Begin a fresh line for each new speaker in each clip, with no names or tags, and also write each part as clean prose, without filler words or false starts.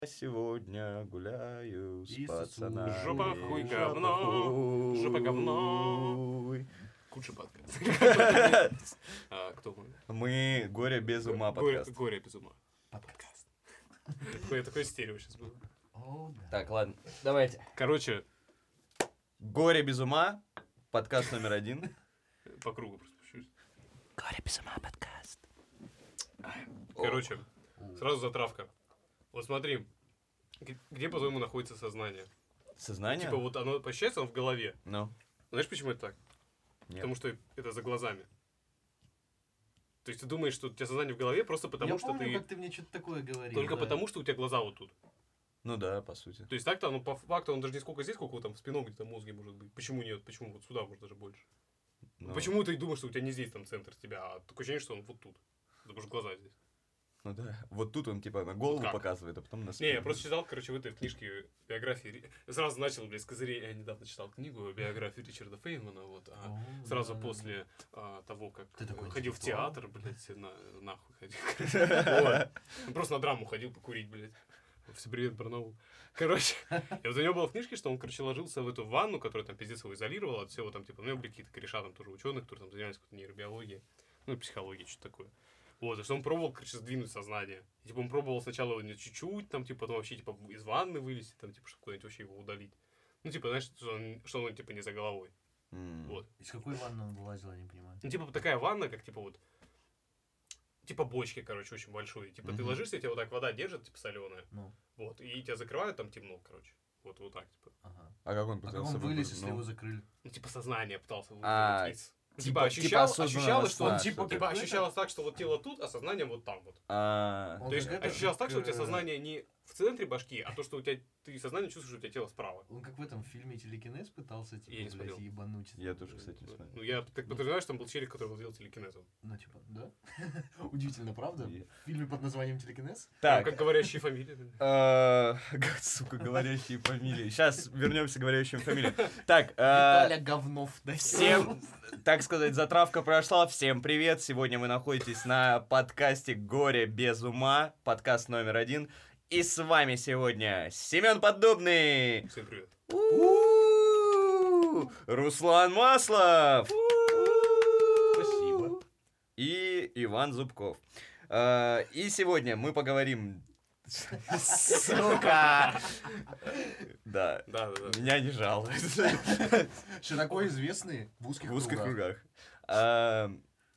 Сегодня гуляю с пацанами.
Жопа хуй говно, жопа говно. Худший подкаст. Кто мы?
Мы «Горе без ума» подкаст.
Горе без ума. Подкаст. Такое стерео сейчас было.
Так, ладно, давайте.
Короче.
«Горе без ума» подкаст номер 1.
По кругу просто пущусь.
«Горе без ума» подкаст.
Короче, сразу затравка. Вот смотри, где, по-твоему, находится сознание?
Сознание?
Типа вот оно посчастье, оно в голове.
Ну.
Знаешь, почему это так?
Нет.
Потому что это за глазами. То есть ты думаешь, что у тебя сознание в голове просто потому, что
помню,
ты...
как ты мне что-то такое говорил.
Только
да.
потому, что у тебя глаза вот тут.
Ну да, по сути.
То есть так-то оно по факту, он даже не сколько здесь, сколько там в спине где-то мозге может быть. Почему нет? Почему вот сюда может даже больше?
Ну,
Почему ты думаешь, что у тебя не здесь там центр тебя, а такое ощущение, что он вот тут? Потому что глаза здесь.
ну да. Вот тут он типа на голову
Как?
показывает, а потом на
Не,
спину.
я просто читал, короче, в этой книжке биографии. Я сразу начал, блядь, с козырей. Я недавно читал книгу биографию Ричарда Фейнмана, вот. Сразу после того, как ходил в театр, блядь, нахуй ходил. Вот. Просто на драму ходил покурить, блядь. Всем привет, Барнаул. Короче, и вот у него было в книжке, что он, короче, ложился в эту ванну, которая там пиздец его изолировала от всего там, типа, ну, были какие-то кореша там тоже ученых, которые там занимались какой-то нейробиологией, ну, психологией, что-то такое. Вот, и что он пробовал, короче, сдвинуть сознание. И, типа, он пробовал сначала его чуть-чуть, там, типа, потом вообще, типа, из ванны вылезти, там, типа, чтобы куда-нибудь вообще его удалить. Ну, типа, знаешь, что он типа, не за головой. Вот.
Из какой ванны он вылазил, я не понимаю.
Ну, типа, такая ванна, как, типа, вот, типа, бочки, короче, очень большой. Типа, ты ложишься, тебя вот так вода держит, типа, соленая.
Ну.
Вот, и тебя закрывают, там темно, короче. Вот так, типа.
Ага.
А как он
А как
пытался
он вылез,
выбраться?
если его закрыли?
Ну, типа, сознание пытался
А,
вылезти из...
типа
ощущалось, что он,
осознанно,
типа,
что-то.
ощущалось так, что вот тело тут, а сознание вот там вот.
Он
То есть
как это,
ощущалось так,
как,
что у тебя сознание не в центре башки, а то, что у тебя ты сознание чувствуешь, что у тебя тело справа.
Он как в этом фильме «Телекинез» пытался, типа,
Я не
блядь,
смотрел.
ебануть.
Я тоже, кстати, не смотрел.
Ну, я так подразумеваю, что там был челик, который владел телекинезом.
Ну, типа, да? Удивительно, правда?
И-
В фильме под названием «Телекинез»?
Там,
Так,
как говорящие фамилии.
сука, говорящие фамилии. Сейчас вернемся к говорящим фамилиям. Так,
Виталя Говнов. Да,
всем, так сказать, затравка прошла. Всем привет. Сегодня вы находитесь на подкасте «Горе без ума», подкаст номер 1. И с вами сегодня Семен Поддубный,
Всем привет.
Руслан Маслов
Спасибо.
и Иван Зубков. И сегодня мы поговорим... Сука! Да.
Да.
Меня не жалуют.
Широко известные в узких
В узких
кругах.
кругах.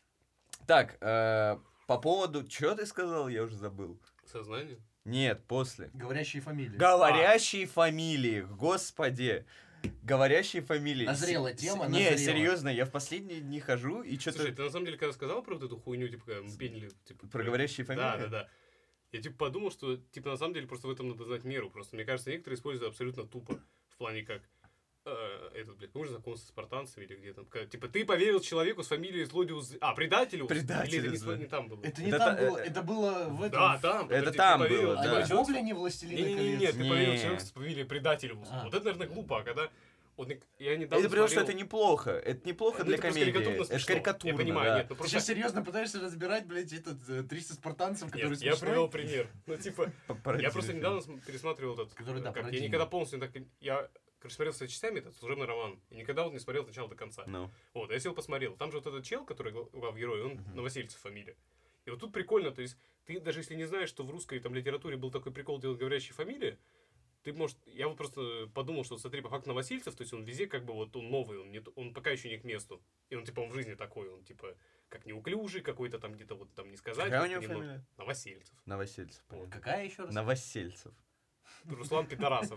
Так, по поводу... Что ты сказал? Я уже забыл.
Сознание?
Нет, после.
Говорящие фамилии.
Говорящие фамилии, господи. Говорящие фамилии.
Назрела тема,
Не,
назрела.
серьезно, я в последние дни хожу и
Слушай,
что-то...
ты на самом деле, когда сказал про вот эту хуйню, типа, когда мы пенили, типа...
Про говорящие фамилии?
Да. Я, типа, подумал, что, типа, на самом деле, просто в этом надо знать меру. Просто, мне кажется, некоторые используют абсолютно тупо. В плане, как... Этот, блядь, можно знакомиться с спартанцами или где там? Типа, ты поверил человеку с фамилией злодею... предателю?
Предателю,
Или это
да.
не там было?
Это не
Это
там
та-
было, это было в этом.
Да, там.
Это
подожди,
там
ты поверил,
было,
А
да.
не в Гоблине «Властелина колец».
Не, ты поверил
Не.
человеку с фамилией предателю.
А.
Вот это, наверное, глупо, а когда... Вот я недавно
Это потому что
смотрел-
это неплохо. Это неплохо
Ну,
для
это просто
комедии.
карикатурно
Это
смешно.
карикатурно,
Я понимаю,
да.
нет, ну
Ты
просто...
сейчас серьезно пытаешься разбирать, блядь, этот 300 спартанцев, которые
Нет, я
смешной?
привел пример. Ну, типа, я
Пародия
просто
фильма.
недавно пересматривал этот...
Который, да,
как, я
пародийный.
никогда полностью так... Я, короче, смотрел с частями этот служебный роман. И никогда вот не смотрел от начала до конца.
Ну.
Вот, я сел посмотрел. Там же вот этот чел, который главный герой, он Новосельцев фамилия. И вот тут прикольно, то есть, ты даже если не знаешь, что в русской там литературе был такой прикол делать говорящие фамилии, ты, может, я вот просто подумал, что, смотри, по факту Новосельцев, то есть он везде как бы вот он новый, он пока еще не к месту. И он, типа, он в жизни такой, он, типа, как неуклюжий какой-то там где-то вот там не сказать.
Какая у
как
него
немного-
фамилия?
Новосельцев.
Новосельцев. понятно.
Какая еще раз?
Новосельцев.
Руслан Пидорасов.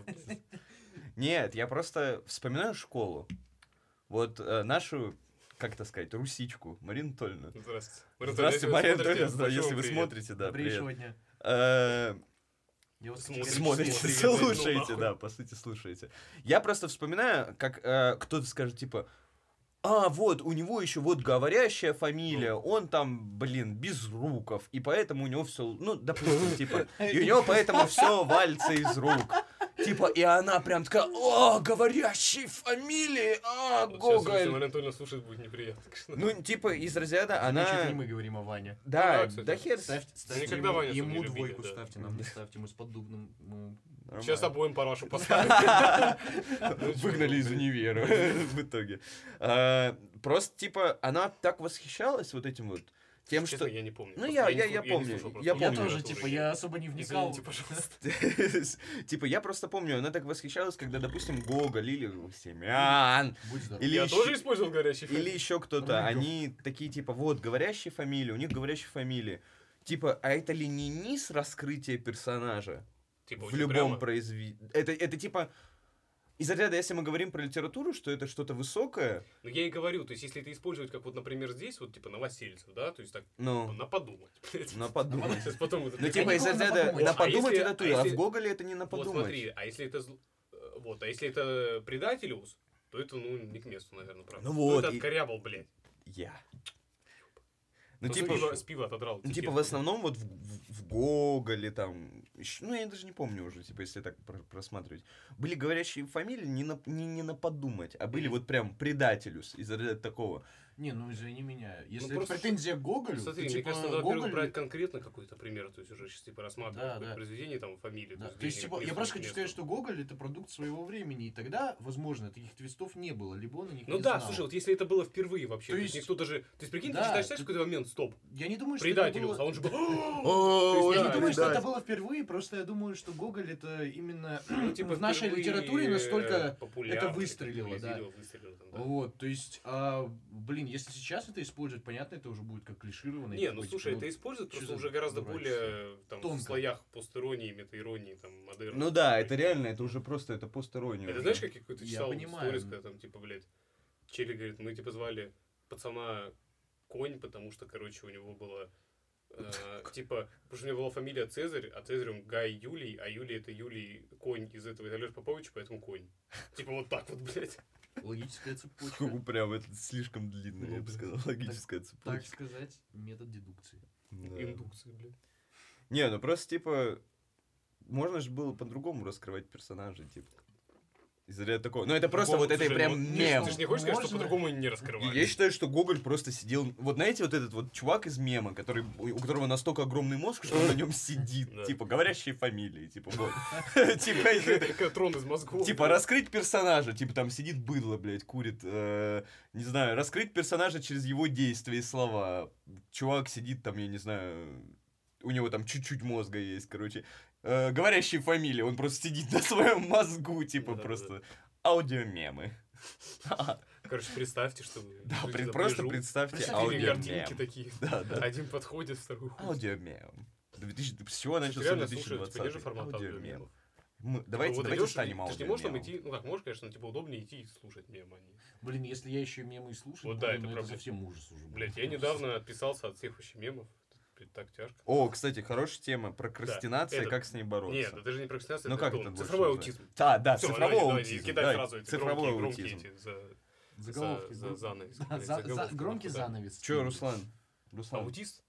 Нет, я просто вспоминаю школу. Вот нашу, как это сказать, русичку, Марину Анатольевну.
Здравствуйте.
Здравствуйте, Марина
Смотрите,
Анатольевна, если
большой
вы
привет.
смотрите, да,
Добрейшего
привет.
дня. Я вас
Смотрите.
Смотрите,
Смотрите,
слушаете,
ну, нахуй.
да, по сути, слушаете. Я просто вспоминаю, как кто-то скажет, типа, вот, у него еще вот говорящая фамилия, он там, блин, Безруков, и поэтому у него все, ну, допустим, типа, и у него поэтому все валится из рук. Типа, и она прям такая, о, говорящие фамилии, Гоголь.
Мария Анатольевна слушать будет неприятно.
Ну, типа, из разряда
Она...
она...
Чуть не мы говорим о Ване.
Да,
кстати.
да хер...
Ставьте
Никогда Ваню
ему
не любили,
двойку
да.
ставьте, нам не ставьте, мы с поддубным.
Сейчас обоим парашу поставим.
Выгнали из универа в итоге. Просто, типа, она так восхищалась вот этим вот тем,
Честно,
что...
я не помню.
Ну,
Просто
я
не
помню,
слушал просто.
я
Я
помню.
тоже, типа, я особо не вникал.
Извините, пожалуйста.
Типа, я просто помню, она так восхищалась, когда, допустим, Гоголь или Семян,
Будь здоров.
или
Я
еще-
тоже использовал горячий
или еще кто-то,
Рыльгов.
они такие, типа, вот, говорящие фамилии, у них говорящие фамилии. Типа, а это ли не низ раскрытия персонажа
Типа,
в
очень
любом
прямо.
произведении? Это типа... Из ряда, если мы говорим про литературу, что это что-то высокое,
Ну, я и говорю, то есть, если это использовать, как вот, например, здесь, вот, типа, новосельцев, да, то есть, так,
ну,
на подумать, блядь.
на подумать.
Сейчас потом вот
Ну,
это-
типа, из
никого на
ряда
подумать.
на
А
подумать
если-
это
а
то, а в
если-
Гоголе это не на
Вот
подумать.
смотри, а если это вот, а если это предателиус, то это, ну, не к месту, наверное, правда.
Ну вот,
это
и-
откорябал, блядь.
Я. Ну,
Ну,
типа,
с пива отодрал.
ну, типа, в основном вот в Гоголе там, ну, я даже не помню уже, типа, если так просматривать, были говорящие фамилии не на подумать, а были вот прям предателюс из ряда такого.
Не, ну извини меня. Если это
просто-
претензия к Гоголю,
Смотри,
то,
мне
типа,
кажется, надо, во-первых,
Гоголь...
брать конкретно какой-то пример, то есть уже сейчас, типа, рассматривать
Да,
какое-то
да.
произведение, там, фамилию.
Да,
есть,
то есть,
где
типа,
не
я
к
просто хочу
месту.
сказать, что Гоголь это продукт своего времени, и тогда, возможно, таких твистов не было, либо он о них
Ну
не
да,
знал.
слушай, вот если это было впервые вообще,
То
то есть
есть-
никто даже... То есть, прикинь,
Да,
ты читаешь в какой-то момент, стоп,
Я не думаю, что это
предателиус, а
было...
он же был...
О,
Я
да,
не думаю, что это
предатель.
было впервые, просто я думаю, что Гоголь это именно
Ну, типа,
в нашей
впервые,
литературе настолько
популярный,
это выстрелило, да.
выстрелило там, да.
Вот, то есть, блин, если сейчас это использовать, понятно, это уже будет как клишированно.
Не, ну слушай, это используют
что
просто
за
уже гораздо
дурачество?
более там, в
Тонко.
слоях постиронии, метаиронии, там, модерна.
Ну да, это реально, это уже просто, это постирония.
Это
уже.
знаешь, как я какой-то
Я
читал
понимаю.
сторис, когда там, типа, блядь, Челли говорит, мы, типа, звали пацана Конь, потому что, короче, у него было, типа, потому что у него была фамилия Цезарь, а Цезарь он Гай Юлий, а Юлий это Юлий Конь из этого, из Алёши Поповича, поэтому Конь. Типа, вот так вот, блядь.
Логическая цепочка.
Прям это слишком длинно, я бы
Ну,
сказал, логическая
Так
цепочка.
сказать, метод дедукции.
Да.
Индукции, блядь.
Не, ну просто, типа, можно же было по-другому раскрывать персонажей, типа. Из-за ряда такого. Ну, это просто вот это
Слушай,
прям
ну,
мем.
Ты же не хочешь сказать, что
Можно?
по-другому не раскрывали?
Я считаю, что Гоголь просто сидел... Вот знаете, вот этот вот чувак из мема, который, у которого настолько огромный мозг, что он на нем сидит.
Да.
Типа, говорящие фамилии. Типа, вот. Типа, если это-
Как трон из мозгов.
Типа, раскрыть персонажа, типа, там сидит быдло, блядь, курит, не знаю, раскрыть персонажа через его действия и слова. Чувак сидит там, я не знаю, у него там чуть-чуть мозга есть, короче. Говорящие фамилии, он просто сидит на своем мозгу, типа,
Да-да-да.
просто аудиомемы.
Короче, представьте, что вы...
Да,
сидите на
просто
пляжу,
представьте
такие картинки
аудиомем.
такие.
Да, да.
Один подходит, второй уходит.
Аудиомем. С чего
Ты
начался
реально слушаешь, типа,
2020?
те же форматы аудиомемов.
Давайте
Вот
давайте
идёшь,
станем
Ты же не можешь там
аудиомемом.
идти, ну как, можешь, конечно, но типа удобнее идти и слушать мем, а не...
Блин, если я еще мемы и слушаю,
Вот да, это
это
проблема.
совсем ужас уже.
Блять, я недавно отписался от всех вообще мемов. Это так тяжко.
О, кстати, хорошая тема. Прокрастинация,
это-
как с ней бороться.
Нет, это даже не прокрастинация,
Ну
это
как
то,
это больше
цифровой
называется?
аутизм.
Да,
Всё,
цифровой
давайте,
аутизм.
кидай
да,
сразу эти
цифровой
громкие
аутизм.
эти
Заголовки.
за занавес.
Да,
блядь, заголовки,
громкий
да.
занавес.
Че, Руслан? Руслан.
Аутист?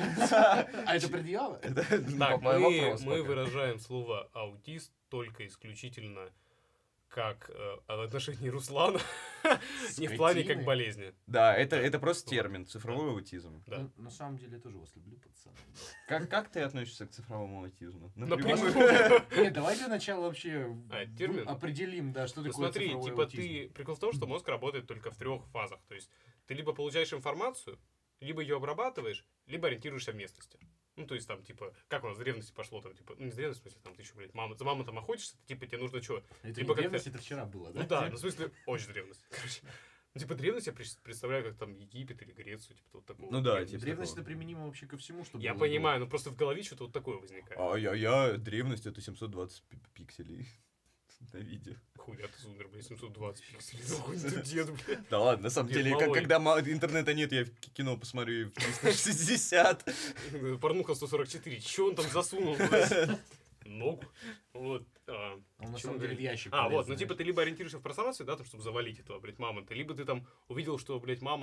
А это предъява?
Так,
Мой
мы
вопрос пока.
выражаем слово аутист только исключительно как в отношении Руслана, не в плане как
Скотины.
болезни.
Да, это просто термин, цифровой аутизм.
Да.
Ну, на самом деле, я тоже вас люблю, пацаны.
Как ты относишься к цифровому аутизму?
Напрямую.
Нет, давай для начала вообще
термин?
определим, да, что
Ну
такое
смотри,
цифровой
типа
аутизм.
ты... Прикол в том, что мозг работает только в 3 фазах. То есть ты либо получаешь информацию, либо ее обрабатываешь, либо ориентируешься в местности. Ну, то есть там, типа, как у нас в древности пошло, там, типа, ну, не в древности, в смысле, там, ты еще, блядь,
А
за мамонтом охотишься, типа, тебе нужно что?
Это не
либо как-то-
древность, это вчера было, да?
Ну да, ну, в смысле, очень древность, короче. Ну, типа, древность я представляю, как там Египет или Грецию, типа, вот такого.
Ну да,
древности.
типа
Древность
такого.
это применимо вообще ко всему, что
Я
было
понимаю, но просто в голове что-то вот такое возникает.
А я древность это 720 пикселей на видео.
Хуя ты зумер, блядь, 720 пикселей, нахуй ты дед, блядь.
Да ладно, на самом
Дед
деле,
малой.
когда интернета нет, я кино посмотрю и в 360.
Порнуха 144, чё он там засунул, блядь? Ногу. Вот.
до. Он на
Чё
самом
мы
деле в
говорим?
ящик
Вот,
полез,
ну типа
знаешь.
ты либо ориентируешься в пространстве, да, там, чтобы завалить этого, блядь, мамонта, либо ты там увидел, что, блядь, мамонт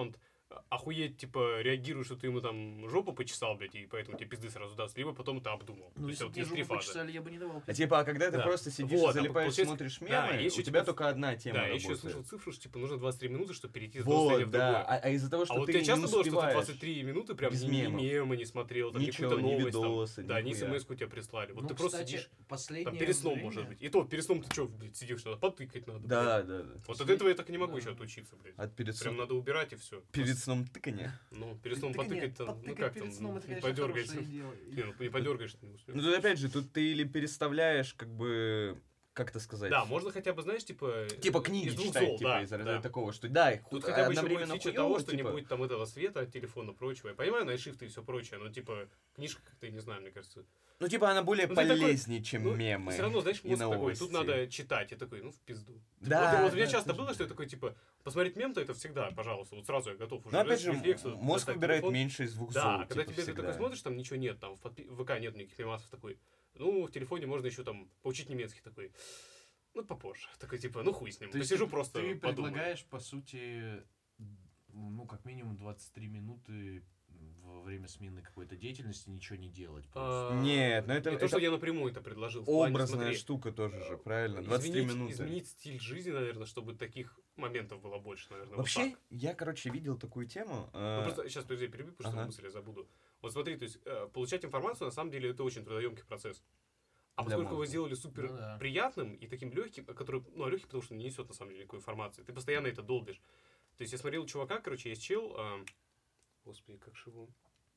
охуеть, типа, реагируешь, что ты ему там жопу почесал, блядь, и поэтому тебе пизды сразу даст, либо потом это обдумал.
Ну,
То есть
если
вот
бы
есть три
жопу
фазы.
почесали, я бы не давал.
А когда ты
Да.
просто сидишь
Вот,
и залипаешь,
получается,
смотришь
да,
мемы,
есть
у
у
тебя
тебя
только одна тема
Да, я еще
работает.
слышал цифру, что, типа, нужно 23 минуты, чтобы перейти с одного состояния
Вот,
в другое.
да. А из-за того, что
А вот у
ты
тебя
не
часто было, что ты
успеваешь.
23 минуты прям
без
ни
мемов.
мемы не смотрел, там, ни
Ничего,
какую-то
ни
новость,
видосы,
там, да, ни
нихуя.
смс-ку тебе прислали. Вот
Ну,
ты просто
кстати,
сидишь,
последнее
там, перед сном,
время-
может быть. И то, перед сном ты что, блядь, сидишь, надо потыкать надо, блядь.
Да.
Вот от этого я так и не могу
Да.
еще отучиться, блядь.
От перед
Прям
сном,
надо убирать и все.
перед сном тыканье.
Ну, перед сном
Так
потыкать
нет,
там, ну
подтыкать
как
перед
там,
сном, это, конечно,
подергать.
хорошее дело.
Не, ну не подергаешь, ты не успеешь.
Ну тут опять же, тут ты или переставляешь, как бы, как это сказать?
Да, можно хотя бы, знаешь, типа...
Типа книги
из двух
читать,
зол,
типа,
да,
из-за
да.
такого, что да,
Тут хотя бы еще будет
одновременно
фича
хуёво,
того, что не
типа,
будет там этого света от телефона прочего. Я понимаю, найшифты и все прочее, но типа книжка как-то, я не знаю, мне кажется.
ну, типа, она более
Ну, ты такой,
полезнее, чем
Ну,
мемы
все равно, знаешь,
и
мозг такой,
новости.
тут надо читать. Я такой, ну в пизду.
Да,
вот у меня
да,
часто
тоже.
было, что я такой, типа, посмотреть мем-то это всегда, пожалуйста, вот сразу я готов уже.
Ну, опять
без
же,
рефлекса
мозг
достать
выбирает
телефон.
меньше из двух
Да,
зол,
когда
типа,
тебе ты
всегда.
такой смотришь, там ничего нет, там в ВК нет никаких мемасов, такой, ну, в телефоне можно еще там поучить немецкий, такой, ну, попозже. Такой, типа, ну, хуй с ним,
То есть
посижу просто,
ты
подумаю.
предлагаешь, по сути, ну, как минимум 23 минуты во время смены какой-то деятельности ничего не делать. просто.
Нет, но это-
Не то, что я напрямую это предложил. В плане,
Образная
смотри,
штука тоже же, правильно? 23 минуты.
Изменить стиль жизни, наверное, чтобы таких моментов было больше, наверное.
Вообще,
вот так.
я, короче, видел такую тему.
Ну, просто сейчас, подожди, перебью, потому что
Ага.
мысль я забуду. Вот смотри, то есть получать информацию, на самом деле, это очень трудоемкий процесс. А
Для
поскольку его
мозга.
сделали супер
Ну да.
приятным и таким легким, который, ну, легкий, потому что не несет, на самом деле, никакой информации, ты постоянно это долбишь. То есть я смотрел чувака, короче, есть чел, господи, как же его...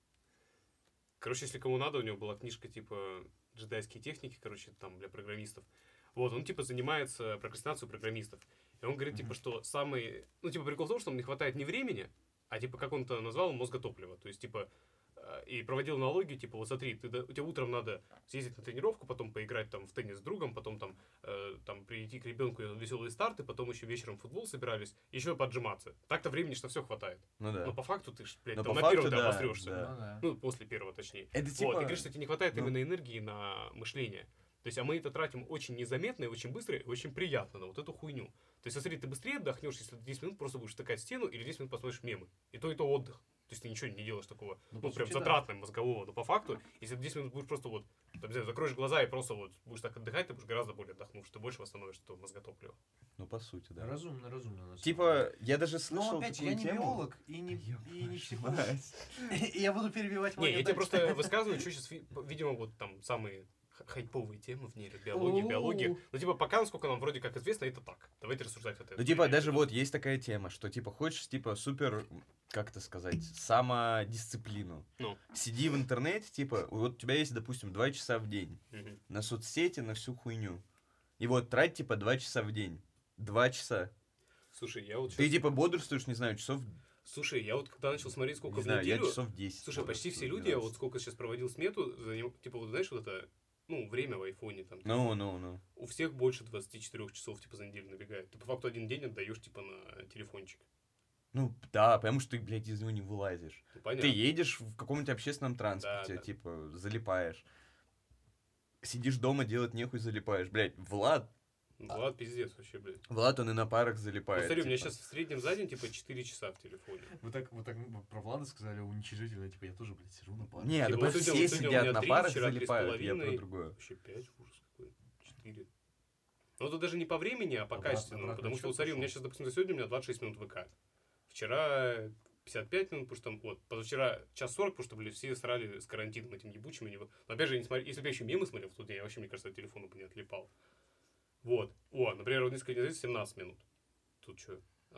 Короче, если кому надо, у него была книжка типа «Джедайские техники», короче, там для программистов. Вот, он типа занимается прокрастинацией программистов. И он говорит, типа, что самый... Ну, типа, прикол в том, что нам не хватает не времени, а типа, как он это назвал, мозготоплива. То есть, типа, и проводил аналогию, типа, вот смотри, у тебя утром надо съездить на тренировку, потом поиграть там в теннис с другом, потом там прийти к ребенку на веселые старты, потом еще вечером в футбол собирались, еще поджиматься. Так-то времени что все хватает.
Ну да.
Но по факту ты ж, блядь,
Но
там
по
на первом
факту,
ты
да,
обосрешься.
да.
Ну да.
Ну, после первого, точнее.
Это
Вот,
типа...
и говоришь, что тебе не хватает
ну.
именно энергии на мышление. То есть, а мы это тратим очень незаметно и очень быстро, и очень приятно на вот эту хуйню. То есть, смотри, ты быстрее отдохнешь, если ты 10 минут просто будешь втыкать в стену, или 10 минут посмотришь мемы. И то отдых. То есть, ты ничего не делаешь такого,
Ну,
ну
по
прям
сути, да.
затратным мозгового. Но по факту, если ты 10 минут будешь просто вот, там, не знаю, закроешь глаза и просто вот будешь так отдыхать, ты будешь гораздо более отдохнувший, ты больше восстановишь этого мозготоплива.
Ну, по сути, да.
Разумно, разумно. на самом
Типа, я даже
деле. Но
слышал
опять,
такую
я не
тему.
биолог и не
Ёб
психолог.
мать.
И я буду перебивать
Не, я тебе
дальше.
просто высказываю, что сейчас, видимо, вот там самые хайповые темы в нейробиологии, биологии. Ну, типа, пока, насколько нам вроде как известно, это так. Давайте рассуждать от этого.
Ну, типа, даже вот есть такая тема, что, типа, хочешь, типа, супер, как это сказать, самодисциплину.
Ну.
Сиди в интернете, типа, вот у тебя есть, допустим, 2 часа в день
Мгм.
на соцсети, на всю хуйню. И вот трать, типа, 2 часа в день. 2 часа.
Слушай, я вот
Ты,
щас-
типа, бодрствуешь, не знаю, часов,
Слушай, я вот когда начал смотреть, сколько
не
в
знаю, я
неделю...
часов 10.
Слушай, почти все
бодрствую,
люди, я
12.
вот сколько сейчас проводил смету, типа, вот знаешь, вот это, ну, время в айфоне там.
Ну.
У всех больше 24 часов, типа, за неделю набегает. Ты по факту один день отдаешь, типа, на телефончик.
Ну, да, потому что ты, блядь, из него не вылазишь.
Ну, понятно.
Ты едешь в каком-нибудь общественном транспорте,
Да.
типа, залипаешь. Сидишь дома, делать нехуй, залипаешь. Блядь, Влад,
Влад, пиздец вообще, блядь.
он и на парах
Ну,
залипает.
смотри, у меня
типа.
сейчас в среднем за день, типа, 4 часа в телефоне.
Вы так про Влада сказали уничижительно, типа я тоже, блядь, сижу на паре.
Не,
Типа,
ну
вот
все
сегодня у
сидят
меня
на
3,
парах,
вчера
залипают, я
3,5.
про другое.
Вообще 5, ужас какой. 4. Ну, это даже не по времени, а по
Обратно-
качественному.
обратный
Потому что,
отсчет
вот смотри, у меня
пошел.
сейчас, допустим, за сегодня у меня 26 минут ВК. Вчера 55 минут, потому что там, вот, позавчера час 40, потому что, блин, все срали с карантином этим ебучим. Но опять же, если бы я еще мемы смотрел в тот день, я вообще, мне кажется, от телефона бы не отлипал. Вот. О, например, вот несколько дней назад 17 минут. Тут что?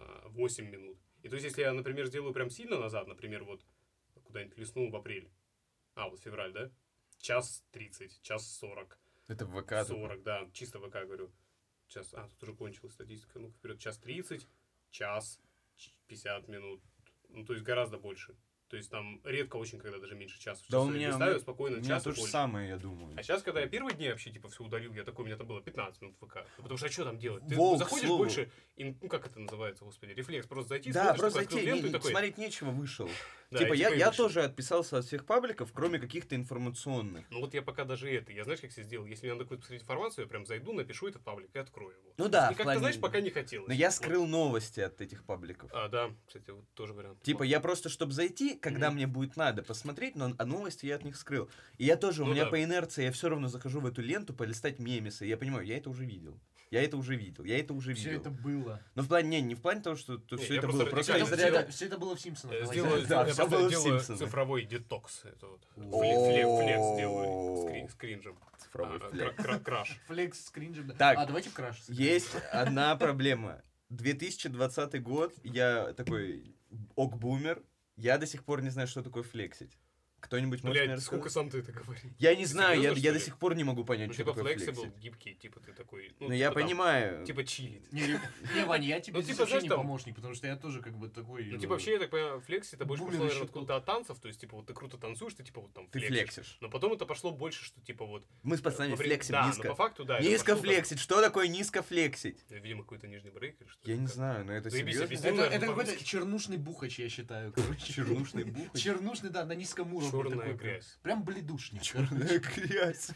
8 минут. И то есть, если я, например, сделаю прям сильно назад, например, вот куда-нибудь лесну в апрель. Вот февраль, да? Час 30, час 40.
Это в ВК.
40, да, чисто ВК говорю. Час, тут уже кончилась статистика. Ну-ка вперед, час 30, час 50 минут. Ну, то есть гораздо больше. То То есть там редко очень, когда даже меньше часа.
Да,
листаю спокойно
у меня
час и
то же
больше.
самое, я думаю.
А сейчас, когда я первые дни вообще типа все удалил, я такой, у меня там было 15 минут ВК. Ну, потому что что там делать? Ты
Волк,
заходишь
слово.
больше, ну как это называется, господи, рефлекс, просто зайти,
Да,
смотришь,
просто
такой, открыл
зайти,
ленту и такой...
смотреть нечего, вышел.
Да,
Типа,
и
я
вышел.
тоже отписался от всех пабликов, кроме каких-то информационных.
Ну вот я пока даже это, я знаешь, как себе сделал? Если мне надо какую-то посмотреть информацию, я прям зайду, напишу этот паблик и открою его.
Ну да,
И
в
как-то,
плане-
знаешь, пока не хотелось.
Но я
Вот.
скрыл новости от этих пабликов.
Да, кстати, вот тоже вариант.
Типа, я просто, чтобы зайти, когда
Мгм.
мне будет надо, посмотреть, но новости я от них скрыл. И я тоже, у
Ну
меня
да.
по инерции, я все равно захожу в эту ленту, полистать мемесы. Я понимаю, я это уже видел. Я это уже видел.
Все это было.
Но в плане, не в плане того, что
Не,
все
я
это
просто
было. Просто
радикально
из
сделал-
ряда...
Все это было в Симпсонах. давай.
Сделаю,
Да,
я
всё
просто
было в
делаю
«Симпсонах».
цифровой детокс. Это вот.
О.
Флекс делаю с кринжем.
Цифровой флек.
Краш.
Флекс с кринжем. да.
Так.
Давайте в краш.
Есть одна проблема. 2020 год, я такой ок-бумер, я до сих пор не знаю, что такое флексить. Кто-нибудь может мне
Блять, сколько
рассказать?
сам ты это говоришь?
Я не
Ты
знаю,
серьезно,
я
что
до
ли?
сих пор не могу понять,
Ну,
что
типа
такое
флексибл,
флексить.
гибкий, типа ты такой...
Ну, я
типа там,
понимаю.
Типа чилить.
Не, Ваня, я тебе
Ну,
здесь
типа,
вообще
знаешь,
не
там-
помощник, потому что я тоже как бы такой...
Ну, типа, вообще, я так понимаю, флекс это больше
Бумер
пошло,
ещё
наверное, откуда-то от танцев, то есть, типа, вот ты круто танцуешь, ты, типа, вот там
Ты флексишь.
Но потом это пошло больше, что, типа, вот...
Мы с пацанами
во время-
флексим
да,
низко.
но по факту, да. это
Низко
пошло как-
флексить. Что такое низко флексить?
Видимо, какой-то нижний брейк или что?
Я не
Как?
знаю, но это
Заебись,
серьезно.
объясни.
Это
наверное,
какой-то
по-русски.
чернушный бухач, я считаю, короче.
Чернушный бухач?
Чернушный, да, на низком уровне.
Черная
такой,
грязь.
Прям бледушник.
Черная грязь.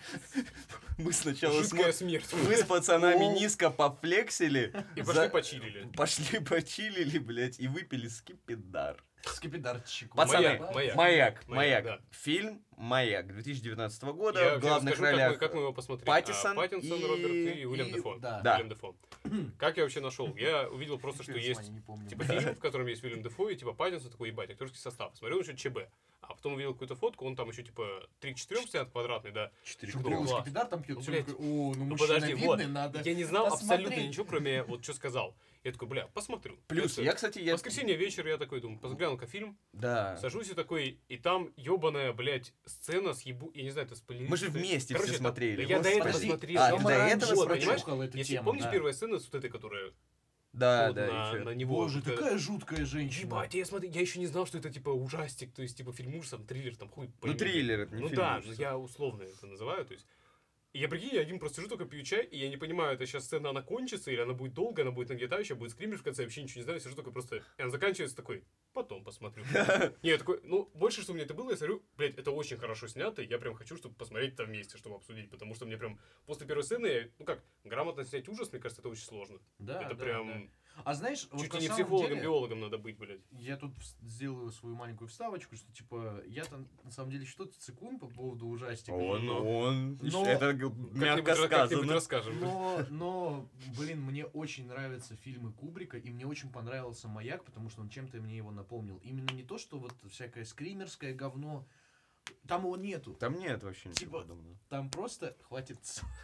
Мы сначала
Жуткая
смотрим...
смерть.
Мы с пацанами
О.
низко пофлексили.
И
за-
пошли почилили.
Пошли почилили, блядь, и выпили скипидар.
Скипидарчик.
Пацаны,
Маяк.
Маяк.
да.
Фильм «Маяк» 2019 года.
Я
В
вообще
главных
расскажу,
ролях
как мы его посмотрели.
Паттинсон
Паттинсон,
и-
Роберт и Уильям
и-
Дефо.
да.
Да.
Уильям Дефо. Как я вообще нашел? Я увидел просто, что есть
Не помню.
типа фильм, в котором есть Уильям Дефо, и типа Паттинсон такой, ебать, актерский состав. Смотрел еще ЧБ. А потом увидел какую-то фотку, он там еще типа 3 к 4 стоят квадратный, да.
Четыре
Что,
Что,
голый
класс.
скипидар там пьет?
Ну,
Всё
блядь.
такой, о, ну
Ну
мужчина
подожди, вот.
видный, надо
Я не знал
посмотреть.
абсолютно ничего, кроме вот что сказал. Я такой, бля, посмотрю.
Плюс,
Это
я, кстати, я...
Воскресенье вечер, я такой думаю, взглянул-ка фильм,
Да.
сажусь и такой, и там ебаная, блядь, сцена с ебу... Я не знаю, это спойлерить.
Мы же вместе
Короче,
все
там-
смотрели.
Да я до этого
Господи.
смотрел.
А,
Том
ты до
Оранж
этого
вот,
смотрел?
понимаешь?
прочухал эту
Если
тему,
помнишь
да.
первая сцена с вот этой, которая
Да,
вот
да,
на
ещё.
него...
Боже,
вот это-
такая жуткая женщина.
Ебать, я еще не знал, что это типа ужастик, то есть типа фильм ужасов, триллер, там хуй
Ну,
пойми.
триллер, это не
Ну
фильм
да,
ужасов.
я условно это называю, то есть. И я прикинь, я один просто сижу, только пью чай, и я не понимаю, это сейчас сцена, она кончится, или она будет долго, она будет нагнетающая, будет скример в конце, я вообще ничего не знаю, сижу только просто... И она заканчивается такой, потом посмотрю. Не, я такой, ну, больше, что у меня это было, я смотрю, блядь, это очень хорошо снято, и я прям хочу, чтобы посмотреть это вместе, чтобы обсудить, потому что мне прям после первой сцены, ну как, грамотно снять ужас, мне кажется, это очень сложно.
Да,
Это
да,
прям...
да. А знаешь, вот
Чуть
на
ли не
самом
психологом,
деле,
биологом надо быть, блядь.
я тут сделаю свою маленькую вставочку, что типа я там на самом деле что-то цикун по поводу ужастика.
Он,
Но-
это мягко
Как-нибудь
сказано.
расскажем.
Но, блин, мне очень нравятся фильмы Кубрика, и мне очень понравился «Маяк», потому что он чем-то мне его напомнил. Именно не то, что вот всякое скримерское говно, там его нету.
Там нет вообще ничего
Типа,
подобного.
Там просто хватит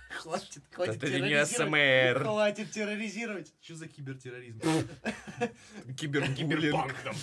Это не
терроризировать.
СМР.
Хватит терроризировать. Что за кибертерроризм?
Кибербуллинг.
Киберпанк там.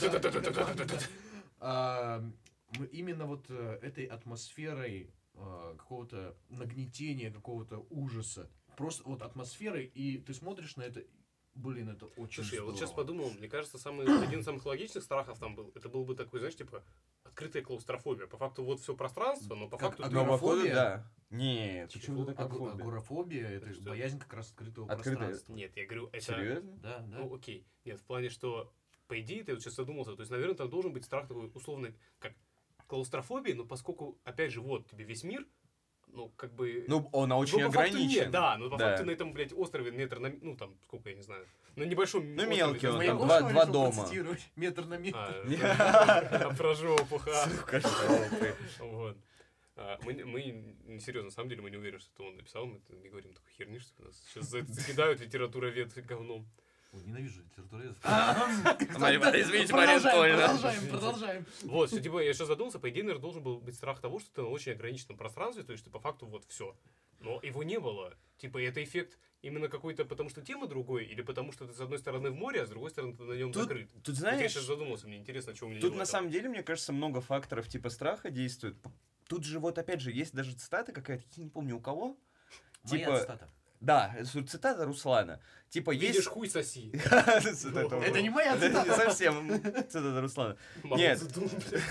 Именно вот этой атмосферой какого-то нагнетения, какого-то ужаса. Просто вот атмосферой, и ты смотришь на это, блин, это очень
Слушай, я вот
здорово.
сейчас подумал, мне кажется, один из самых логичных страхов там был, это был бы такой, знаешь, типа, открытая клаустрофобия. По факту вот все пространство, но по
Как
факту...
агро-
Но походу,
Агорафобия?
да. Нет,
Чего?
почему это агорафобия?
Агорафобия — это
Что?
боязнь как раз открытого
Открытая.
пространства.
Нет, я говорю, это...
Серьезно?
Да, да.
Ну, окей. Нет, в плане, что, по идее, ты вот сейчас задумался, то есть, наверное, там должен быть страх такой условный, как клаустрофобия, но поскольку, опять же, вот тебе весь мир, ну, как бы...
Ну, он очень
ну, по факту
ограничен.
нет, да, но по
Да.
факту на этом, блядь, острове метр на... Ну, там, сколько, я не знаю. На небольшом
Ну,
острове,
мелкий он,
там,
там
Маяковского
два
решил
дома.
процитировать метр на метр.
Про жопу, ха.
Сука, жопы.
Вот. Мы серьезно, на самом деле, мы не уверены, что это он написал, мы не говорим такой херни, что нас сейчас за это закидают литературовед говном.
Ой, ненавижу литературу.
Извините, Мария Анатольевна.
Продолжаем.
Вот, что, типа, я сейчас задумался, по идее, наверное, должен был быть страх того, что ты на очень ограниченном пространстве, то есть ты по факту вот все. Но его не было. Типа, и это эффект именно какой-то, потому что тема другой, или потому что ты с одной стороны в море, а с другой стороны ты на нем закрыт.
Тут,
Вот я
знаешь,
сейчас задумался, мне интересно, что у меня
тут на самом деле, мне кажется, много факторов типа страха действует. Тут же вот, опять же, есть даже цитата какая-то, я не помню у кого.
Моя
Типа,
цитата.
Да, цитата Руслана. Типа,
Видишь,
есть...
хуй соси.
Это не моя
Это
цитата.
не совсем цитата Руслана. Нет.
Цзэдун,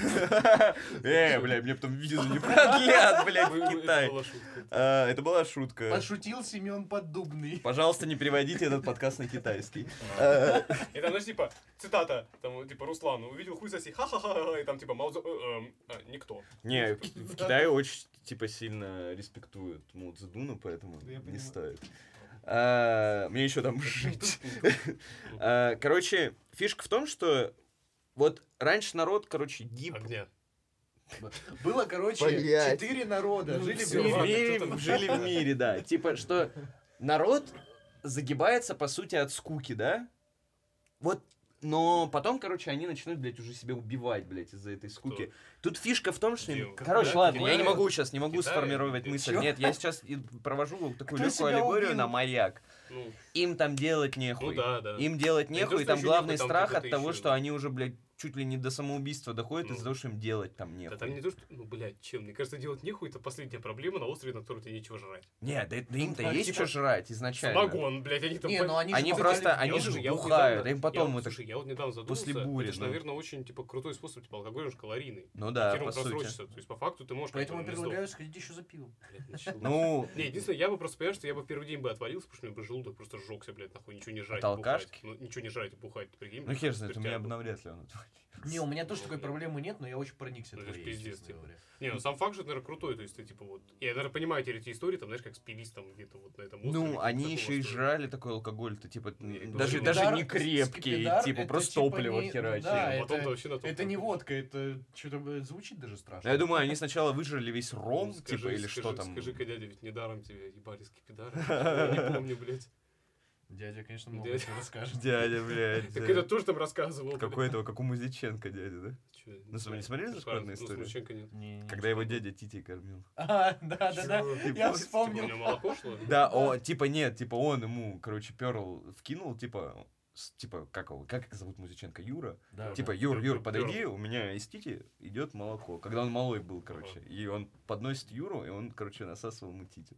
блядь.
Бля, мне потом визу не продлят, блядь, в
Это
Китай.
была шутка.
Это была шутка.
Пошутил Семен Поддубный.
Пожалуйста, не переводите этот подкаст на китайский.
Это, знаешь, типа, цитата, там, типа, Руслан увидел хуй соси, ха-ха-ха, и там, типа, никто.
Не, в Китае очень, типа, сильно респектуют Мао Цзэдуна, поэтому
Я
не
понимаю.
стоит. Мне еще там жить. Короче, фишка в том, что вот раньше народ, короче, гиб.
Огня.
Было, короче,
Блядь.
4 народа.
Ну,
Жили в
всё,
мире.
ладно. кто-то-
Жили в мире, да. Типа, что народ загибается, по сути, от скуки, да? Вот, но потом, короче, они начнут, блядь, уже себя убивать, блядь, из-за этой скуки.
Кто?
Тут фишка в том, что...
Где?
Короче,
Как?
ладно,
Китай?
я не могу сейчас, не могу
Китай?
сформировать
Где?
мысль.
Чё?
Нет, я сейчас провожу такую
Кто
легкую
себя
аллегорию
убил?
на маяк.
Ну,
Им там делать нехуй.
да, да.
Им делать
Да не
нехуй,
то,
и
что
там
ещё
главный
нехуй, там
страх
какой-то
от того,
ещё,
что
да.
они уже, блядь, чуть ли не до самоубийства доходят
Ну.
из-за того, что им делать там
Да
нехуй.
там не то, что, ну, блядь, чем? Мне кажется, делать нехуй, это последняя проблема на острове, на которой тебе нечего жрать.
Нет, да им-то
А,
есть
типа,
что жрать изначально.
Самогон, блядь, они там...
Не, ну они же
Они
попытались-
просто, они
Я
же
вот
бухают,
недавно-
им потом
я,
это...
Слушай, я вот недавно задумался,
после бури,
это же,
ну.
наверное, очень, типа, крутой способ, типа, алкоголь, он же калорийный.
Ну да,
Первым
по сути.
просрочиться. То есть, по факту, ты можешь...
Поэтому
как-то
предлагаю сходить еще за пивом.
Блядь, начал.
Ну,
Не, единственное, я бы просто понял, что я бы в первый день бы отвалился, потому что у меня бы желудок просто сжёгся, блядь, нахуй, ничего не жрать,
От алкашки?
бухать. Ну, ничего не жрать, бухать, прикинь.
ну хер знает, у
спиртяк
меня
бы.
бы навряд ли он
Не, у меня тоже такой
блядь.
проблемы нет, но я очень проникся
Ну, это ж
твоей,
пиздец,
честно
типа.
говоря.
Не, ну сам факт же, наверное, крутой, то есть ты, типа, вот... Я, наверное, понимаю теперь эти истории, там, знаешь, как спились там где-то вот на этом острове.
Ну,
типа,
они
такого
еще и
стоит.
жрали такой алкоголь-то, типа,
Не,
даже
скипидар-
не крепкий,
скипидар
типа,
это
просто
типа
топливо
не-
херачили.
да,
А потом
это-
ты вообще на том
Это не
такой.
водка, это что-то звучит даже страшно.
Я думаю, они сначала выжрали весь
Ну,
ром,
скажи-
типа, или что
скажи-
там.
Скажи-ка, дядя, ведь недаром тебя ебали скипидары. Я не помню, блядь.
Дядя, конечно, много
Дядя.
чего расскажет.
Дядя, блядь.
Так это тоже там рассказывал. блядь.
Какой-то, как у Музыченко дядя, да?
Чё,
Ну, не смотрели «Зашкварные
Ну,
истории»?
Смущенко нет.
Не,
Когда его дядя Титей кормил.
Да.
Чё?
Я
Типа, у
вспомнил.
него молоко шло?
Да, типа, нет, типа, он ему, короче, перл вкинул, типа, как его, как зовут Музыченко? Юра?
Да,
Типа,
да.
Юр, подойди, у меня из Тити идет молоко. Когда он малой был, короче. И он подносит Юру, и он, короче, насасывал ему Титю.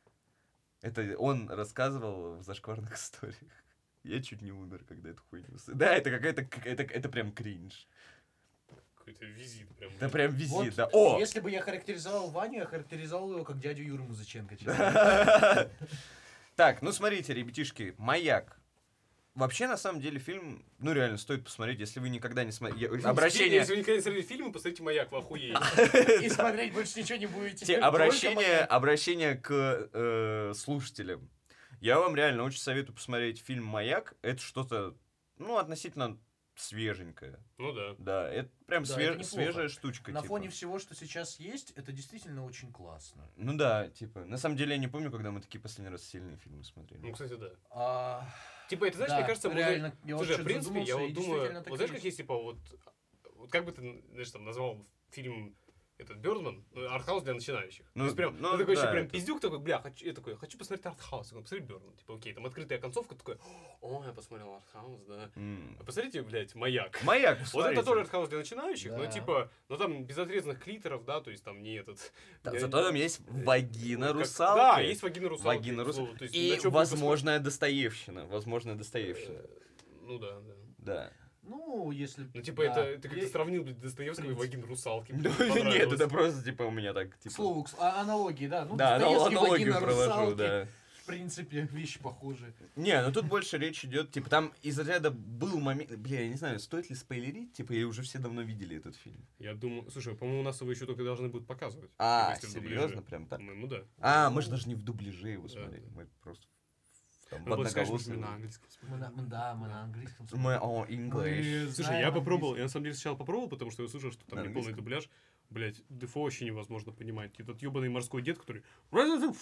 Это он рассказывал в «Зашкварных историях». Я чуть не умер, когда эту хуйню Да, это какая-то, это прям кринж.
Какой-то визит прям.
Это прям визит,
Вот,
да. О!
Если бы я характеризовал Ваню, я характеризовал его как дядю Юру Музыченко. честно.
Так, ну смотрите, ребятишки, «Маяк». Вообще, на самом деле, фильм, ну, реально, стоит посмотреть, если вы никогда не смотрели... Обращение...
Если вы никогда не смотрели фильмы, посмотрите «Маяк», вы охуеете.
И смотреть больше ничего не будете.
Те
Только
обращение к слушателям. Я вам реально очень советую посмотреть фильм «Маяк». Это что-то, ну, относительно свеженькое.
Ну да.
Да, это прям
Да, это неплохо.
свежая штучка.
На
типа.
фоне всего, что сейчас есть, это действительно очень классно.
Ну да, типа, на самом деле я не помню, когда мы такие последний раз сильные фильмы смотрели.
Ну, кстати, да.
А,
Типа, это, знаешь,
да,
мне кажется, вот,
реально, я вот
слушай, в
что-то
принципе, я
задумался,
вот
и
думаю,
действительно так
вот
и
знаешь, как
есть.
есть, типа, вот как бы ты, знаешь, там, назвал фильм этот «Бёрдман», артхаус для начинающих.
Ну,
То есть прям,
ну,
ну, такой
да,
еще прям
это-
пиздюк такой, бля, я такой, хочу посмотреть артхаус. Я говорю, посмотри «Бёрдман». Типа, окей, там открытая концовка, такой, о, я посмотрел артхаус, да. А посмотрите, блядь, «Маяк».
«Маяк»,
Вот
смотрите.
это тоже артхаус для начинающих, но
Да.
типа, ну там без отрезанных клиторов, да, то есть там не этот...
Да,
не-
зато там есть вагина
как-
русалки.
Да, есть вагина русалки.
Вагина
к слову,
русалки.
то есть
И
на чё бы
возможная Достоевщина. Возможная
посмотреть.
Достоевщина.
Ну да, да.
Да.
Ну, если...
Ну, типа,
да.
это ты как-то сравнил, блядь, Достоевского и
В принципе.
вагин русалки.
Ну,
блядь,
нет,
понравилось.
это просто, типа, у меня так,
К
типа...
слову, аналогии, да. Ну,
Да,
Достоевский,
аналогию
вагина,
провожу,
русалки.
да.
В принципе, вещи похожие.
Не, ну тут больше речь идет, типа, там из ряда был момент... Бля, я не знаю, стоит ли спойлерить, типа, или уже все давно видели этот фильм?
Я думаю, слушай, по-моему, у нас его еще только должны будут показывать.
А,
Типа, если в
серьезно,
дубляже.
прям так?
По-моему, да.
А, мы же даже не в дубляже его
Да,
смотрели,
да.
мы просто там, в
Надо было сказать, что
одноголосом.
мы на английском смотрели.
Мы на английском
Мы, English.
Слушай, я попробовал, я на самом деле сначала попробовал, потому что я услышал, что там
На
не полный
английском?
дубляж. Блять, Дефо вообще невозможно понимать. Этот ебаный морской дед, который... И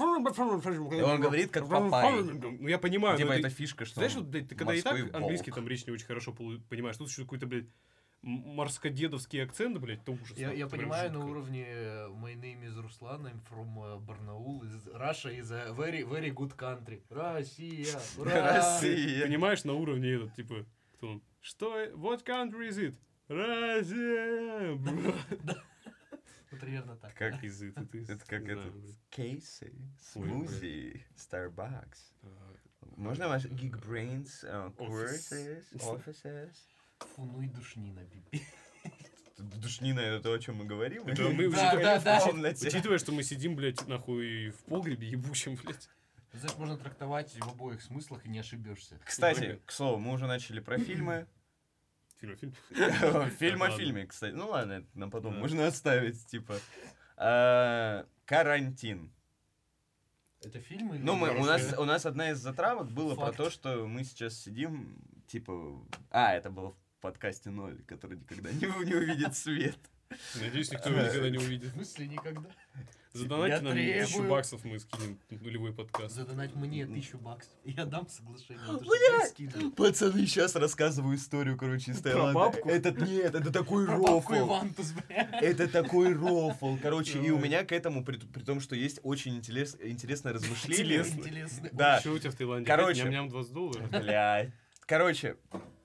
он говорит, как Папай.
Ну, я понимаю,
Типа,
но
это фишка, что
знаешь,
он
вот, блядь, ты когда и так
морской
английский
волк.
там речь не очень хорошо понимаешь, тут еще какой-то, блядь, морскодедовский акцент, блядь, это ужас.
Я
нахуй, прям
понимаю на
жутко.
уровне My name is Ruslan, I'm from Barnaul, Russia is a very, very good country. Россия, ура!
Россия.
Понимаешь, на уровне этот, типа, кто он? Что? What country is it? Россия!
Вот примерно так.
Как
Из это
это как
не
это?
знаю, блин.
Кейсы,
Ой,
смузи, Starbucks.
А,
Можно ваш Geekbrains,
Офис.
courses, offices?
Фу, ну и душнина, пипи.
Душнина — это то, о чем мы говорим?
Это мы,
Да.
в комнате.
Учитывая, что мы сидим, блядь, нахуй в погребе ебучем, блядь.
Знаешь, можно трактовать в обоих смыслах и не ошибешься.
Кстати, к слову, мы уже начали про фильмы.
Фильм.
Фильм о
Ладно.
фильме, кстати. Ну ладно, это нам потом
Да.
можно оставить, типа. Карантин.
Это фильмы?
Ну,
или-
у нас одна из затравок была про
Факт.
то, что мы сейчас сидим, типа... это было в подкасте 0, который никогда не увидит свет.
Надеюсь, никто его никогда не увидит.
В смысле никогда?
Задонайте
Я
нам 1000
требую.
баксов, мы скинем нулевой подкаст.
Задонать мне 1000 баксов. Я дам соглашение. на то, что
Блядь!
ты скинул.
Пацаны, сейчас рассказываю историю, короче, из
Про
Таиланда.
бабку?
Нет, это такой
Про бабку
рофл.
Ивантус, бля.
Это такой рофл, короче, и у
Ой.
меня к этому, при том, что есть очень интересное размышление.
Интересно.
Интересно.
Да.
Что у тебя в Таиланде?
Короче.
Опять ням-ням $20?
Блядь. Короче,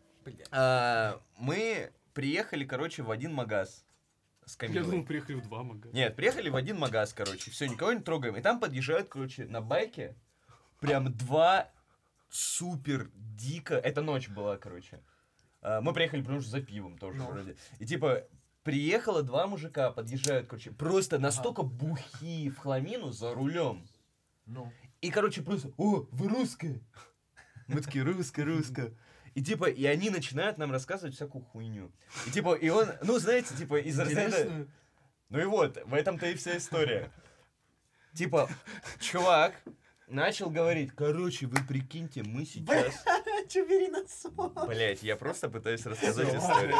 мы приехали, короче, в один магаз с
Я
Камилой.
думал, приехали в 2 магазина.
Нет, приехали в один магаз, короче, все, никого не трогаем. И там подъезжают, короче, на байке прям 2 супер дико... Это ночь была, короче. Мы приехали, потому что за пивом тоже
Ну.
вроде. И типа... Приехало 2 мужика, подъезжают, короче, просто настолько бухие в хламину за рулем.
Ну.
И, короче, просто, о, вы русская? Мы такие, русская. И типа, и они начинают нам рассказывать всякую хуйню. И типа, и он, ну, знаете, типа, из разряда...
Интересно.
Ну и вот, в этом-то и вся история. Типа, чувак начал говорить, короче, вы прикиньте, мы сейчас...
Чё бери на сон?
Блять, я просто пытаюсь рассказать историю.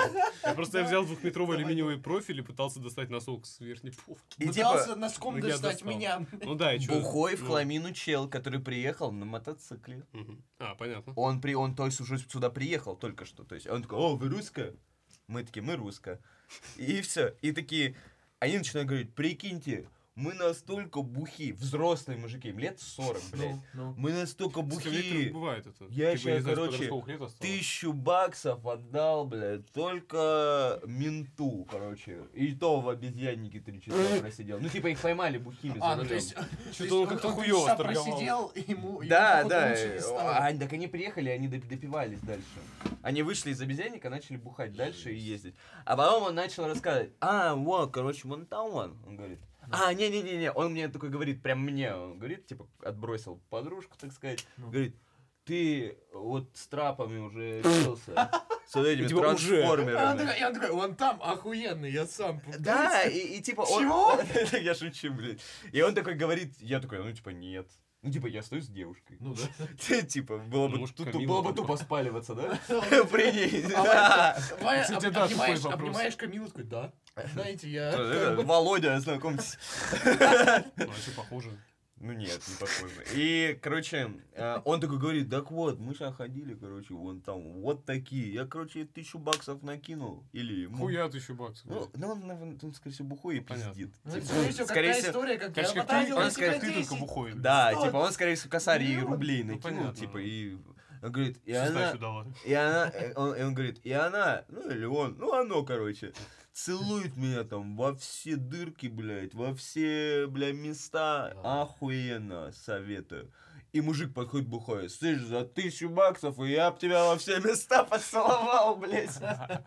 Я взял 2-метровый алюминиевый профиль и пытался достать носок с верхней полки.
И
Пытался
типа,
носком
ну, я
достать
достал.
меня.
Ну да, и чё?
бухой в
Ну.
хламину чел, который приехал на мотоцикле.
Мгм. Понятно.
Он, то есть, уже сюда приехал только что. То есть, он такой, о, вы русская? Мы такие, мы русская. И все. И такие, они начинают говорить, прикиньте, мы настолько бухи, взрослые мужики, им лет 40, блядь.
Ну.
Мы настолько бухи,
Бывает это.
Я
Типа,
щас,
не знаю, с
короче,
подростковых лет осталось.
1000 баксов отдал, блядь, только менту, короче. И то в обезьяннике 3 часа просидел. Ну, типа, их поймали бухими за
Ну, то
рулем.
есть...
Что-то он как-то хуёво
часа
торговал.
просидел, и ему
Да,
походу,
да.
лучше не стало.
Так они приехали, они допивались дальше. Они вышли из обезьянника, начали бухать дальше и ездить. А потом он начал рассказывать. Вот, короче, вон там он. Он говорит. Не-не-не. Он мне такой говорит, прям мне. Он говорит, типа, отбросил подружку, так сказать.
Ну.
Говорит, ты вот с трапами уже решился. С вот этими
Типа, уже.
трансформерами.
Я такой, вон там охуенный, я сам.
Да, и типа он...
Чего?
Я шучу, блядь. И он такой говорит, я такой, ну типа нет. Ну типа я стою с девушкой.
Ну да.
Типа было
Ну,
бы
может,
тупо
Камила там
тупо спаливаться, да?
А
При ней.
Давай,
Кстати, да, такой вопрос.
обнимаешь Камилу, такой, да. Знаете, я...
Это, Володя, знакомьтесь.
Ну, а что, похоже?
Ну нет, не похоже. И, короче, он такой говорит, так вот, мы сейчас ходили, короче, вон там, вот такие. Я, короче, 1000 баксов накинул. Или...
Хуя 1000 баксов.
Ну, он, скорее всего, бухой и
Понятно.
пиздит.
Ну,
Типа,
скорее всего,
скорее
какая
всего,
история, как
Конечно,
я
как ты,
потратил
он
на
скорее
тебя
ты только
10.
бухой.
Да,
Что?
типа он, скорее всего, косарь ей
Миллион?
рублей
Ну,
накинул,
понятно,
типа,
да.
и... Он говорит, и
Что
она...
сдачу дала?
Он говорит, и она, ну или он, ну оно, короче, целует меня там во все дырки, блядь, во все, бля, места.
Да.
Охуенно, советую. И мужик подходит бухой, слышь, за 1000 баксов, и я б тебя во все места поцеловал, блядь.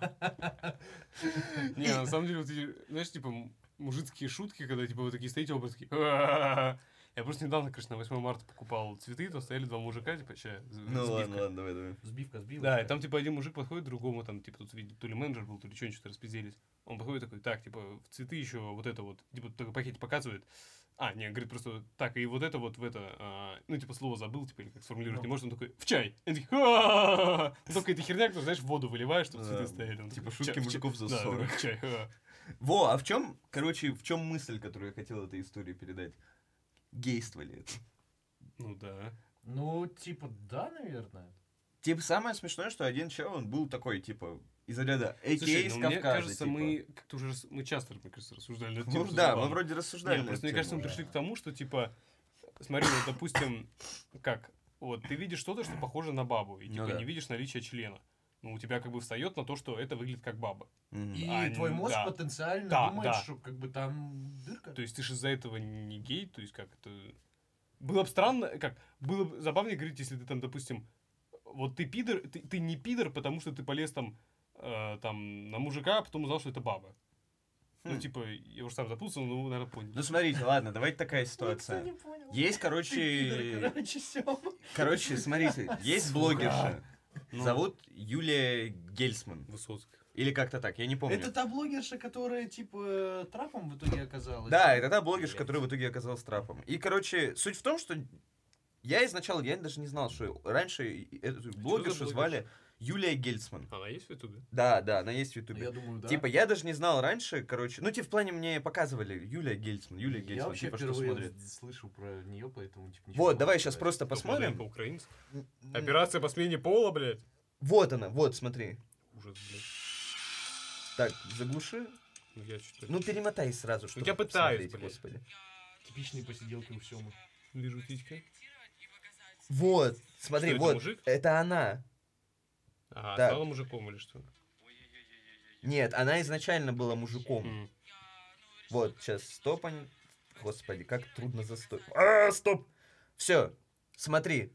Не, на самом деле, вот эти, знаешь, типа, мужицкие шутки, когда, типа, вы такие стоите, оба такие... «А-а-а». Я просто недавно, конечно, на 8 марта покупал цветы, там стояли 2 мужика, типа, чай,
Ну ладно, давай.
Сбивка.
Да, и там, типа, один мужик подходит, другому, там, типа, тут, видите, то ли менеджер был, то ли что-нибудь распизделись. Он подходит такой, так, типа, в цветы еще вот это вот, типа, только пакете показывает. Не, говорит просто, так, и вот это вот в это, ну, типа, слово забыл, типа, или как сформулировать не может, он такой, в чай. И они такие, «А-а-а». Только эта херня, которую, знаешь, в воду выливаешь, чтобы цветы
Да.
стояли. Он
Типа
такой,
шутки
«В чай, в
мужиков за
чай». Да,
40.
такой, в чай, «А».
Во, а в чем, короче, в чем мысль, которую я хотел этой истории передать? Гейство ли это?
Ну, да.
Ну, типа, да, наверное.
Типа, самое смешное, что один чел, он был такой, типа, из ряда
Слушай,
из
ну, мне
Кавказа,
кажется,
типа.
мы как-то уже, мы часто, мне кажется, рассуждали на эту
Ну
тему. что
да,
забавно.
мы вроде рассуждали.
Не,
на
просто
эту
мне кажется, мы
тему.
пришли к тому, что, типа, смотри, вот, допустим, как, вот, ты видишь что-то, что похоже на бабу, и, типа,
Ну да.
не видишь наличие члена. ну, у тебя как бы встает на то, что это выглядит как баба.
И твой мозг
да.
потенциально
Да,
думает,
да.
что как бы там дырка.
То есть ты же из-за этого не гей, то есть как это... Было бы странно, как... Было бы забавнее говорить, если ты там, допустим, вот ты пидор, ты не пидор, потому что ты полез там на мужика, а потом узнал, что это баба. Ну, типа, я уже сам запутался, но, наверное, понял.
Ну, смотрите, ладно, давайте такая ситуация. Есть, короче, смотрите, есть блогерша.
Ну.
Зовут Юлия Гельсман.
Высоцкая.
Или как-то так, я не помню.
Это та блогерша, которая, типа, трапом в итоге оказалась?
Да, это та блогерша, которая в итоге оказалась трапом. И, короче, суть в том, что я даже не знал, что раньше эту блогершу звали Юлия Гельсман.
Она есть в Ютубе?
Да, она есть в Ютубе.
Я думаю, да.
Типа, я даже не знал раньше, короче, ну, типа, в плане мне показывали Юлия Гельсман,
Я вообще
типа, что
впервые
смотрит.
слышу про нее, поэтому, типа, ничего
Вот,
не
давай
могу
сейчас
сказать.
просто
Посмотрим
посмотрим.
по-украински. Операция по смене пола, блядь.
Вот она, вот, смотри.
Ужас, блядь.
Так, заглуши.
Ну, я что-то...
Ну, перемотай сразу, чтобы
я пытаюсь,
посмотреть,
блядь.
господи.
Типичные посиделки у Семы.
Вижу титьки.
Вот, смотри,
Что, это
вот,
мужик?
это она.
Ага,
Так.
стала мужиком или что?
Нет, она изначально была мужиком.
М.
Вот, сейчас, стоп, господи, как трудно застоять. Стоп! Все, смотри.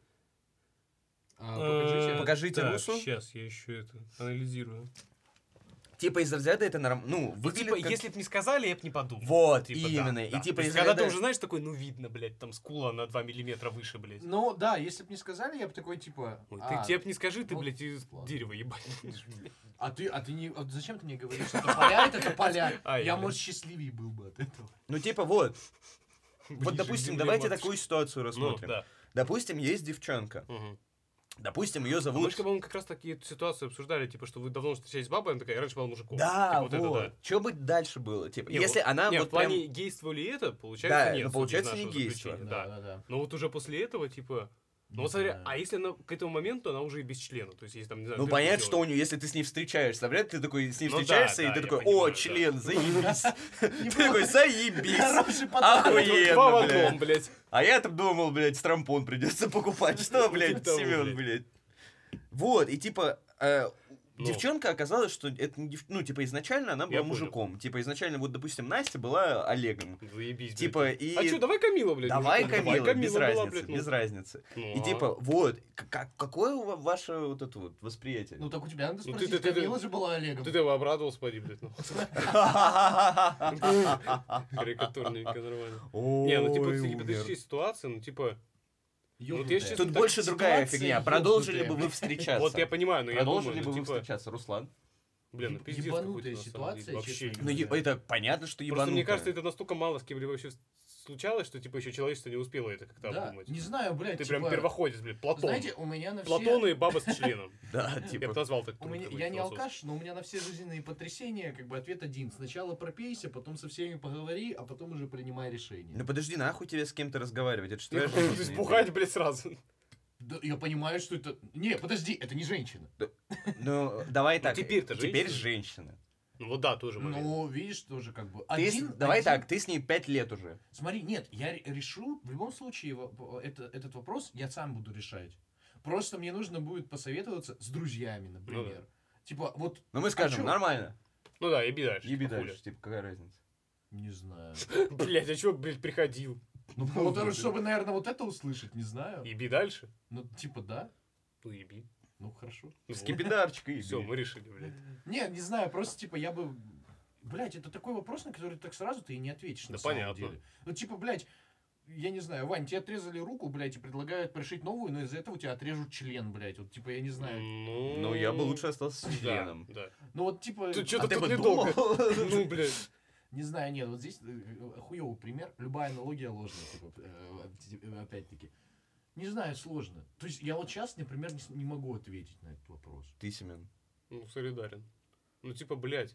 Покажите
так,
Русу.
Сейчас, я еще это анализирую.
Типа из разряда это нормально. Ну,
Ну,
выглядит
типа,
как...
если бы не сказали, я бы не подумал.
Вот,
Типа,
именно.
да,
И
да.
типа
То
из
есть, когда ты
разряда...
уже знаешь, такой, ну, видно, блядь, там скула на 2 миллиметра выше, блядь.
Ну, да, если бы не сказали, я бы такой, типа...
Ой, ты тебе б не скажи, ты,
ну,
блядь, из
ладно.
дерева ебать.
А ты не... Вот зачем ты мне говоришь, это поля, это поля?
Ай,
Я,
блин.
может, счастливее был бы от этого.
Ну, типа, вот. Вот,
Ближе к
допустим,
земле,
давайте
матушка.
такую ситуацию
Ну,
рассмотрим.
да.
Допустим, есть девчонка.
Мгм.
Допустим, ее
А мы
зовут...
же, по-моему, как раз таки эту ситуацию обсуждали, типа, что вы давно встречались с бабой, она такая, я раньше была мужиком.
Да,
Типа,
вот.
это, да.
Что бы дальше было? Типа,
Не,
если
вот-
она
не,
вот
в плане
прям...
гейства ли это, получается,
Да,
нет.
ну,
судя из
получается, не
нашего
гейство.
заключения,
Да, да.
Но вот уже после этого, типа... Ну,
Не
вот смотри,
знаю.
а если она к этому моменту, она уже и без члена, то есть, если там, не знаю...
Ну,
дырку
понятно, что у
сделать.
нее, если ты с ней встречаешься, вряд ли ты такой с ней
Ну да,
встречаешься,
да,
и ты
я
такой,
понимаю,
о,
да.
член, заебись. Ты
Неплохо.
такой, заебись.
Хороший подарок.
Два в
Охуенно,
одном,
блядь.
блядь.
А я-то думал, блядь, стромпон придется покупать. Что, блядь,
Того,
Семен, блядь. Вот, и типа,
Ну.
девчонка оказалась, что это не ну, типа, изначально она была
Я понял.
мужиком. Типа, изначально, вот, допустим, Настя была Олегом.
Заебись, блядь.
Типа, и...
А чё, давай Камила, блядь.
Давай
мужиком.
Камила, без
была,
разницы,
блядь, ну.
без разницы.
Ну,
И
а?
типа, вот, какое ваше вот это вот восприятие?
Ну, так у тебя надо
Ну,
спросить,
ты-
Камила же была Олегом.
Ты его обрадовался, поди, блядь. Ну. Карикатурненько, нормально. Не, ну, типа,
Ой, умер.
гипотетические ситуации, ну, типа...
Ёбнутая.
вот я сейчас-
Тут
так
больше другая
ситуация
фигня. Продолжили бы
ёбнутая.
вы встречаться?
Вот я понимаю, но я
Продолжили
думаю,
бы
ну,
вы
типа...
встречаться, Руслан?
Блин, ну, пиздец
Ебанутая
какой-то, на самом деле,
ситуация,
вообще.
честно
Ну,
говоря.
это понятно, что
Просто
ебанутая.
мне кажется, это настолько мало с кем-либо вообще случалось, что, типа, еще человечество не успело это как-то
Да,
обдумать.
не знаю, блядь,
Ты
типа...
прям первоходец, блядь, Платон.
Знаете, у меня на все...
Платон и баба с членом.
Да,
Я бы
типа...
назвал так.
У меня, я не алкаш, но у меня на все жизненные потрясения как бы ответ один. Сначала пропейся, потом со всеми поговори, а потом уже принимай решение.
Ну подожди, нахуй тебе с кем-то разговаривать? Это же
То
твоя
есть
жизнь.
бухать, блядь, сразу.
Да, я понимаю, что это... Не, подожди, это не женщина.
Ну, давай
Ну,
так.
теперь-то
Теперь
женщина.
женщина.
Ну вот да, тоже момент.
Ну, видишь, тоже как бы...
Давай так, ты с ней 5 лет уже.
Смотри, нет, я решу, в любом случае, этот вопрос я сам буду решать. Просто мне нужно будет посоветоваться с друзьями, например. Типа, вот...
Ну мы скажем,
чё?
нормально.
Ну да, еби дальше.
Еби
хули.
дальше, типа, какая разница?
Не знаю.
Блядь, а чё, блядь, приходил?
Ну, вот, чтобы, наверное, вот это услышать, не знаю.
Еби дальше?
Ну, типа, да.
Ну еби.
Ну, хорошо.
Скипидарчик и
Все, мы решили, блядь.
Не знаю, просто, типа, я бы... Блядь, это такой вопрос, на который так сразу ты и не ответишь,
Да
на самом
понятно.
деле. Ну, типа, блядь, я не знаю, Вань, тебе отрезали руку, блядь, и предлагают пришить новую, но из-за этого у тебя отрежут член, блядь. Вот, типа, я не знаю.
Ну, я бы лучше остался с
Да,
членом.
да.
Ну, вот, типа...
Ты
А
что-то
ты
тут
бы
недолго.
думал?
Ну, блядь.
Не знаю, нет, вот здесь хуёвый пример. Любая аналогия ложная, типа, опять-таки. Не знаю, сложно. То есть я вот сейчас, например, не могу ответить на этот вопрос.
Ты, Семен.
Ну, солидарен. Ну, типа, блядь.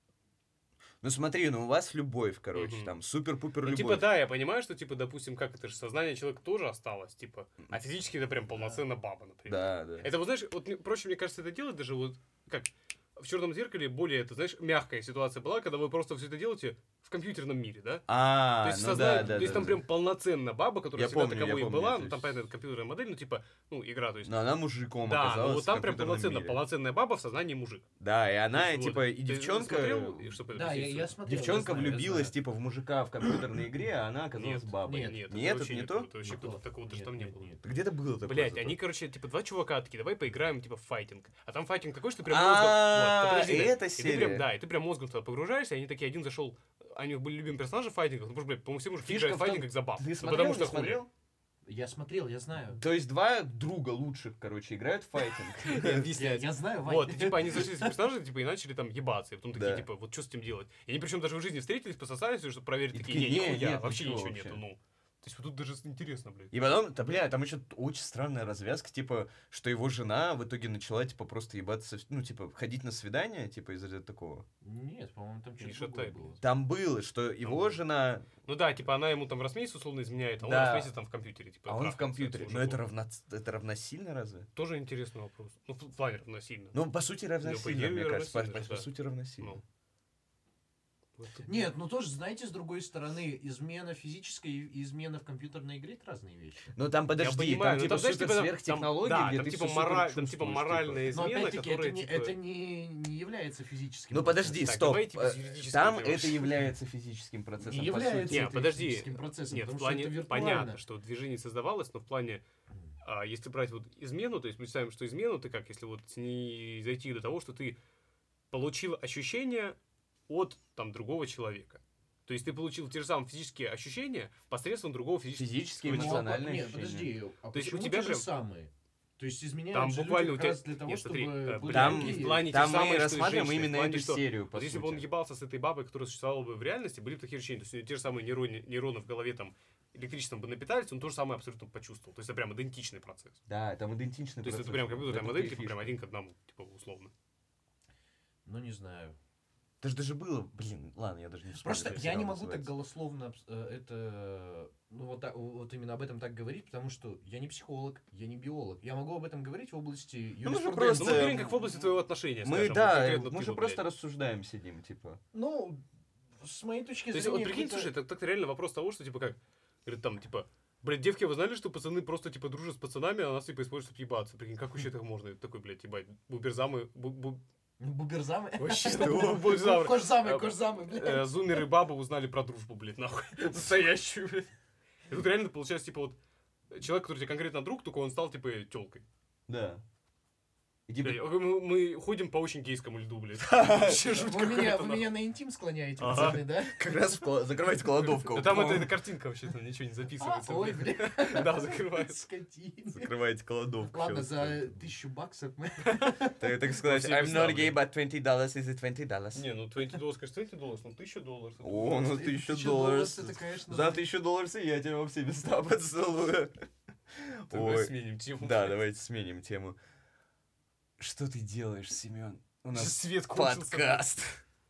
Ну смотри, ну у вас любовь, короче,
Мгм.
там супер-пупер
Ну,
любовь.
типа, да, я понимаю, что, типа, допустим, как это же, сознание человека тоже осталось, типа, а физически это прям полноценная баба, например.
Да, да.
Это, вот, знаешь, вот, проще, мне кажется, это делать даже вот, как, в «Черном зеркале» более, это, знаешь, мягкая ситуация была, когда вы просто все это делаете в компьютерном мире, да? То
А,
есть,
ну да,
то есть там прям полноценная баба, которая
Я
всегда
помню,
таковой
я
и
помню
была,
это
ну там, понятно, это компьютерная модель, ну типа, ну игра, то есть.
Но она мужиком
Да,
оказалась
ну вот там
в
прям
компьютерном мире.
полноценная баба в сознании мужик.
Да, и
То
она,
есть,
типа,
вот.
и
Ты
девчонка...
смотрел, что
Да, я смотрел.
Девчонка
я знаю,
влюбилась, типа, в мужика в компьютерной игре, а она оказалась
Нет,
бабой.
нет,
Нет,
вообще
это не
нет,
то?
это вообще
Не то.
такого даже
Нет,
там не
нет,
было.
нет.
Где-то было такое.
Блять,
зато.
они, короче, типа, два чувака такие, давай поиграем, типа, в файтинг. А там файтинг такой, что ты прям
А,
мозгом... Вот, да подожди,
эта
и ты прям,
серия.
да, и ты прям мозгом туда погружаешься, и они такие, один зашел, они были любимые персонажи файтингов, ну, потому что, блядь, по-моему, все мужики
Фишка
играют в
в том-
файтинг как за баб.
Ты
Ну,
смотрел,
потому
не
что хули.
смотрел?
Я смотрел, я знаю.
То есть два друга лучших, короче, играют в файтинг.
Объяснять.
Я знаю, Вань.
Вот, и, типа, они зашли с персонажей, типа, и начали там ебаться. И потом такие,
Да.
типа, вот что с этим делать? И они причем даже в жизни встретились, пососались, чтобы проверить,
И
такие,
такие,
не,
не,
нихуя,
нет,
вообще
ничего
ничего
вообще.
нету, ну. То есть вот тут даже интересно, блядь.
И потом, да, бля, там еще очень странная развязка, типа, что его жена в итоге начала, типа, просто ебаться, ну, типа, ходить на свидание, типа, из-за такого.
Нет, по-моему, там
Не
что-то другое
шатай,
было.
блядь.
Там было, что его жена,
Ну да, типа, она ему там раз в месяц условно изменяет, а он
Да.
раз в месяц там в компьютере, типа,
а он в
трахается
компьютере.
с
Но это,
мужиком.
это равносильно разве?
Тоже интересный вопрос. Ну, в плане равносильно.
Ну, по сути, равносильно,
идее,
мне кажется.
равносильно,
По
да.
сути, равносильно.
Ну. Вот тут-
Нет, ну тоже, знаете, с другой стороны, измена физической и измена в компьютерной игре — это разные вещи.
Ну, там, подожди,
понимаю,
там,
ну,
типа,
знаешь,
супер
типа, там-
сверхтехнологии,
да,
где
там,
ты
типа,
всё супер
там, типа,
чувствуешь,
моральная
Но
измена,
опять-таки,
которая,
это,
типа...
это не является физическим.
Ну, подожди,
Так,
стоп.
давайте без юридического
Там
этого.
это является физическим процессом,
Не
по сути.
является
Не,
это
подожди.
физическим процессом,
Нет, в
потому
плане,
что это виртуально.
понятно, что движение создавалось, но в плане, если брать вот измену, то есть представим, что измену ты как, если вот не зайти до того, что ты получил ощущения от там другого человека. То есть ты получил те же самые физические ощущения посредством другого
Физические,
физического
Ну,
человека.
эмоциональные
Нет,
ощущения.
подожди, а
То есть у
почему
тебя
те же
прям-
самые? То есть изменяют
Там
же
буквально
люди
у
как
тебя...
раз для того,
Нет,
чтобы
смотри,
были
Там,
такие.
в плане
там
те же
мы
самые, что и
рассматриваем
женщины,
именно
в плане,
эту
что
серию, по
вот если бы
сути.
он ебался с этой бабой, которая существовала бы в реальности, были бы такие ощущения. То есть те же самые нейроны в голове там электричеством бы напитались, он то же самое абсолютно почувствовал. То есть это прям идентичный процесс.
Да, там идентичный
То есть
процесс.
это прям компьютерная
Это
модель,
и
типа
фишка.
прям один к одному, типа условно.
Ну, не знаю.
Это же даже было, блин, ладно, я даже не вспомню.
Просто
как
я не
сериал
могу так
называется.
голословно это, ну вот именно об этом так говорить, потому что я не психолог, я не биолог. Я могу об этом говорить в области
мы же
юриспруденции.
просто-
Ну мы говорим как в области твоего отношения,
Мы,
скажем,
да,
конкретно
мы
ты
же
вот,
просто
блядь.
рассуждаем, сидим, типа.
Ну, с моей точки
То есть
зрения...
вот прикинь,
какой-то-
слушай, так реально вопрос того, что типа как, говорит там типа, блядь, девки, вы знали, что пацаны просто типа дружат с пацанами, а нас типа используют, чтобы ебаться? Прикинь, как вообще так можно? Это такой, блядь, ебать, буберзамы,
Буберзамы?
Вообще,
Что?
буберзамы.
Кожзамы, блядь.
Зумеры бабы узнали про дружбу, блядь, нахуй. Настоящую, блядь. И тут реально получается, типа, вот, человек, который тебе конкретно друг, только он стал, типа, тёлкой.
Да. И типа,
Блядь, мы ходим по очень гейскому льду, блядь. Вообще жуть
Вы
какая-то,
меня на интим склоняете,
Ага.
пацаны, да?
как раз закрывайте кладовку.
нахуй. Там это картинка вообще, там ничего не записывается.
Ой,
блядь.
блядь.
Да, закрывается.
Скотина.
Закрывайте кладовку.
Ладно,
всё.
за 1000 баксов мы...
Так сказать,
все
I'm
места,
not gay,
блядь.
but $20 is it $20.
Не, ну $20, конечно, $20, но $1000. это
О, ну
блядь.
$1000.
Это, конечно...
За $1000 я тебя во все места поцелую.
Давай
Ой.
сменим тему.
Да, давайте сменим тему. Что ты делаешь, Семен? У нас
Свет кончился.
подкаст.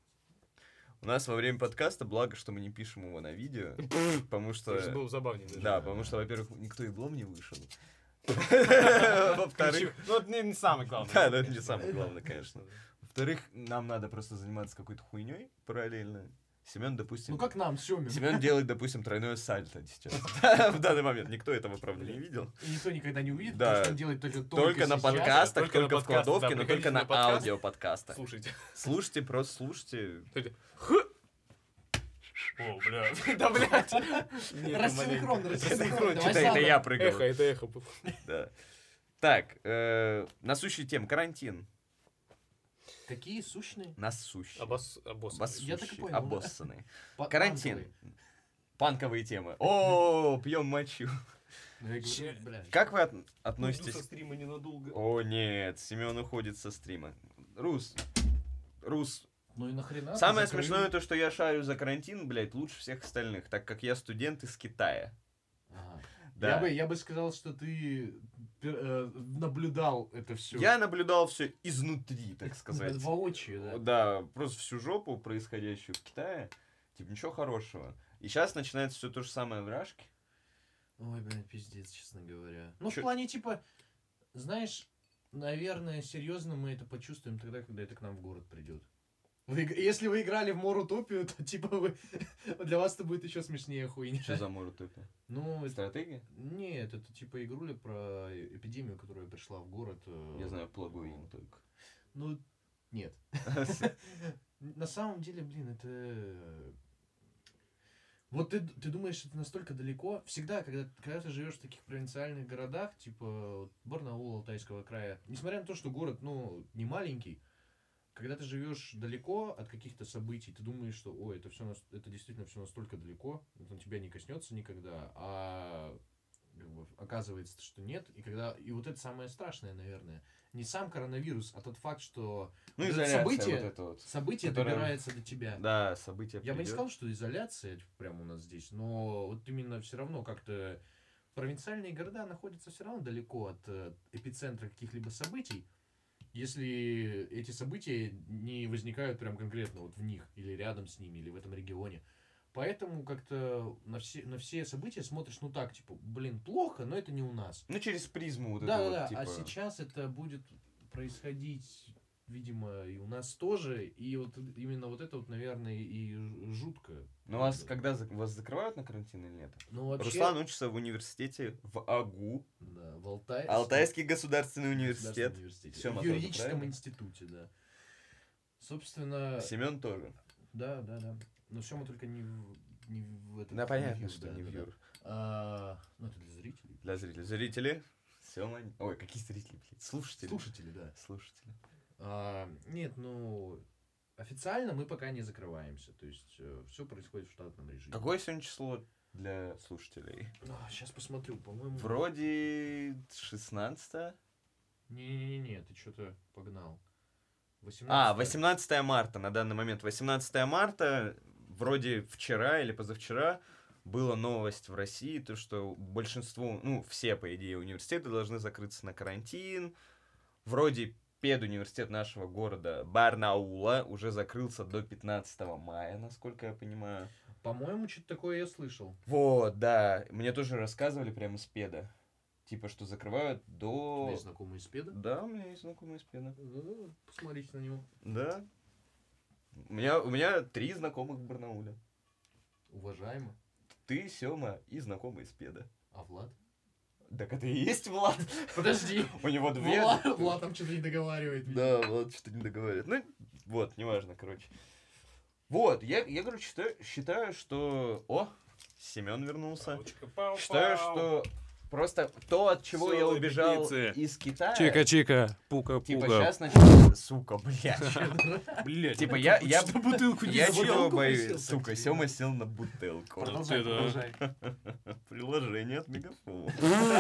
У нас во время подкаста, благо, что мы не пишем его на видео, потому
Это же
что...
было забавнее даже.
Да, потому что, во-первых, никто иглом не вышел. Во-вторых...
Ну, это не самое главное.
Да, но это не самое главное, конечно. Во-вторых, нам надо просто заниматься какой-то хуйней параллельно. Семен, допустим...
Ну как нам, Семен?
Семен делает, допустим, тройное сальто сейчас. В данный момент. Никто этого, правда, не видел.
И никто никогда не увидит,
Да.
потому что он делает только
Только на
сейчас.
подкастах,
Только на
только в
подкастах,
кладовке,
да,
но
приходите
только
на
на
подкаст.
аудиоподкастах.
Слушайте.
Слушайте, просто слушайте.
О, блядь. Да, блядь. Нет,
Рассинхрон,
маленько.
рассинхрон. Давай
Это
заново.
я прыгал.
Это эхо было.
Да. Так, насущие темы. Карантин.
Какие сущные?
Насущие.
Обоссанный.
Я так и понял.
Обоссанные.
Па-
Карантин.
панковые.
Панковые темы. О, пьем мочу.
Ну, я говорю, блядь.
Как вы
Уйду
относитесь...
со стрима ненадолго.
О, нет, Семен уходит со стрима. Рус,
Ну и нахрена?
самое
Закрыл.
смешное то, что я шарю за карантин, блядь, лучше всех остальных, так как я студент из Китая.
Ага.
Да.
Я бы сказал, что ты наблюдал это все.
Я наблюдал все изнутри, так сказать.
Воочию, да.
Да, просто всю жопу происходящую в Китае. Типа, ничего хорошего. И сейчас начинается все то же самое в Рашке.
Ой, блядь, пиздец, честно говоря. Ну,
Чё-
в плане, типа, знаешь, наверное, серьезно мы это почувствуем тогда, когда это к нам в город придет. Если вы играли в Морутопию, то типа для вас это будет еще смешнее хуйня.
Что за Морутопия?
Ну,
Стратегия?
нет, это типа игруля про эпидемию, которая пришла в город.
Я знаю Плагуин только.
Ну, нет. На самом деле, блин, это... Вот ты думаешь, это настолько далеко? Всегда, когда ты живешь в таких провинциальных городах, типа Барнаул, Алтайского края, несмотря на то, что город, ну, не маленький, когда ты живешь далеко от каких-то событий, ты думаешь, что, ой, это действительно все настолько далеко, это тебя не коснется никогда, а как бы, оказывается, что нет. И вот это самое страшное, наверное. Не сам коронавирус, а тот факт, что
Ну,
вот
изоляция
событие,
вот это вот.
событие
которое-
добирается до тебя.
Да, события
Я бы не
придёт.
сказал, что изоляция прямо у нас здесь, но вот именно все равно как-то провинциальные города находятся все равно далеко от эпицентра каких-либо событий, если эти события не возникают прям конкретно вот в них, или рядом с ними, или в этом регионе. Поэтому как-то на все события смотришь, ну так, типа, блин, плохо, но это не у нас.
Ну, через призму вот это
Да-да-да,
вот, типа...
а сейчас это будет происходить, видимо, и у нас тоже, и вот именно вот это вот, наверное, и жутко.
Ну, вас когда вас закрывают на карантин или нет?
Ну, вообще...
Руслан учится в университете в АГУ.
Да, в Алтае.
Алтайский государственный университет.
Университете.
Всё,
В юридическом
правильно?
институте, да. Собственно,
Семен тоже.
да. Но Сёма только не в этом.
Да, понятно,
в Юр,
что
да,
не в
да,
Юр.
да. Ну, это для зрителей.
Для зрителей. Зрители. Сема... Ой, какие зрители, блядь? Слушатели.
Слушатели, да.
Слушатели.
Нет, ну, официально мы пока не закрываемся. То есть, все происходит в штатном режиме.
Какое сегодня число для слушателей?
Сейчас посмотрю, по-моему...
Вроде 16.
Не-не-не, ты что-то погнал.
18 марта на данный момент. 18 марта, вроде вчера или позавчера, была новость в России, то что большинство, ну, все, по идее, университеты должны закрыться на карантин. Вроде педуниверситет нашего города Барнаула уже закрылся до 15 мая, насколько я понимаю.
По-моему, что-то такое я слышал.
Вот, да. Мне тоже рассказывали прямо с педа. Типа, что закрывают
У
до...
тебя есть знакомый из педа?
Да, у меня есть знакомый из педа.
Ну, посмотрите на него.
Да. У меня 3 знакомых в Барнауле.
Уважаемо.
Ты, Сёма и знакомый из педа.
А Влад?
Так это и есть Влад.
Подожди.
У него 2.
Влад там что-то не договаривает. видимо.
Да, Влад что-то не договаривает. Ну, вот, неважно, короче. Вот, я короче, считаю, что... О, Семен вернулся. Считаю, что просто то, от чего я
Весёлые
убежал
пятницы.
из Китая...
Чика-чика,
Типа,
пука-пука.
сейчас начнется... Сука, блядь.
Блядь.
Типа, я
бутылку
я
на
чего
бутылку
боюсь?
присел,
Сука,
так
Сёма сел на бутылку.
Продолжай,
это-
продолжай.
Приложение от Мегафона.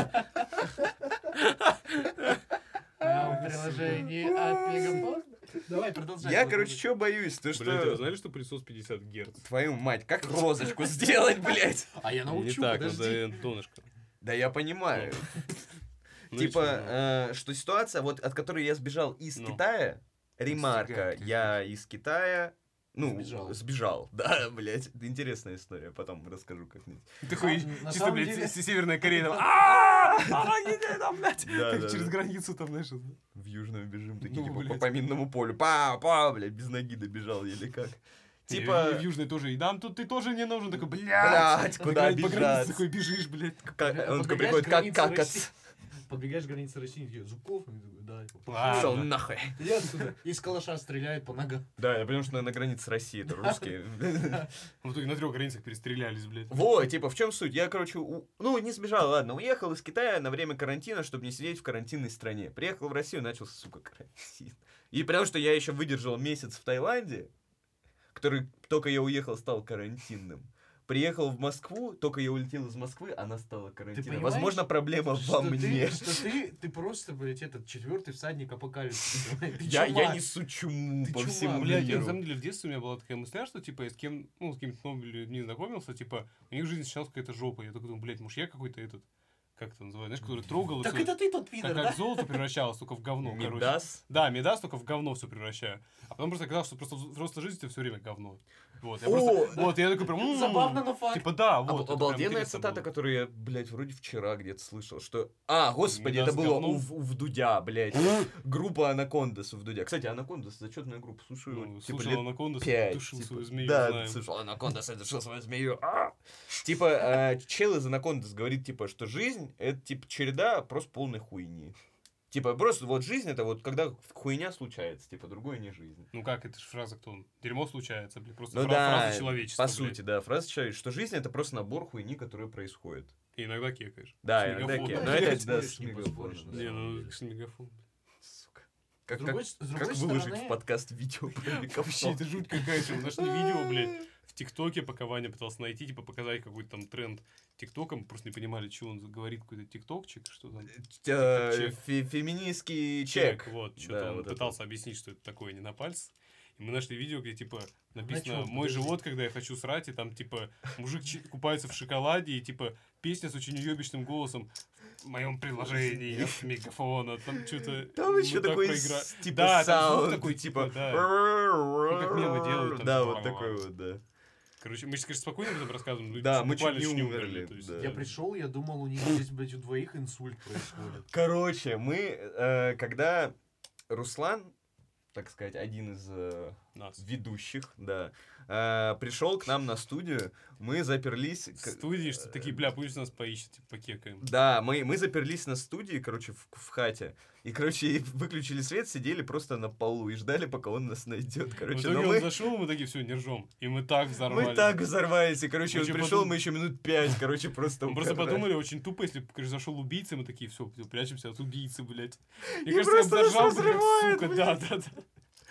Приложение от Мегафон. Давай, продолжай.
Я, короче, чего боюсь? То,
Блядь, вы
что...
знали, что присос 50 герц?
Твою мать, как розочку сделать, блядь?
А я
Не
научу,
так,
подожди.
надо донышко.
Да я понимаю.
Ну и чё,
Типа, что ситуация, вот от которой я сбежал из
Ну.
Китая, ремарка,
Стигай,
я из Китая, ну,
Сбежал.
сбежал, да, блядь, это интересная история, потом расскажу как-нибудь.
Такой,
На
чисто,
самом
блядь,
деле-
Северная Корея, там, помогите нам, блядь.
Да,
Так
да,
через
да.
границу там, знаешь, это.
В Южную бежим, такие,
Ну,
типа,
блядь.
по минному полю, блядь, без ноги добежал, еле как.
И
Типа,
в Южной тоже, и нам тут ты тоже не нужен, такой, блядь.
блядь, куда
По границе
бежать?
такой бежишь, блядь.
Он такой
Подбегаешь
приходит,
к
как
границе
какац.
России. Подбегаешь к границе России, такие, Зубков? И такой, да.
Ладно.
Пошел нахуй.
Я отсюда из калаша стреляет по ногам.
Да, я понимаю, что на границе России это русские.
В итоге на 3 границах перестрелялись, блядь.
Вот, типа, в чем суть? Я, короче, ну, не сбежал, ладно, уехал из Китая на время карантина, чтобы не сидеть в карантинной стране. Приехал в Россию, начался, сука, карантин. И потому что я еще выдержал месяц в Таиланде, который только я уехал, стал карантинным. Приехал в Москву, только я улетел из Москвы, она стала карантинной.
понимаешь,
Возможно, проблема во мне.
Ты просто, блядь, этот 4-й всадник апокалипсиса. Ты
Я
чума.
несу чуму
Ты
по
чума,
всему
Блядь, я на
миру.
самом деле в детстве у меня была такая мысля, что типа я с кем, ну, с кем-то новыми людьми знакомился, типа, у них жизнь сейчас какая-то жопа. Я такой думаю, блядь, может я какой-то этот как это называется, знаешь, который трогал.
Так это ты тот пидор, да?
Как золото превращалось, только в говно, короче.
Мидас?
Да, Мидас только в говно все превращаю. А потом просто оказалось, что просто взрослая жизнь это все время говно. Вот, я такой прям...
Забавно, но факт.
Типа, да, вот.
Обалденная цитата, которую я, блядь, вроде вчера где-то слышал, что... Господи,
Мидас
это было
говно?
у Вдудя, блядь. Группа Анакондас у Вдудя. Кстати, Анакондас, зачетная группа, слушаю,
Ну,
типа,
слушал
лет
Анакондас,
5.
душил свою змею,
Да,
знаем.
слушал Анакондас, душил свою змею. Типа, чел из Анакондас говорит, типа, что жизнь, это, типа, череда просто полной хуйни. Типа, просто вот жизнь это вот когда хуйня случается, типа, другое не жизнь.
Ну как, это же фраза кто? Дерьмо случается, блин. Просто
Ну да,
фраза человечества,
по
блядь.
сути, да, фраза человечества, что жизнь это просто набор хуйни, которая происходит.
И иногда кекаешь.
Да,
С
иногда
мегафоном.
кекаешь. Но это, да,
Споришь,
с
не
мегафоном,
поспоришь,
да.
на
Не,
самом
ну,
деле.
с мегафон.
Сука.
С
Как
другой
выложить
стороны-
в подкаст видео про
Вообще,
мегафон?
это жуть какая-то. Мы нашли видео, блядь, в ТикТоке, пока Ваня пытался найти, типа, показать какой-то там тренд ТикТока. Мы просто не понимали, что он говорит, какой-то ТикТокчик, что там. чек.
Феминистский чек.
Вот,
Да,
что-то он
вот это.
пытался объяснить, что это такое, не на пальце. И мы нашли видео, где, типа, написано
чём,
«Мой
подожди.
живот, когда я хочу срать», и там, типа, мужик купается в шоколаде, и, типа, песня с очень уебищным голосом в моем приложении от мегафона, там что-то...
Там еще такой, типа,
Да, там звук
саунд,
такой,
типа...
да. как мемы делают, там,
Да,
типа,
вот такой вот, да.
Короче, мы сейчас, конечно, спокойно об этом рассказываем, но
Да, мы
буквально
чуть не
чуть
умерли,
то есть,
да.
Я пришел, я думал, у них здесь, блядь, у двоих инсульт происходит.
Короче, мы, когда Руслан, так сказать, один из
Нас.
ведущих, да, пришел к нам на студию, мы заперлись...
В студии, что такие, бля, пусть нас поищет, типа, покекаем.
Да, мы заперлись на студии, короче, в хате. И, короче, выключили свет, сидели просто на полу и ждали, пока он нас найдет.
В
Короче,
итоге
но
он
мы...
зашел, мы такие, все, не ржем. И мы так взорвались.
Мы так взорвались, и, короче,
Мы
он
чё
пришел,
подум-
мы еще минут 5, короче, просто...
Мы просто
угорали.
подумали очень тупо, если, короче, зашел убийца, мы такие, все, прячемся от убийцы, блядь.
И
Мне кажется, я бы
просто нас
заржал, блядь,
разрывает,
сука, да.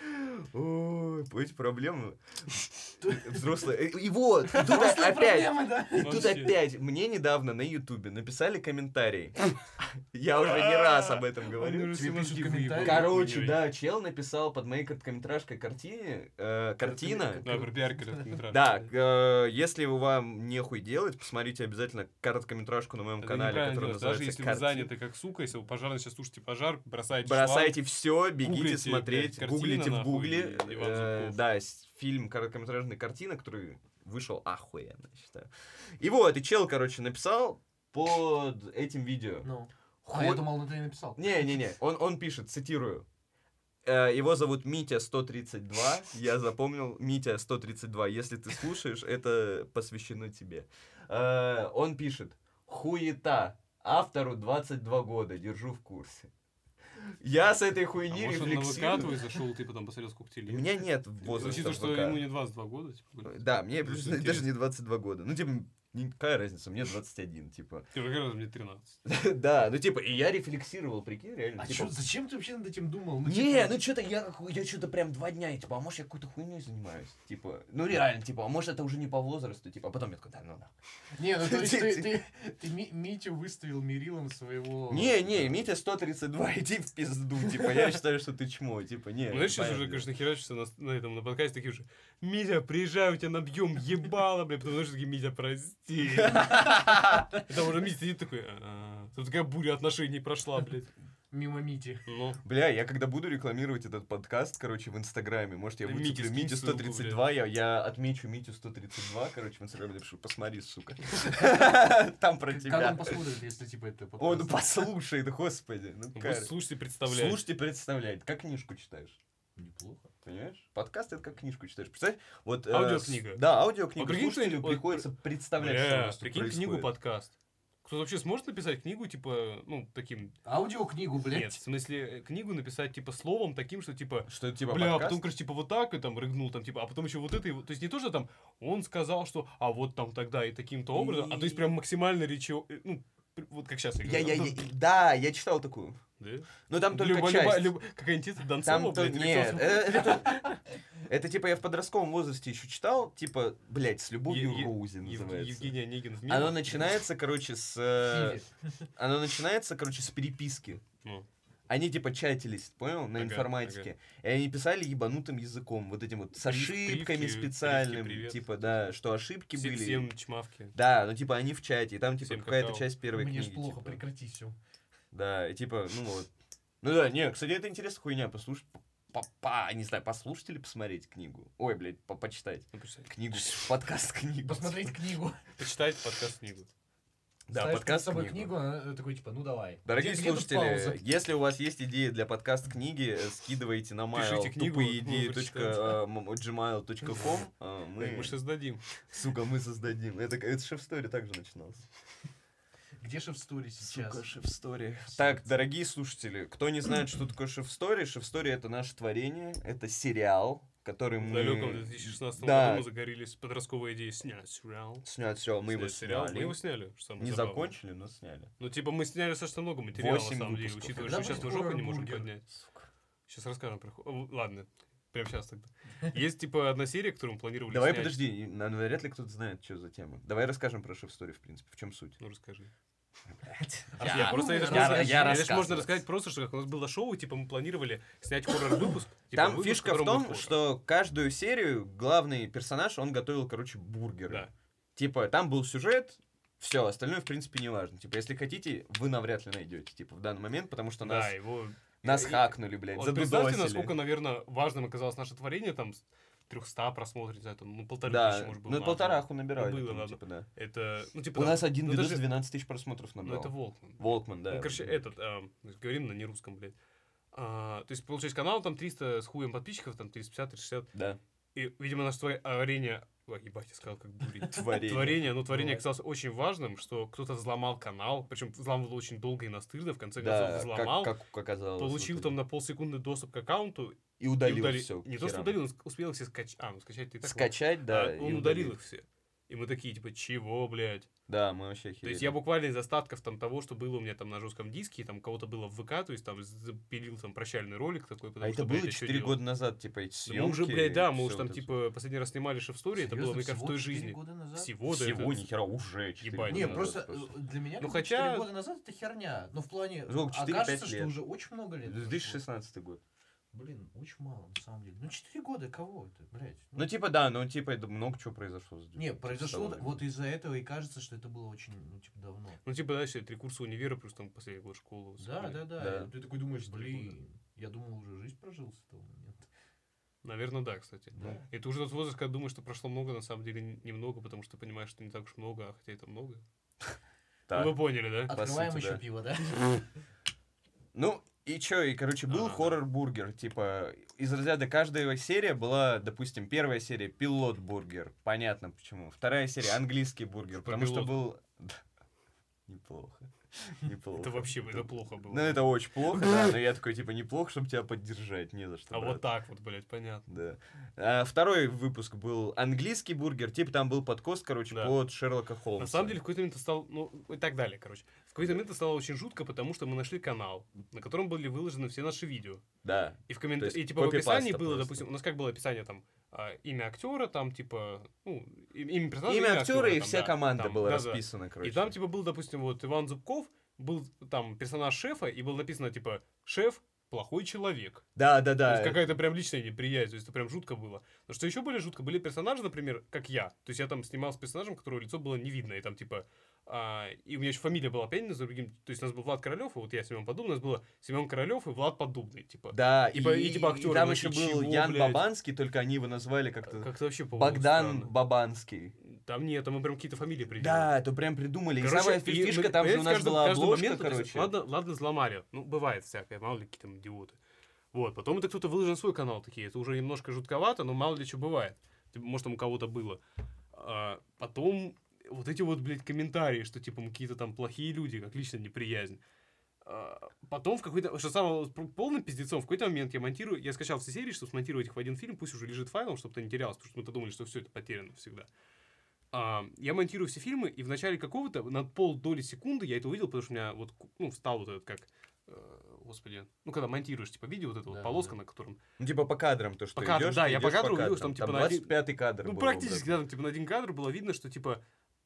Ой, эти проблемы взрослые. И вот, и тут
Просто
опять,
проблемы, да?
и тут
Вообще.
опять, мне недавно на Ютубе написали комментарий. Я уже не раз об этом говорил.
Он уже
Тебе
все
пишут
мозги
комментарии.
выебал.
Короче,
Хуйнёй.
да, чел написал под моей короткометражкой картина.
Да, про пиар короткометражки.
Да, если вам нехуй делать, посмотрите обязательно короткометражку на моем
Это
канале,
неправильно
который
делать. Даже
называется
если вы
«Картина».
заняты как сука, если вы пожарно сейчас слушаете пожар, бросайте
Бросайте все, бегите
Гуглите,
смотреть,
блядь,
гуглите
«Картина»,
в
нахуй,
гугле.
и Иван Зубков.
Да, фильм короткометражная картина, который вышел охуенно, считаю. И вот, и чел, короче, написал под этим видео.
Ну.
Хуй-
Я думал, ты не написал.
Не-не-не, он пишет, цитирую. Его зовут Митя 132, я запомнил, Митя 132, если ты слушаешь, это посвящено тебе. Он пишет, хуета, автору 22 года, держу в курсе. Я с этой
А
хуйни
может, он на ВК
рефлексирую.
твой зашел, ты потом посмотрел, сколько тебе
У
лет?
меня нет возраста
Учитывая,
в
что
ВК.
ему не 22 года, типа, блядь.
Да, мне
Просто
даже
интересно.
не 22 года. Ну, типа, какая разница, мне 21, типа.
Первый раз мне 13.
Да, ну, типа, и я рефлексировал, прикинь, реально.
А
типа,
зачем ты вообще над этим думал? Ну,
Не,
типа,
ну что-то я что-то прям 2 дня, типа, а может я какой-то хуйней занимаюсь, типа, ну реально, типа, а может это уже не по возрасту, типа, а потом я такой, да, ну нахуй.
Не, ну то есть ты Митю выставил мерилом своего...
Не, Митя 132, иди в пизду, типа, я считаю, что ты чмо, типа, не.
Ну, знаешь, сейчас
понятно.
уже, конечно, херачишься на подкасте такие уже, Митя, приезжай, у тебя набьем ебало, блядь, потом, знаешь, такие, Митя, прости. И там уже Митя сидит такой, тут такая буря отношений прошла, блядь.
Мимо Мити.
Ну,
Бля, я когда буду рекламировать этот подкаст, короче, в Инстаграме, может, я
Да,
выцеплю
Мите скинь
Митю
ссылку,
132, я отмечу Митю 132, короче, в Инстаграме напишу, посмотри, сука. Там про
Как
тебя.
он посмотрит, если типа это
Он
подкаст?
послушает, господи. Ну,
ну,
как?
просто слушайте, представляйте.
Слушайте, представляет. Как книжку читаешь?
Неплохо.
Понимаешь? Подкаст это как книжку читаешь. Представь, вот...
Аудиокнига.
Да, аудиокнига.
А прикинь,
Слушателю
кто-нибудь-
приходится представлять, что у
Бля,
нас тут
прикинь
происходит.
книгу подкаст. Кто-то вообще сможет написать книгу, типа, ну, таким...
Аудиокнигу,
Нет, в
блядь.
смысле, книгу написать, типа, словом таким, что, типа,
Что это типа
бля, а
подкаст?
потом, короче, типа, вот так, и там, рыгнул, там, типа, а потом еще вот это, и вот. То есть не то, что там, он сказал, что, а вот там тогда и таким-то образом, а то есть прям максимально речево, ну, вот как сейчас я говорю.
Да, я читал такую.
Да?
Но там только часть.
Какая-нибудь Донцова,
Там то
блядь, или
нет.
кто?
Это типа я в подростковом возрасте еще читал, типа, блядь, с любовью
Е-
Роузи называется.
Евгений Онегин в
Оно
мемах.
начинается, короче, с...
Фиви.
Оно начинается, короче, с переписки.
Ну.
они типа чатились, понял, на информатике, и они писали ебанутым языком, вот этим вот, с ошибками специальными, типа, да, что ошибки были.
Всем чмавки.
Да, ну типа они в чате, и там типа какая-то часть первой книги.
Мне ж плохо,
типа.
прекрати все.
Да, и типа, ну вот. Ну да, не, кстати, это интересная хуйня, послушать, не знаю, послушать или посмотреть книгу. Ой, блядь, почитать. Книгу, подкаст книгу.
Посмотреть книгу.
Почитать подкаст книгу.
Да,
ставишь
подкаст
перед собой
книгу.
она такой, типа, ну давай.
Дорогие
Где тут
слушатели,
пауза?
если у вас есть идеи для подкаст книги, скидывайте на
Пишите книгу,
tupоидеи.gmail.com.
Мы создадим.
Сука, мы создадим. Это шеф-стори также начиналось.
Где шеф-стори сейчас?
Сука, шеф-стори. Так, дорогие слушатели, кто не знает, что такое шеф-стори, шеф-стори — это наше творение, это сериал, который
В
мы...
далеком 2016
Да.
году мы загорелись подростковой идеей снять сериал.
Снять сериал, мы его
сериал.
сняли.
Мы его сняли, что самое
Не
забавное.
закончили, но сняли.
Ну, типа, мы сняли достаточно много материала, на
8
самом деле,
выпусков.
учитывая,
Когда
что сейчас
будет
мы жопу не можем
хоррор-бургер?
поднять. Сейчас расскажем про... Ладно, прямо сейчас тогда. Есть, типа, одна серия, которую мы планировали
Давай,
снять.
подожди, вряд ли кто-то знает, что за тема. Давай расскажем про шеф-стори, в принципе, в чем суть.
Ну, расскажи.
Я
Просто это ж
рассказываю.
можно-
я
это ж можно
рассказываю.
рассказать просто, что как у нас было шоу, типа мы планировали снять хоррор-выпуск. типа,
Там
выпуск,
фишка в
котором
том,
будет хоррор.
что каждую серию главный персонаж, он готовил, короче, бургеры.
Да.
Типа, там был сюжет, все, остальное, в принципе, не важно. Типа, если хотите, вы навряд ли найдете, типа, в данный момент, потому что
Да, его...
нас
и-
хакнули, блядь,
Вот представьте,
задудосили.
насколько, наверное, важным оказалось наше творение, там, с 300 просмотров, не знаю, там, ну, 1500,
Да,
может, было.
ну,
надо.
полтораху набирали.
Ну, было
там,
надо.
типа, да.
Это, ну, типа...
У
там,
нас один
ну,
видос
даже-
12 тысяч просмотров
Ну,
набрал.
это Волкман.
Волкман, да.
Ну, короче, говорим на нерусском, блядь. То есть, получается, канал там 300 с хуем подписчиков, там 350-360.
Да.
И, видимо, наше творение... Ой, ебать, я сказал, как дури.
Творение.
Творение оказалось очень важным, что кто-то взломал канал, причем взламывал очень долго и настырно, в конце концов
Да,
взломал,
как оказалось.
получил
вот
там
это.
на полсекунды доступ к аккаунту.
И удалил
и
все.
Не то, что удалил, он успел их все скачать. Ну скачать-то и так.
Скачать, да.
ладно. Он
и
удалил их все. И мы такие, типа, чего, блядь?
Да, мы вообще
То есть я буквально из остатков там того, что было у меня там на жестком диске, там у кого-то было в ВК, то есть там запилил там прощальный ролик такой, потому
А
что,
это
блядь,
было
я чё
4
делал?
года назад, типа, эти
Да
съемки.
мы уже, блядь, да, мы
всё
уже там,
вот это
типа, последний раз снимали шеф-стори, это было, мне кажется, в той жизни.
Года назад?
Всего, да,
Всего,
это-
нихера, уже 4
Ебать,
Не,
да,
просто для меня
Ну,
как бы
хотя-
4 года назад это херня. Ну, в плане...
Сколько, 4-5
окажется,
лет.
что уже очень много лет. прошло.
2016 год.
Блин, очень мало, на самом деле. Ну, 4 года, кого это, блядь?
Ну, типа, да, ну, типа, это много чего произошло.
Не, произошло
с того
вот
времени.
из-за этого и кажется, что это было очень, ну, типа, давно.
Ну, типа, знаешь, 3 курса универа, плюс там последний год школы.
Да.
Да.
Ты такой думаешь,
4
блин, я думал, уже жизнь прожил с того момента.
Наверное, да, кстати.
Да.
Это уже тот возраст, когда думаешь, что прошло много, на самом деле немного, потому что понимаешь, что не так уж много, а хотя это много.
Так.
Ну, вы поняли, да?
Открываем
сути,
еще
да.
пиво, да?
Ну, и чё, и, короче, был
Ага.
хоррор-бургер, типа, из разряда каждая серия была, допустим, первая серия пилот-бургер, понятно почему, вторая серия английский бургер,
Про
потому что
пилот.
был... Неплохо. Неплохо.
Это вообще, это плохо было.
Ну, это очень плохо, да, но я такой, типа, неплохо, чтобы тебя поддержать, не за что,
А
брат.
вот так вот, блядь, понятно.
Да. Второй выпуск был английский бургер, типа там был подкост, короче,
Да.
под Шерлока Холмса.
На самом деле, в какой-то момент это стало, ну, и так далее, короче. В какой-то момент это стало очень жутко, потому что мы нашли канал, на котором были выложены все наши видео.
Да.
И в
То
комментариях,
есть
и типа в описании
копипаста
было,
просто.
допустим, у нас как было описание там, имя актера, там типа, ну, имя персонажа,
Имя актера и
там,
вся
да,
команда
там,
была
да-да.
расписана, короче.
И там типа был, допустим, вот Иван Зубков, был там персонаж шефа, и было написано типа «Шеф плохой человек».
Да.
То есть какая-то прям личная неприязнь, то есть это прям жутко было. Но что еще более жутко, были персонажи, например, как я. То есть я там снимал с персонажем, которого лицо было не видно, и там типа... и у меня еще фамилия была опять за другим. То есть у нас был Влад Королев, и вот я Семен Поддубный, у нас было Семен Королев и Влад Поддубный, типа.
Да,
И типа актеры
там
вообще
еще был
чего,
Ян
блядь?
Бабанский, только они его назвали как-то...
Как-то вообще, по-моему,
Богдан
странно.
Бабанский.
Там нет, там мы прям какие-то фамилии придумали.
Да, это прям придумали.
Короче,
и самая
и
фишка,
мы,
там же у нас
каждый-
была
каждый
обложка,
момент, то есть,
короче.
ладно, взломали. Ну, бывает всякое, мало ли какие там идиоты. Вот, потом это кто-то выложил на свой канал такие. Это уже немножко жутковато, но мало ли что бывает. Может, там у кого-то было. Потом вот эти вот, блядь, комментарии, что, типа, мы какие-то там плохие люди, как лично неприязнь. Потом в какой-то... Что самое полным пиздецом, в какой-то момент я скачал все серии, чтобы смонтировать их в один фильм, пусть уже лежит файлом, чтобы это не терялось, потому что мы-то думали, что все это потеряно всегда. Я монтирую все фильмы, и в начале какого-то, на полдоли секунды я это увидел, потому что у меня вот, ну, встал вот этот, как... Господи, ну, когда монтируешь, типа, видео, вот эта вот
Да,
полоска,
да.
на котором...
Ну, типа по кадрам, то, что
По кадрам,
идёшь,
да,
ты
я по
идёшь
кадру увидел, что там, типа, на один-
25-й кадр
Ну,
был,
практически,
брат.
да, там, типа, на один кадр было видно, что, типа,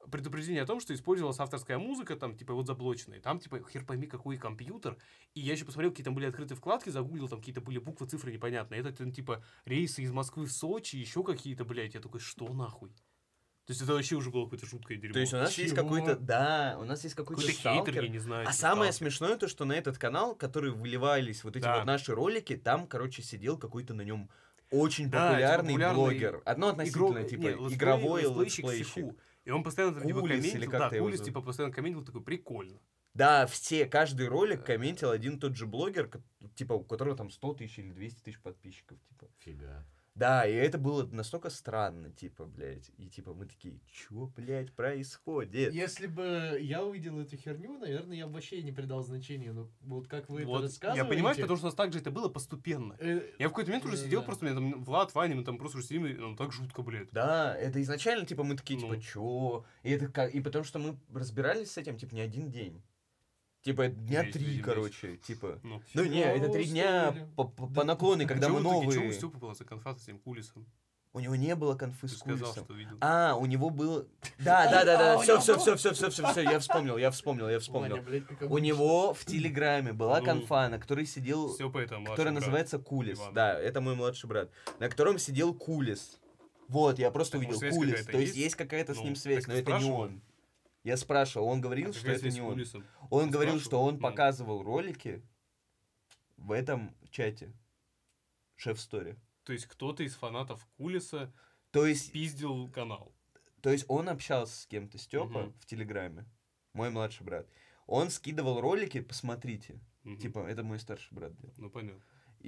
предупреждение о том, что использовалась авторская музыка, там, типа, вот заблоченная. Там, типа, хер пойми, какой компьютер. И я еще посмотрел, какие там были открытые вкладки, загуглил, там какие-то были буквы, цифры непонятные. Это, там, типа, рейсы из Москвы в Сочи, еще какие-то, блядь. Я такой, что нахуй? То есть это вообще уже было какое-то жуткое дерьмо.
То есть у нас есть какой-то, да, у нас есть какой-то
хейтер, я не знаю.
А
типа,
самое
сталкер.
смешное то, что на этот канал, который выливались вот эти
Да.
вот наши ролики, там, короче, сидел какой-то на нем очень
Да,
популярный
типа, популярный
блогер. Одно относительно, типа, игровой летсплейщик.
Сиху. И он постоянно там, типа,
Кулис или
комментил.
как
Да,
ты его
Кулис,
зовут?
типа, постоянно комментил, такой, прикольно.
Да, каждый ролик комментил один и тот же блогер, типа, у которого там 100 тысяч или 200 тысяч подписчиков, типа.
Фига.
Да, и это было настолько странно, типа, блядь. И типа мы такие, чё, блядь, происходит?
Если бы я увидел эту херню, наверное, я бы вообще не придал значения. Но вот как вы
Вот.
это рассказываете...
Я понимаю, потому что у нас так же это было постепенно. Я в какой-то момент уже сидел,
да.
просто у меня там Влад, Ваня, мы там просто уже сидим, и нам так жутко, блядь.
Да, это изначально, типа, мы такие, типа,
Ну.
чё? И это как... И потому что мы разбирались с этим, типа, не один день. Типа, дня
Есть,
3,
видим,
короче, типа.
Ну.
Ну не, это 3 дня
устроили.
по наклону, когда мы
Чего у
новые...
Стёпы была за конфа с этим Кулисом?
У него не было конфы
Ты
с
сказал,
Кулисом.
что видел.
А, у него было... Да, все, я вспомнил.
Ваня, блядь, как
У
обычно.
него в Телеграме была
Ну,
конфа, на которой сидел...
Стёпа это младший
Которая
брат.
называется Кулис.
Ивана.
Да, это мой младший брат. На котором сидел Кулис. Вот, я просто
Так,
увидел
связь
Кулис.
какая-то
То есть
есть?
есть какая-то с
Ну,
ним связь,
так
но
ты
это не
спрашивал?
он. Я спрашивал, он
А
говорил, что
какая
это
связь
не
с
он.
Кулисом?
Он
Ты
говорил, что он
спрашивал? Ну.
показывал ролики в этом чате. Шеф-стори.
То есть кто-то из фанатов Кулиса
То есть
пиздил канал.
он общался с кем-то, Степа,
Мгм.
в Телеграме. Мой младший брат. Он скидывал ролики, посмотрите.
Мгм.
Типа, это мой старший брат делал.
Ну, понятно.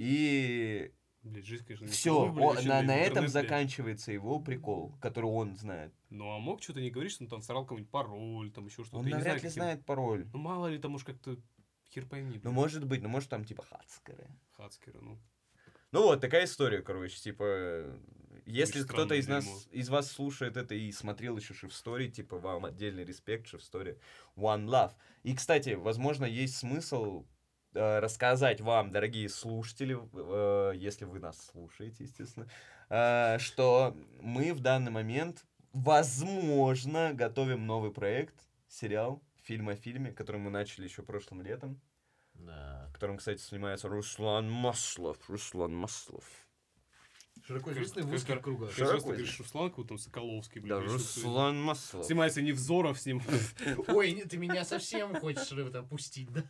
И
Блядь, жизнь, конечно, не
все,
сложная, блядь, вообще,
на
блядь,
этом
интернет, блядь.
заканчивается его прикол, который он знает.
Ну, а мог что-то не говорить, что он там всрал какой-нибудь пароль, там еще что-то.
Он
Я не
навряд
знаю,
ли
каким-
знает пароль.
Ну, мало ли, там уж как-то хер пойми.
Ну,
блядь.
может быть, может там типа хацкеры.
Хацкера, ну.
Ну вот, такая история, короче, типа, если
Очень
кто-то
странное
из вас слушает это и смотрел еще Шифстори, типа, вам отдельный респект, Шифстори, One Love. И, кстати, возможно, есть смысл рассказать вам, дорогие слушатели, если вы нас слушаете, естественно, что мы в данный момент, возможно, готовим новый проект, сериал, фильм о фильме, который мы начали еще прошлым летом,
Да.
в котором, кстати, снимается Руслан Маслов.
Широко известный в узких кругах.
Широко
Кажется, ты говоришь
известный.
Руслан, какой там Соколовский,
Да,
блядь.
Руслан Маслов.
Снимается Невзоров с ним.
Ой, нет, ты меня совсем хочешь это опустить, да?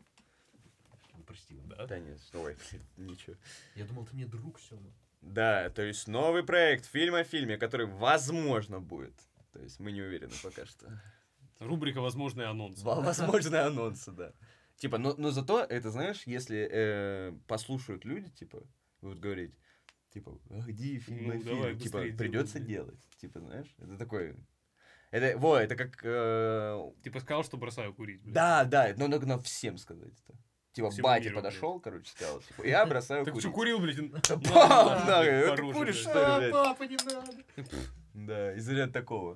Прости, да?
Да нет, ой, ничего.
Я думал, ты мне друг, Сёма.
Да, то есть новый проект, фильм о фильме, который, возможно, будет. То есть мы не уверены пока что.
Рубрика «Возможные анонсы».
Возможные анонсы, да. Типа, но зато, это знаешь, если послушают люди, типа, будут говорить, типа, а где фильм
Ну,
о
давай,
фильме? Типа,
быстрее
придется
делай, блин.
делать. Типа, знаешь, это такое... Это как...
Типа сказал, что бросаю курить, блядь.
Да, но надо всем сказать это. Типа,
Всему
батя
миру,
подошел, короче, сказал, типа, я бросаю
Так
курить.
что курил, блядь?
Пап, да,
блядь,
ты
по роже,
куришь,
блядь.
что ли, блядь?
Папа, не надо.
Да, из ряда такого.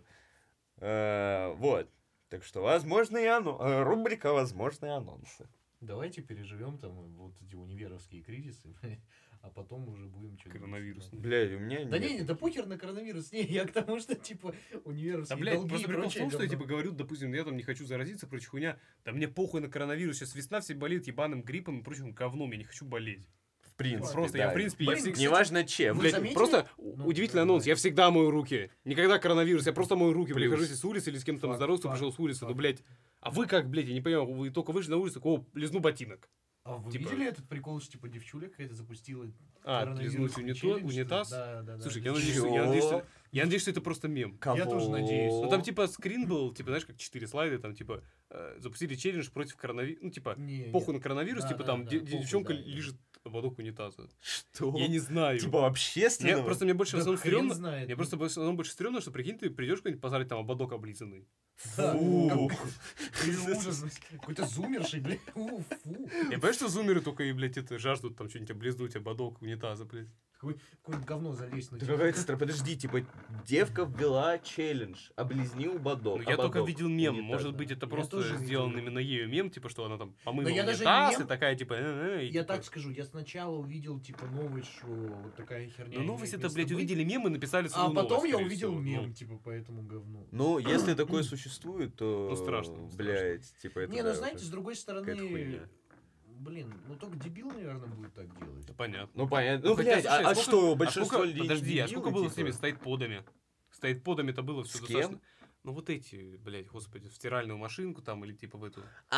Вот. Так что, возможные анонсы. Рубрика «Возможные анонсы».
Давайте переживем там вот эти универовские кризисы, а потом уже будем что-то...
Коронавирусный.
Блядь, у меня
Да
нет.
не, да похер на коронавирус, не, я к тому, что, типа,
Да,
универские
блядь,
долги
просто
и
прикол в
прочее
том, что я,
говно.
типа, говорю, допустим, я там не хочу заразиться, прочая хуйня, да мне похуй на коронавирус, сейчас весна, все болеют ебаным гриппом и прочим говном, я не хочу болеть.
В принципе,
Просто,
да.
я, в принципе, я
Блин,
всегда...
Неважно чем.
Вы
Блядь,
заметили?
просто
Ну,
удивительный
да,
анонс.
да.
Я всегда мою руки. Никогда коронавирус. Я просто мою руки.
Плюс.
Прихожу с улицы или с кем-то там
Факт,
здороваться,
факт,
пришел с улицы. Ну,
факт.
блядь. А вы как, блядь, я не понимаю. Вы только вышли на улицу, такого лизну ботинок.
А вы
типа-
видели этот прикол, что, типа, девчуля какая-то запустила
А,
коронавирусный
лизнуть
челлендж,
унитаз?
Да, да, да.
Слушай,
Да.
я надеюсь, я надеюсь, что это просто мем.
Кого?
Я тоже надеюсь.
Ну там типа скрин был, типа, знаешь, как 4 слайда, там типа запустили челлендж против коронавируса. Ну, типа,
Не,
похуй
нет.
на коронавирус,
Да,
типа
да,
там
да, похуй,
девчонка
да, да.
лежит ободок унитаза.
Что?
Я не знаю.
Типа общественного?
Просто мне больше в
Да
основном
хрен
стрёмно.
знает.
Мне просто в основном больше стрёмно, что прикинь, ты придешь куда-нибудь позарить там ободок облизанный.
Да,
Фу.
Блин, ужас. Какой-то зумерший, блядь. Фу.
Я понимаю, что зумеры только и, блядь, это жаждут там что-нибудь облизнуть, ободок унитаза, блядь.
какое-нибудь говно залезть. Ну,
Да
типа,
какая-то подожди, типа, девка ввела челлендж, облизни ободок.
Ну, я только
ободок
видел мем,
унитаза.
может быть, это
Я
просто
тоже
сделан
видел.
именно ею мем, типа, что она там помыла
Но я даже
унитаз,
мем-
и такая, типа, и,
Я
типа,
так скажу, я сначала увидел, типа, новость, что вот такая херня.
Ну, новость это,
имеет
блядь,
место быть,
увидели мем и написали
а
свою
потом
новость,
я
скорее
увидел
всего.
мем,
Ну,
типа, по этому говну.
Ну, если такое существует, то...
Ну, страшно,
Блядь, типа, это
Не,
да,
ну, знаете,
уже
с другой
какая-то
стороны,
хуйня.
блин, ну только дебил, наверное, будет так делать.
это понятно.
Ну, понятно. Ну,
хотя,
блядь,
слушай,
а
сколько-
что, большинство
сколько-
людей не
Подожди, а
дебилы,
сколько было с
типа?
ними стейт-подами? Стейт-подами-то было все
С
достаточно...
кем?
Ну, вот эти, блядь, господи, в стиральную машинку там или типа в эту...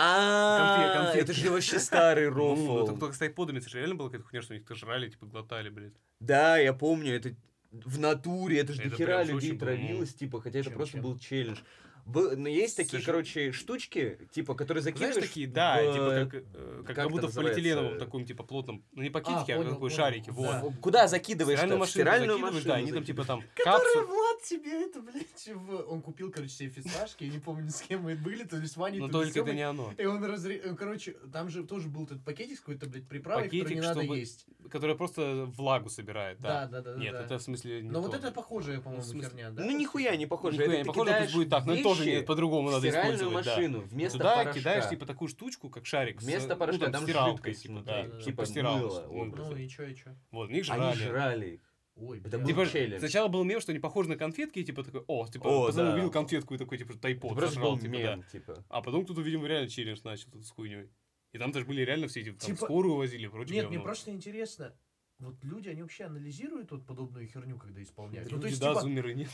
А, это же вообще старый
Ну, это
рофл.
только стейт-подами, это же реально была какая-то хуйня, что они их жрали, типа, глотали, блядь.
Да, я помню, это в натуре, это же
Это
дохера
прям
людей
очень было, ну,
травилось, типа, хотя это
чем,
просто
чем?
был челлендж. Но есть такие,
Слушай,
короче, штучки, типа, которые закидываешь
Знаешь, такие, да,
в,
типа,
как
как будто
это
в полиэтиленовом
называется?
таком, типа, плотном, ну, не пакетике, а
понял,
такой
понял.
шарики, вот.
Да.
Куда закидываешь
Стиральную
в
машину
стиральную
закидываешь,
машину?
да, они там, типа, там,
Который
капсулы.
Влад себе это, блядь, он купил, короче, себе фисташки, я не помню, с кем мы были, то ли с Ваней,
Но
то ли с
только это
Сёмой.
не оно.
И он короче, там же тоже был этот пакетик с какой-то, блядь, приправой,
Пакетик,
который не надо
чтобы-
есть.
Которая просто влагу собирает, да.
Да.
Нет,
да.
это в смысле не
Но вот
то.
это похожая, по-моему,
в смысле-
херня, да?
Ну, нихуя не похоже.
Нихуя
Это
не
ты
похоже, пусть
кидаешь
будет так, но тоже
вещи
нет, по-другому
в
надо
стиральную
использовать, да.
машину вместо
Туда
порошка.
кидаешь, типа, такую штучку, как шарик.
Вместо
ну,
порошка, там
стиралкой,
жидкость
типа,
внутри,
да.
типа
Типа постиралась.
мыло, образно.
Ну и чё?
Вот, в них
Они
жрали.
жрали их.
Ой,
Это
бля.
был
Типа,
челлендж.
сначала был мем, что они похожи на конфетки, и типа такой, типа,
О,
пацан
да.
увидел конфетку и такой, типа, тайпод,
Это просто
сожрал,
был
типа,
мем,
да.
типа.
А потом кто-то, видимо, реально челлендж начал тут с хуйней. И там даже были реально все эти, там,
Типа-
скорую возили, прочее
Нет, мне
говно.
просто интересно, вот люди, они вообще анализируют вот подобную херню, когда исполняют? Ну, то
Люди,
есть,
да,
типа,
зумеры нет.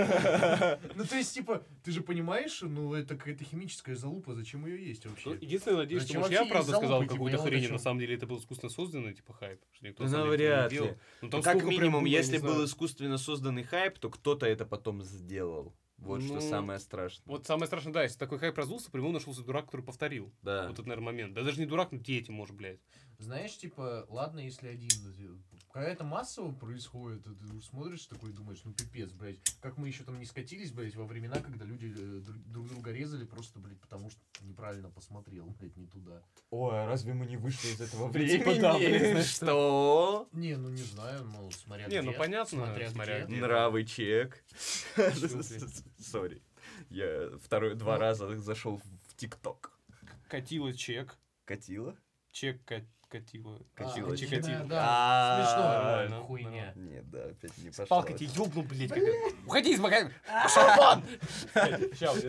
ну, то есть, типа, ты же понимаешь, ну, это какая-то химическая залупа, зачем ее есть
Ну,
вообще?
единственное, надеюсь, что,
Зачем
может, я
вообще
правда
есть
сказал
залупы,
какую-то
типа, я вот
хрень,
о
а на
чём.
самом деле это был искусственно созданный, типа, хайп. Что никто
Ну,
на самом деле этого
навряд
не делал.
ли.
Ну, там
Как
столько прям
минимум,
было, я
если
не знаю.
был искусственно созданный хайп, то кто-то это потом сделал. Вот что
Ну,
самое страшное.
Вот самое страшное, да, если такой хайп раздулся, по-моему, нашелся дурак, который повторил.
Да.
Вот это, наверное, момент. Да даже не дурак, но дети, может, блядь.
Знаешь, типа, ладно, если один. Когда это массово происходит, ты смотришь такой и думаешь, ну пипец, блядь. Как мы еще там не скатились, блядь, во времена, когда люди друг друга резали просто, блядь, потому что неправильно посмотрел, блядь, не туда.
Ой, а разве мы не вышли из этого
Ну,
времени?
типа, да, блин, знаешь,
Что?
Не, ну не знаю, ну смотря
Не, ну
где,
понятно,
смотря
смотря
где.
где.
Нравы чек.
Чё,
Сори. Я два раза зашел в ТикТок.
Катила чек.
Катила?
Чек катила.
Катила,
Чикатило.
Да,
А,
смешно,
нормально,
хуйня.
Нет, да, опять не пошло.
Палкой тебе ёбнул, блядь. Уходи из магазина. Пошел вон! Сейчас,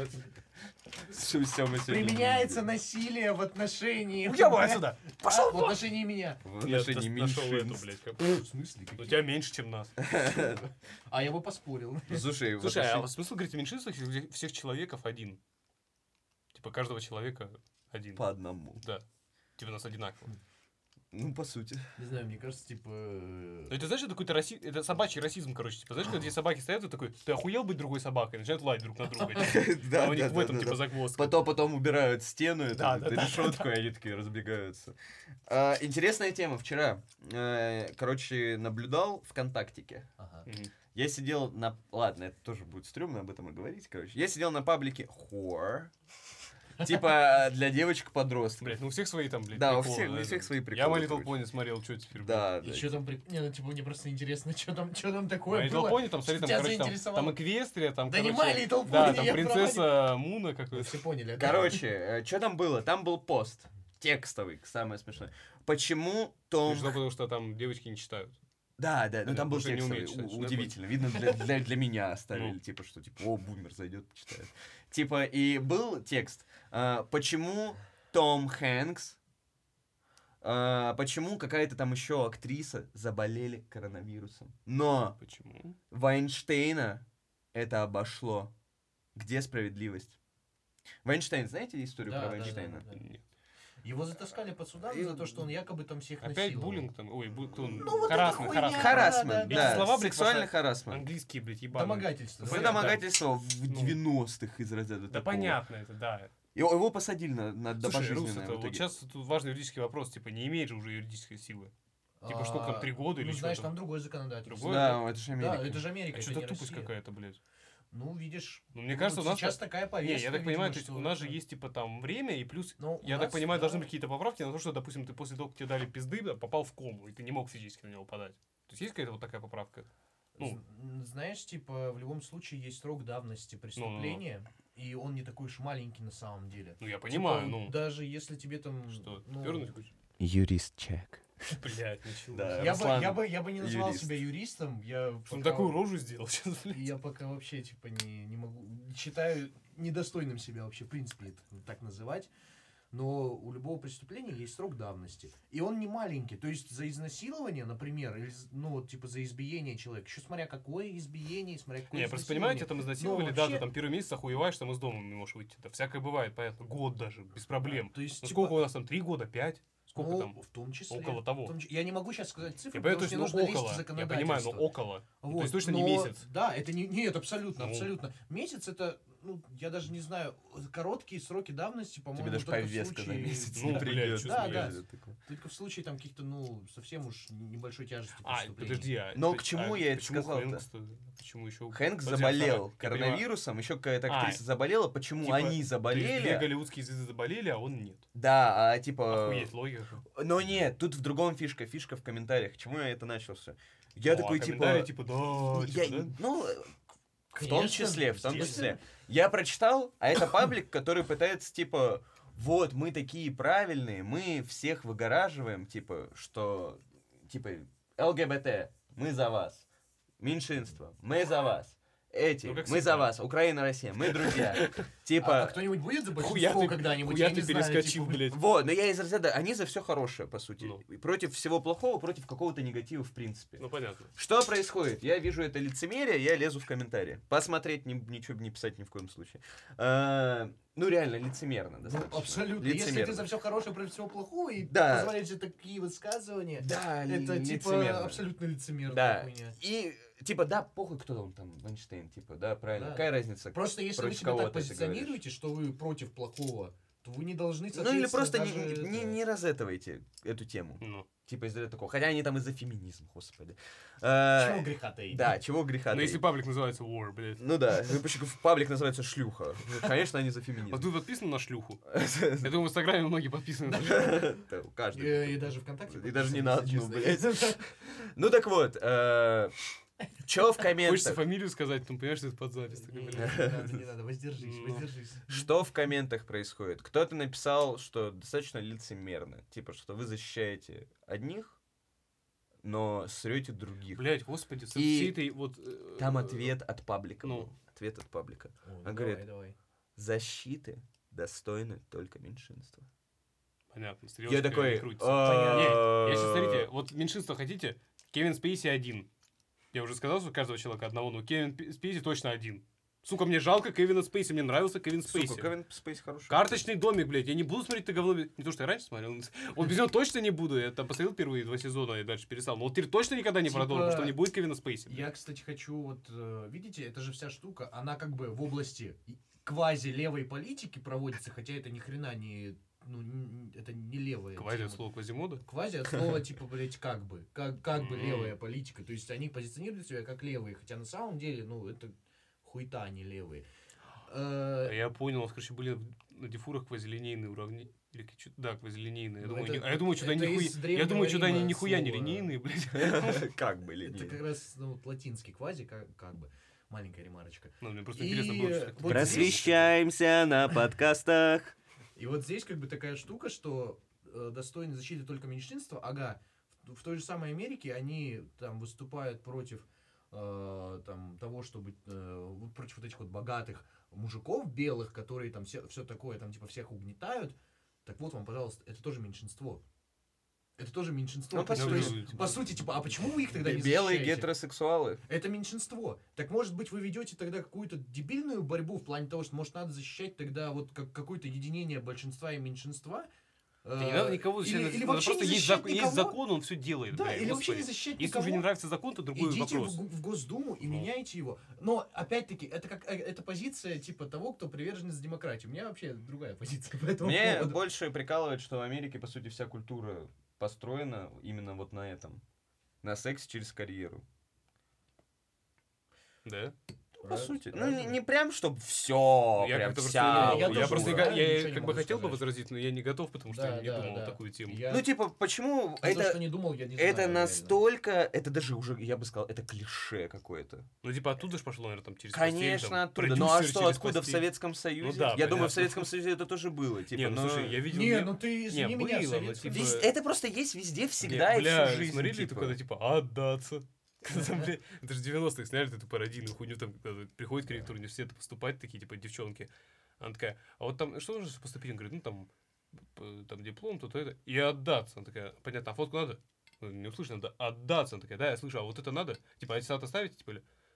Всё, мы сегодня
Применяется
не
насилие в отношении...
уебывай отсюда.
Пошел в отношении меня.
в отношении
нашел эту,
меньшинств.
блядь. как-
В смысле?
У
Какие?
тебя меньше, чем нас.
А я бы поспорил.
Слушай, в
Слушай, а
отношении-
смысл говорить о меньшинствах, если всех человеков один? Типа каждого человека один.
по одному.
Да. Типа нас одинаково.
Ну, по сути.
Не знаю, мне кажется, типа...
Ну, это, знаешь, это какой-то это собачий расизм, короче. Типа, знаешь, когда две собаки стоят, ты такой, ты охуел быть другой собакой? И начинают лаять друг на друга.
Да,
А у них
да,
в
да,
этом,
да,
типа,
да.
загвоздка.
Потом убирают стену,
Да,
эту
да,
решетку, и они такие разбегаются. Интересная тема. Вчера, короче, наблюдал ВКонтактике.
Ага.
Мгм.
Я сидел на... Ладно, это тоже будет стрёмно об этом и говорить, короче. Я сидел на паблике Whore. Типа для девочек-подростков.
Блять, ну у всех свои там, блядь,
Да, у
приколы,
всех, у
да,
всех
да.
свои приколы.
Я My Little
короче.
Pony смотрел, что теперь, блядь.
Да,
И
да.
что там... Не, ну, типа, мне просто интересно, что там такое
My Little
было.
Pony, там, смотри,
Что
там,
тебя
короче,
заинтересовало?
там Эквестрия, там,
Да не
короче,
My Little
да,
Pony,
там
я про
принцесса Муна
Вы
какой-то.
все поняли, да?
Короче, что там было? Там был пост. Текстовый, самое смешное. Почему Том...
Смешно, потому что там девочки не читают.
Да, да, ну
Да,
там был
потому что не
текстовый.
умеют читать, что
Удивительно. Видно, для меня оставили.
Ну.
Типа, что, типа, о, бумер зайдет, почитает. Типа, и был текст. Почему Том Хэнкс, почему какая-то там еще актриса заболели коронавирусом. Но
Почему?
Вайнштейна это обошло. Где справедливость? Вайнштейн, знаете историю
Да,
про
да, да,
Вайнштейна?
да, да.
Нет.
Его затаскали под судом
И-
за то, что он якобы там всех
Опять
насиловал.
буллинг там, ой, кто он?
Ну, вот эта
Харассмент,
хуйня.
харассмент.
Харассмент,
Да,
да.
Эти слова, блядь,
Сексуальный
просто
харассмент.
Английские, блядь, ебаные.
Домогательство.
За
Понятно,
домогательство в
Ну.
90-х из разряда
Да
такого.
понятно это, да.
Его посадили на
Слушай, Рус,
пожизненное
это
в
вот
итоге.
сейчас тут важный юридический вопрос, типа, не имеет же уже юридической силы. Типа, что там, 3 года или
Ну,
что
знаешь,
там?
там другое законодательство.
Другое?
Да, это же Америка.
Да, это же Америка,
А
это
что-то
не
тупость
Россия.
какая-то, блядь.
Ну, видишь,
Ну, мне кажется, у нас...
сейчас такая
Не,
повестка.
я так понимаю, то
видимо,
есть
что
у нас же
это-
есть, типа, там время, и плюс,
Ну,
я
у
так
нас,
понимаю,
да.
должны быть какие-то поправки на то, что, допустим, ты после того, как тебе дали пизды, да, попал в кому, и ты не мог физически на него подать. То есть какая-то вот такая поправка? Ну.
Знаешь, типа, в любом случае есть срок давности преступления, и он не такой уж маленький на самом деле.
Ну, я понимаю,
типа,
ну...
Даже если тебе там...
Что,
ну,
пернуть хочешь?
Юрист-чек.
Блядь, ничего.
Да.
я бы не назвал себя юристом.
Что он такую рожу сделал сейчас, блядь?
Я пока вообще, типа, не могу... Считаю недостойным себя вообще, в принципе, это так называть. Но у любого преступления есть срок давности. И он не маленький. То есть за изнасилование, например, или, ну, вот, типа, за избиение человека. Еще смотря какое избиение, смотря какое
Не, просто понимаете, там изнасиловали,
Но
да,
вообще-
ты там первый месяц охуеваешь, там из дома не можешь выйти. Да всякое бывает, понятно. Год даже, без проблем.
То есть,
Ну
типа,
сколько у нас там, 3 года, 5? Сколько
ну,
там?
в том числе.
Около того.
Я не могу сейчас сказать цифры,
Я понимаю, то
потому
есть,
что
ну,
мне нужно лезть в
около. Я
законодательство.
понимаю, но около.
Вот,
То есть точно не
но-
месяц.
Да, это не... Нет, абсолютно,
Ну.
абсолютно. Месяц это, ну, я даже не знаю, короткие сроки давности, по-моему,
Тебе даже
только в
повестка за
случае-
месяц
Ну,
не
блядь,
придет.
чё
Да,
смеёшься?
Только в случае там каких-то, ну, совсем уж небольшой тяжести
А,
преступлений.
подожди,
Но к чему я это
почему
сказал-то?
Хэнкс-то? Почему еще?
Хэнкс
Подожди,
заболел
я понимаю,
коронавирусом, еще какая-то
А,
актриса заболела. Почему
типа,
они
то есть две
заболели?
голливудские звезды заболели, а он нет.
Да, типа...
Охуеть, логика.
Но нет, тут в другом фишка. Фишка в комментариях. Чему я это начал все? Я такой,
комментарии,
типа...
да,
я-
типа, да?
Ну, в том
Конечно,
числе, в том
естественно.
числе. Я прочитал, а это паблик, который пытается, типа, вот, мы такие правильные, мы всех выгораживаем, типа, что, типа, ЛГБТ, мы за вас. Меньшинство, мы за вас. Эти,
Ну, как
мы
всегда.
за вас. Украина, Россия, мы друзья.
А
Типа,
кто-нибудь будет за
Хуя
большинство
ты-
когда-нибудь?
хуя
Я
ты
не знаю,
перескочил,
типа,
блядь.
вот, но я из разряда, они за все хорошее, по сути.
Ну.
И против всего плохого, против какого-то негатива, в принципе.
Ну, понятно.
Что происходит? Я вижу это лицемерие, я лезу в комментарии. Посмотреть, ничего не писать ни в коем случае. Ну, реально, лицемерно
Ну,
достаточно.
абсолютно. Если ты
Лицемерно.
за все хорошее против всего плохого и
Да.
позволяешь себе такие высказывания,
Да,
это типа
лицемерно.
абсолютно лицемерная
Да.
хуйня.
И, типа, да, похуй, кто он там, Вайнштейн, типа, да, правильно.
Да.
Какая разница?
Просто если вы
против
себя
кого
так
ты это
позиционируете, что вы против плохого, то вы не должны,
Ну, или просто
даже
не разэтывайте эту тему.
Ну.
Типа, из-за такого. Хотя они там из-за феминизма, господи.
Чего греха таить?
Да, чего греха
Ну,
таить.
если паблик называется War, блядь.
Ну да, почему паблик называется шлюха. Ну, конечно, они за
А
феминизм.
ты подписан на шлюху? Я думаю, в Инстаграме многие подписаны на шлюху.
Это у каждого.
И даже ВКонтакте.
И даже не на одну,
подписывайтесь,
блядь. Ну так вот, чё в
Хочется
комментах?
фамилию сказать, потом понимаешь, что это под запись.
честно.
Такой,
Не
блядь.
надо, не надо, воздержись,
Ну.
воздержись.
Что в комментах происходит? Кто-то написал, что достаточно лицемерно. Типа, что вы защищаете одних, но срете других.
Блядь, господи, со
И
всей этой вот...
Там ответ от паблика.
Ну.
был. Ответ от паблика.
Ой,
Он
давай,
говорит,
давай.
защиты достойны только меньшинства.
Понятно,
Я
стрелочка
такой...
не крутится.
«А,
Не, я сейчас, смотрите, вот меньшинство хотите? Кевин Спейси один. Я уже сказал, что у каждого человека одного, но Кевин Спейси точно один. Сука, мне жалко Кевина Спейси, мне нравился Кевин Спейси.
Сука, Кевин Спейси хороший.
Карточный домик, блядь, я не буду смотреть это говно. Не то, что я раньше смотрел. Вот без него точно не буду. Я там посмотрел первые 2 сезона и дальше перестал. Но вот теперь точно никогда не
Типа,
продолжу, потому что не будет Кевина Спейси. блядь.
Я, кстати, хочу, вот, видите, это же вся штука, она как бы в области квази-левой политики проводится, хотя это ни хрена не, ну, это не левая
Квази
тема.
от слова Квазимода.
Квази от слова, типа, блядь, как бы
Мгм.
левая политика. То есть они позиционируют себя как левые, хотя на самом деле, ну, это хуйта, они левые.
Я понял, у нас, короче, были на дифурах квазилинейные уравни. Или да, квазилинейные. Я
Ну,
думаю,
это-
я думаю, что-то
это
они
из
нихуя...
Древнего
Я думаю, что-то они
Рима
нихуя не
слово.
линейные, блядь.
Как бы
Это
линейно.
как раз, ну, вот латинский квази, как бы, маленькая ремарочка.
Ну, мне просто
И
интересно было, что
вот
Просвещаемся на подкастах.
И вот здесь как бы такая штука, что достойны защиты только меньшинства. Ага, в той же самой Америке они там выступают против там, того, чтобы вот против вот этих вот богатых мужиков белых, которые там все такое, там типа всех угнетают. Так вот вам, пожалуйста, это тоже меньшинство. Это тоже меньшинство.
Ну, по
То
сути.
есть, по сути, типа, а почему вы их тогда не
Белые
защищаете?
гетеросексуалы.
Это меньшинство. Так может быть вы ведете тогда какую-то дебильную борьбу в плане того, что может надо защищать тогда вот какое-то единение большинства и меньшинства?
Да не надо никого защищать.
Или
надо
вообще
просто
не
есть,
защищать
есть
никого?
закон, он все делает.
Да,
блядь,
или вообще не
господи.
защищать
Если
никого.
уже не нравится закон, то другой
Идите
вопрос.
в Госдуму и
Ну.
меняйте его. Но, опять-таки, это позиция типа того, кто приверженец демократии. У меня вообще другая позиция по этому
Мне
поводу.
больше прикалывает, что в Америке, по сути, вся культура построена именно вот на этом. На сексе через карьеру.
Да?
По сути. Ну, не прям, чтобы все,
Я
прям
как-то
вся...
просто, я просто
ничего
я
не
как бы
могу
хотел бы
сказать.
возразить, но я не готов, потому что я не думал
Да.
такую тему.
Ну, типа, почему
То, что
это...
не думал, я не знаю.
Это
реально.
настолько... Это даже уже, я бы сказал, это клише какое-то.
Ну, типа, оттуда ж пошло, наверное, там, через постель,
Конечно,
там,
оттуда. Ну, а
продюсер
что,
через
откуда? В
постель.
Советском Союзе?
да,
Я думаю,
понятно.
в Советском Союзе это тоже было. Типа,
Не, ну,
но...
слушай, я видел...
Не, ну ты извини меня, в
было, но,
Советском
типа...
Это просто есть везде, всегда и
бля,
всю жизнь.
смотрели
типа.
это, когда, типа, отдаться. Когда там, бля, это же 90-х сняли эту пародийную хуйню, там, когда приходит к ректору университета поступать, такие, типа, девчонки. Она такая, а вот там, что нужно поступить? Он говорит, ну, там диплом, то это, и отдаться. Она такая, понятно, а фотку надо? Ну, не услышно, надо отдаться. Она такая, да, я слышу, а вот это надо? Типа, аттестат оставить, типа,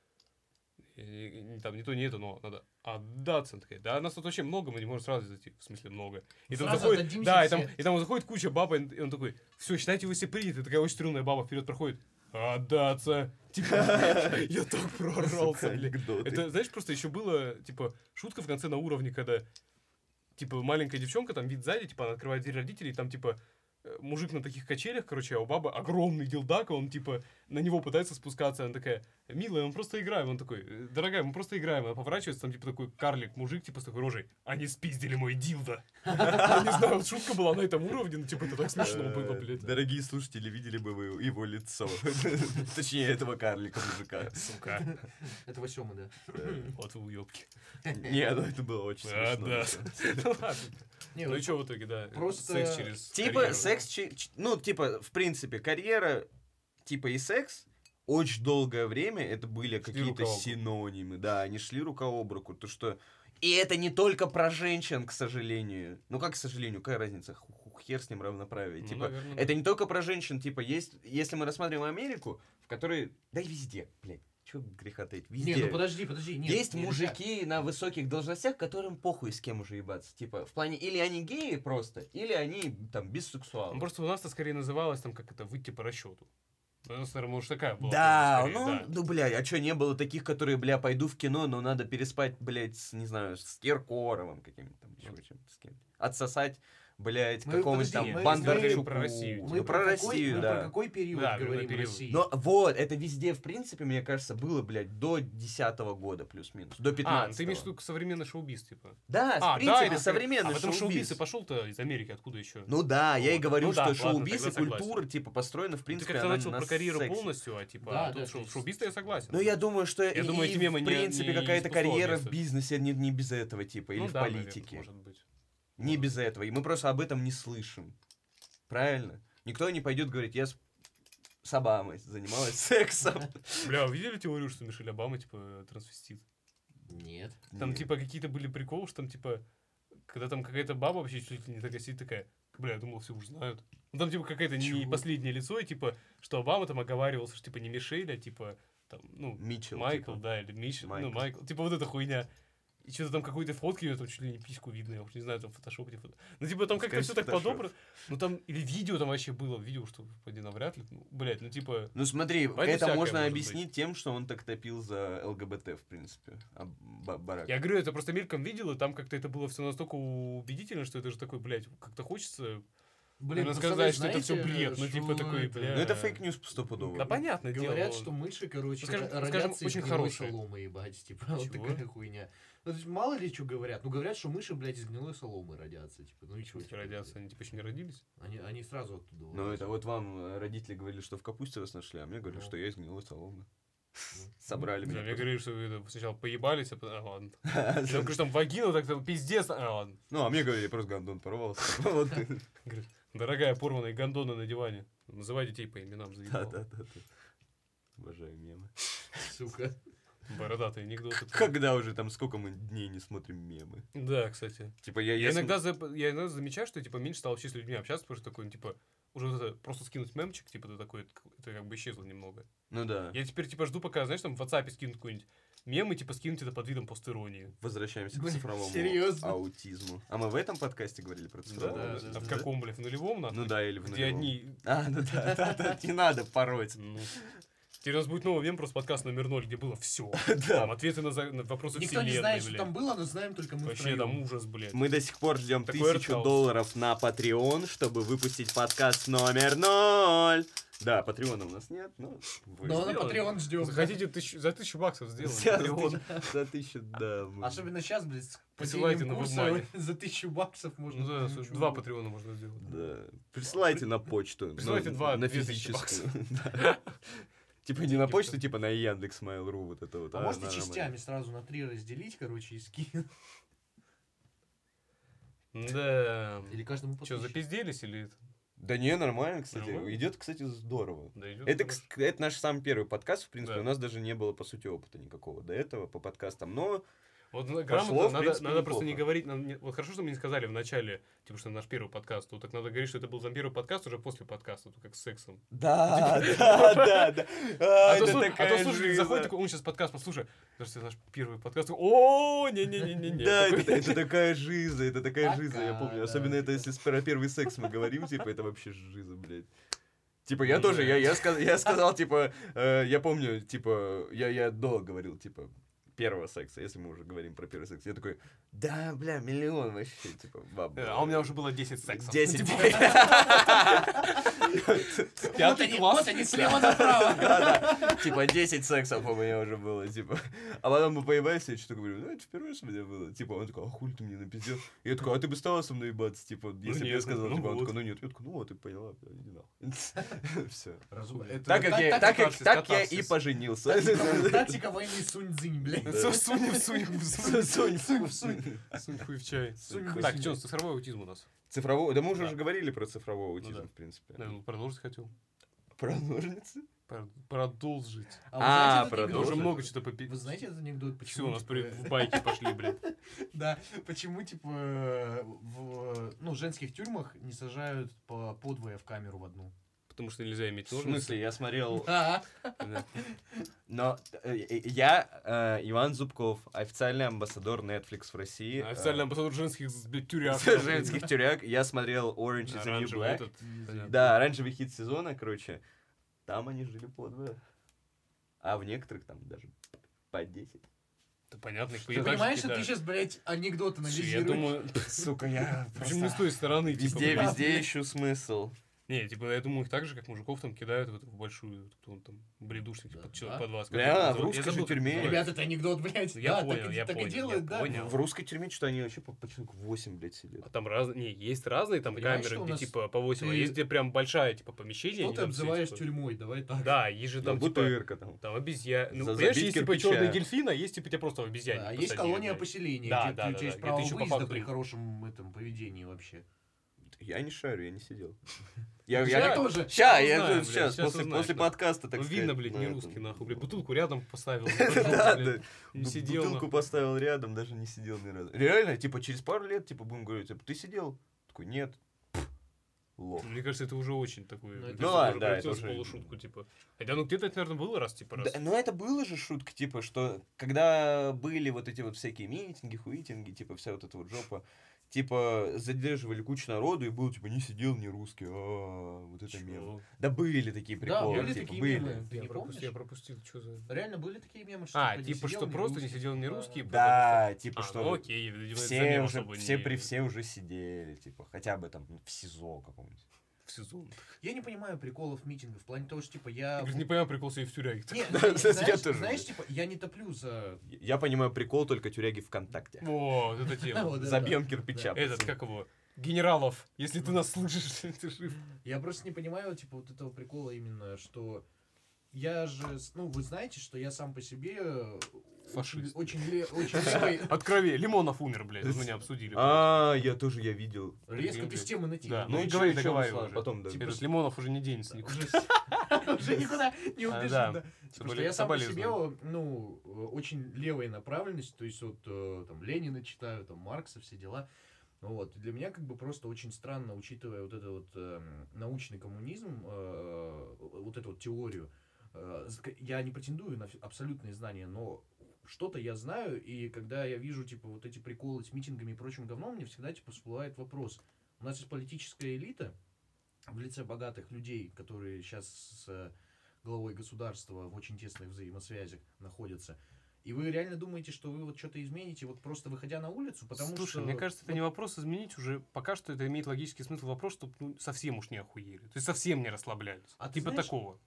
или... Там, не то, не это, но надо отдаться. Она такая, да, нас тут вообще много, мы не можем сразу зайти. В смысле, много. И там
Сразу
заходит,
отдадимся
да,
все.
и там заходит куча баб, и он такой, все, считайте, вы все приняты. Такая очень струнная баба вперед проходит. Отдаться. Типа, я так прорался, блядь. Это, знаешь, просто еще было, типа, шутка в конце на уровне, когда, типа, маленькая девчонка, там вид сзади, типа, она открывает дверь родителей, там, типа, мужик на таких качелях, короче, а у бабы огромный дилдак, он, типа, на него пытается спускаться, она такая, милая, мы просто играем, он такой, дорогая, мы просто играем, она поворачивается, там, типа, такой карлик, мужик, типа, с такой рожей, они спиздили мой дилдо. Я не знаю, вот шутка была на этом уровне, но, типа, это так смешно было, блядь.
Дорогие слушатели, видели бы вы его лицо. Точнее, этого карлика мужика.
Сука.
Этого Сёмы, да.
Вот вы уёбки.
Не, ну это было очень
А,
смешно.
да. Ну ладно.
Не,
Ну
вот
и что в итоге, да?
просто-
Секс через
Типа,
карьеру.
секс... Ну, типа, в принципе, карьера, типа, и секс очень долгое время это были
Шли
какие-то
рука об руку.
синонимы. Да, они шли рука об руку. То, что... И это не только про женщин, к сожалению. Ну, как к сожалению, какая разница? Хер с ним равноправие.
Ну,
Типа,
наверное, да.
это не только про женщин. Типа, есть... Если мы рассматриваем Америку, в которой... Да и везде, блядь. Чё греха таить? Везде.
Не, ну подожди, нет.
Есть
нельзя.
мужики на высоких должностях, которым похуй с кем уже ебаться. Типа, в плане, или они геи просто, или они там бисексуалы.
Ну, просто у нас-то скорее называлось там, как это, выйти по расчету. У нас, наверное, может, такая была.
Да,
форма скорее,
ну, блядь, а чё, не было таких, которые, бля, пойду в кино, но надо переспать, блядь, с, не знаю, с Киркоровым каким-то там, еще чем-то, с кем-то. Отсосать, блядь,
Мы,
какого-нибудь
подожди,
там
мы
Бондарчуку.
говорим про Россию.
Ну, про Россию,
мы
да.
про какой период
Да,
говорим
какой период.
России?
Но вот, это везде, в принципе, мне кажется, было, блядь, до 10-го года плюс-минус, до 15-го.
ну ты имеешь в виду современный шоу-биз, типа?
Да, в
да,
принципе,
это
современный
А в этом
шоу-биз.
шоу-биз и пошел-то из Америки, откуда еще?
Ну да, я и
Вот.
говорю,
Ну
что
да, ладно,
шоу-биз и
тогда согласен.
культура, типа, построена, в
Ты
принципе,
как-то
она
начал
на
про карьеру
сексе.
полностью, а типа,
Да,
а тут
да,
в
то есть-
шоу-биз-то я согласен.
Ну, я думаю, что
Я думаю, эти мемы
в
не-
принципе,
не
какая-то
из пустого
карьера
места.
в бизнесе не без этого, типа, или
Ну
в
да, наверное,
политике.
может быть.
Не без этого. И мы просто об этом не слышим. Правильно? Никто не пойдет говорить, я с Обамой занималась сексом.
Бля, вы видели теорию, что Мишель Обама, типа, трансвестит?
Нет.
Там,
Нет.
типа, какие-то были приколы, что там, типа, когда там какая-то баба вообще чуть ли не такая сидит, такая, бля, я думал, все уже знают. Ну, там, типа, какое-то не
Чего?
последнее лицо, и, типа, что Обама там оговаривался, что, типа, не Мишель, а, типа, там, ну,
Митчелл.
Майкл,
типа.
да, или Мишель, ну,
Майкл.
Майкл. Типа, вот эта хуйня. И что-то там какой-то фотки, у него там чуть ли не письку видно, я уж не знаю, там фотошоп, где фото. Ну, типа, там как-то
Скорее
все так
фотошоп.
по-доброму. Ну, там, или видео там вообще было, видео, что, поди, навряд ли. Ну, блядь, ну, типа,
Ну смотри,
Поэтому
это
всякое
можно
может
объяснить тем, что он так топил за ЛГБТ, в принципе. Барак.
я говорю, это просто мельком видел, и там как-то это было все настолько убедительно, что это же такой, блядь, как-то хочется.
Блин,
Наверное,
пацаны,
сказать, что это всё
знаете,
бред, ну, типа,
что
такой,
это?
бля.
Ну это фейк-ньюс стопудово.
Да, понятное дело.
Говорят, что мыши, короче,
скажем,
родятся из
очень
гнилой
хорошие.
соломы, ебать, типа, вот
Чего?
такая хуйня. Ну, то есть, мало ли что говорят. Ну, говорят, что мыши, блядь, из гнилой соломы родятся, типа, ну и чего?
Эти родятся, они типа еще не родились.
Они сразу оттуда
Ну
вылазят.
это вот вам родители говорили, что в капусте вас нашли, а мне говорили,
Ну.
что я из гнилой соломы.
Ну.
Собрали
Да,
меня.
мне говорили, что вы это сначала поебались, а потом... А, ладно.
просто.
Я говорю, что там вагина, так там пиздец. А, ладно.
Ну, а мне говорили, просто гондон порвался. Вот.
Говорит, дорогая порванная гондона на диване. Называй детей по именам, заебал.
Да. Обожаю мемы.
Сука.
Бородатый анекдот.
Когда уже там, сколько мы дней не смотрим мемы?
Да, кстати.
Типа
Я иногда замечаю, что типа меньше стал вообще с людьми общаться, потому что такой, типа, уже вот это просто скинуть мемчик, типа, это такой, это как бы исчезло немного.
Ну да.
Я теперь, типа, жду, пока, знаешь, там в WhatsApp скинут какой-нибудь мем и, типа, скинуть это под видом постиронии.
Возвращаемся к
Блин,
цифровому
серьезно?
аутизму. А мы в этом подкасте говорили про цифровой
Да,
аутизм?
а в каком, блядь, в нулевом, нахуй?
Ну да, или в
Где
нулевом.
одни...
А, ну да, не надо пороть.
Ну, теперь у нас будет новый мем, просто подкаст номер 0, где было все.
Да.
Там ответы на вопросы
Никто не
вселенной,
знает, что
блядь.
там было, но знаем только мы
Вообще,
втроем.
там ужас, блядь.
Мы до сих пор ждем
Такой
$1000
артхаус.
на Patreon, чтобы выпустить подкаст номер 0. Да, Патреона у нас нет, но... вы
Но на
сделали.
Patreon ждем.
Захотите за 1000 баксов сделать.
За
Patreon.
1000, да.
Особенно сейчас, блядь, с
Присылайте
падением
на
курса
WebMoney.
за 1000 баксов можно...
Ну да,
ну,
слушай,
чё
2
угодно.
Патреона можно сделать.
Да. Присылайте на почту.
Присылайте
на
2000
физическую. Да. Типа не на почту, типа на Яндекс.Mail.ru вот это вот.
А можете
нормально.
частями сразу на 3 разделить, короче, и скинуть?
Да.
Или каждому
Что,
подписчику?
запизделись или это?
Да не, нормально, кстати.
Нормально?
Идет, кстати, здорово.
Да идет.
Это наш самый первый подкаст, в принципе.
Да.
У нас даже не было, по сути, опыта никакого до этого по подкастам. Но
Вот
Пошло,
грамотно,
в
надо,
принципе,
надо просто
неплохо.
не говорить. Вот хорошо, что мы не сказали в начале, типа, что наш первый подкаст. Вот так надо говорить, что это был первый подкаст уже после подкаста, вот как с сексом.
да, да.
А то,
Это
а то
такая
слушай,
жиза.
заходит такой, он сейчас подкаст послушай. Кажется, это наш первый подкаст. О, не-не-не-не-не.
Да,
Такой,
это такая жиза, это такая жиза, я
Пока,
помню.
да,
Особенно это,
типа.
если про первый секс мы говорим, типа, это вообще жиза, блядь. Типа, я
Ну
тоже,
да.
я сказал, типа, я помню, типа, я долго говорил, типа, первого секса, если мы уже говорим про первый секс. Я такой, да, бля, миллион вообще, типа, баб.
А у меня уже было 10 сексов.
10.
Пятый класс.
Вот они, слева направо.
Да. Типа 10 сексов у меня уже было, типа. А потом мы поебались, я что-то говорю, ну это впервые у меня было. Типа он такой, а хуй ты мне напиздел? И я такой, а ты бы стала со мной ебаться? Типа, если бы я
нет,
сказал,
ну
типа, он
вот.
такой, ну нет. Я такой, ну вот, ты поняла, иди нахуй. Все.
Это
Так как я
катарсис.
и поженился.
Тактика войны Сунь-Цзинь, блядь.
Да.
Сунь
Сунь в сунь.
Сунь хуй в чай.
Сунь хуй
Так,
в
что,
чай.
цифровой аутизм у нас.
Цифрового, да мы
Да.
уже говорили про цифровой аутизм,
да.
в принципе.
Наверное, продолжить хотел.
Про ножницы?
Продолжить.
А вы знаете этот
продолжим.
анекдот?
Уже много что-то попить.
Вы знаете этот анекдот?
Все,
Почему,
у нас
типа,
в байки пошли, блядь.
Да, почему, типа, в женских тюрьмах не сажают по двое в камеру в одну?
Потому что нельзя иметь
В
ножницы.
смысле, я смотрел...
Да.
Да.
Но я, Иван Зубков, официальный амбассадор Netflix в России.
Официальный амбассадор женских блядь, тюряк.
женских тюряк. Я смотрел Orange is the New
Оранжевый
Black.
этот. понятно.
Да, оранжевый хит сезона, короче. Там они жили подвое. А в некоторых там даже по 10.
Да понятно, их
Ты понимаешь, что ты сейчас, блядь, анекдот
Я
анализируешь?
думаю,
Сука, я
причем не с той стороны, типа,
Везде,
блядь.
везде ищу смысл.
Не, типа, я думаю, их так же, как мужиков там кидают в эту в большую, кто он там, бредушник,
Да.
под, под вас.
Бля,
Как это
в
называется?
русской
Я
же
забыл, как
тюрьме-
называется.
Ребят, это анекдот, блядь.
Я
Да,
понял, я
так и
понял,
делают,
я
да.
понял.
В русской тюрьме что они вообще по человек 8, блядь, сидят.
А там разные, не, есть разные там
Понимаешь,
камеры,
что у
где
нас
типа по 8, а
ты-
есть где прям большая, типа, помещение.
Что
они
ты
там все,
обзываешь
типа-
тюрьмой? Давай так.
Да, есть же там, типа,
Бутырка там.
там обезьян. Ну,
За
понимаешь,
забить
есть типа
кирпича.
черный дельфин, а есть типа тебя просто в обезьяне.
Да, а есть
посадили,
колония
блядь.
поселения,
Да,
где
да,
ты- у
да,
тебя есть
где
право
ты ещё по
выезда
факту-
при хорошем этом поведении вообще.
Я не шарю, я не сидел.
Я тоже.
Ща,
Узнаем,
я
блядь,
сейчас,
щас
после
узнаешь, да.
подкаста, так
Ну,
сказать.
видно, блядь,
на
не
этом.
русский, нахуй, блядь. Бутылку рядом поставил.
Да,
блядь,
да.
Не сидел,
Бутылку
нахуй.
поставил рядом, даже не сидел ни разу. Реально, типа, через пару лет, типа, будем говорить, типа, ты сидел? Такой, нет. Пф, лох.
Мне кажется, это уже очень такой...
Ну, это-
это
ладно,
уже
да,
превратилось
это
в
уже-
полушутку, типа. Хотя, ну, где-то это, наверное, было раз, типа, раз.
Да, но это было же шутка, типа, что когда были вот эти вот всякие митинги, хуитинги, типа, вся вот эта вот жопа, типа, задерживали кучу народу, и был, типа, не сидел, не русский, вот это мем.
Чего?
Да были такие
Да,
приколы,
были
типа,
такие
были.
мемы. Ты
Я
не
пропустил, я
помнишь?
пропустил, что за...
Реально были такие мемы, что
А,
не
типа,
сидел,
что
не
просто не
русский.
сидел не русский,
Да, типа,
А,
что
ну окей, видимо, это за
все
мем
уже,
особо
все
не-
все уже сидели, типа, хотя бы там в СИЗО каком-нибудь.
в сезон.
Я не понимаю приколов митингов, в плане того, что, типа,
Я
я...
говорю, не понимаю прикол себе в тюряге.
Не,
Да,
знаешь,
я тоже.
знаешь, типа, я не топлю за...
Я понимаю прикол только тюряги ВКонтакте.
Вот, эта тема.
Вот это
Забьем
да.
кирпича.
Этот,
пацаны.
как его? Генералов, если ты нас слышишь, ты жив.
Я просто не понимаю, типа, вот этого прикола именно, что я же, ну, вы знаете, что я сам по себе
Фашист.
очень левый.
От крови. Лимонов умер, блядь, мы не обсудили.
Я тоже, я видел.
Резко ты с темы на
Да,
тему.
ну и
чё,
говори,
чё,
договаривай
Руслан,
уже.
потом, да.
Типа,
Этот Лимонов уже не денется никуда.
Уже никуда не убежит,
да.
да. Типа, что я сам по себе,
Соболезную.
ну, очень левой направленности, то есть вот там Ленина читаю, там Маркса, все дела. Вот. И для меня как бы просто очень странно, учитывая вот этот вот научный коммунизм, вот эту вот теорию. Я не претендую на абсолютные знания, но что-то я знаю, и когда я вижу, типа, вот эти приколы с митингами и прочим говном, мне всегда, типа, всплывает вопрос. У нас есть политическая элита в лице богатых людей, которые сейчас с главой государства в очень тесных взаимосвязях находятся. И вы реально думаете, что вы вот что-то измените, вот просто выходя на улицу, потому
Слушай,
что...
мне кажется, это не вопрос изменить уже. Пока что это имеет логический смысл. Вопрос, чтобы совсем уж не охуели. То есть совсем не расслаблялись.
А ты
Типа
знаешь,
такого.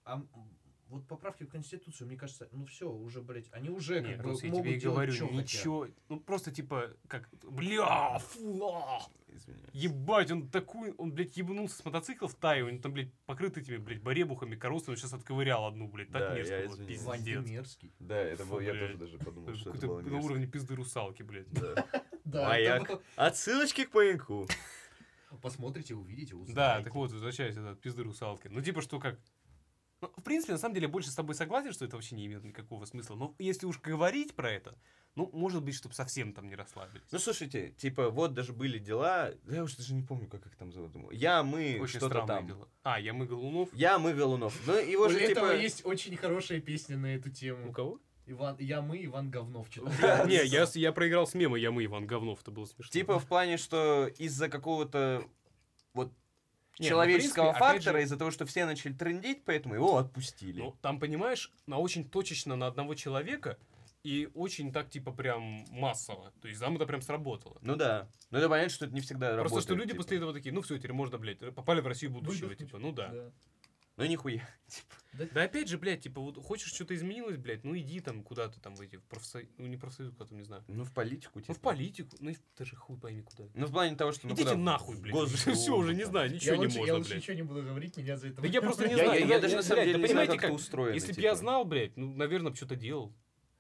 Вот поправки в Конституцию, мне кажется, ну все, уже, блядь, они уже
Не,
как бы
Рус, я
могут
тебе и
делать,
говорю,
что
ничего. Ну просто типа, как, бля, фу,
Извиняюсь.
ебать, он такой, он, блядь, ебанулся с мотоцикла в Тае, он там, блядь, покрыт этими, блядь, баребухами, коростами, сейчас отковырял одну, блядь, так
Да,
мерзко
я
было,
извиняюсь.
Вань, ты
пиздец.
мерзкий.
Да, это
Фу,
было, я
блядь.
тоже даже подумал, что это
Какой-то
было
на
мерзко.
уровне пизды русалки, блядь.
Да.
Да,
Маяк.
это было-
Отсылочки к пареньку.
Посмотрите, увидите, узнаете.
Да, так вот, возвращаясь от пизды русалки. Ну, типа, что как... Ну, в принципе, на самом деле, я больше с тобой согласен, что это вообще не имеет никакого смысла. Но если уж говорить про это, ну, может быть, чтобы совсем там не расслабились.
Ну, слушайте, типа, вот даже были дела, я уже даже не помню, как их там зовут. Я, мы,
Очень
что-то
странное
там.
дело. А, я мы Голунов.
Я, мы, Голунов. Ну, его
У
же,
этого
типа...
есть очень хорошая песня на эту
У
тему.
кого?
Иван Говнов.
Не, я проиграл с мема «Я мы, Иван Говнов», это было смешно.
Типа в плане, что из-за какого-то вот
Не, ну,
человеческого
в принципе, опять
фактора,
же-
из-за того, что все начали трендить, поэтому его отпустили.
Ну, там, понимаешь, на очень точечно на одного человека и очень так, типа, прям массово. То есть там это прям сработало.
Ну да. Но это понятно, что это не всегда
Просто
работает.
что люди
типа.
после этого такие, ну все, теперь можно, блядь, попали в Россию будущего,
Выдохнуть.
типа, ну да.
Ну нихуя. Типа.
Да опять же, блядь, типа, вот хочешь что-то изменилось, блядь, ну иди там куда-то там в эти, в профсоюз, ну не профсоюз, куда-то, не знаю.
Ну в политику, типа.
Ну в политику, ну и даже хуй пойми куда.
Ну в плане того, что... ну,
Идите
куда?
нахуй,
В
блядь.
Госдуму,
Все уже не
там.
знаю, ничего
Я
не
лучше
можно, блядь.
ничего не буду говорить, меня за это...
Да я просто не
Я-
знаю.
я
ну,
даже на самом
блядь,
деле
да
не знаю,
понимаете,
как это устроено,
Если бы
типа.
я знал, блядь, ну, наверное, бы что-то делал.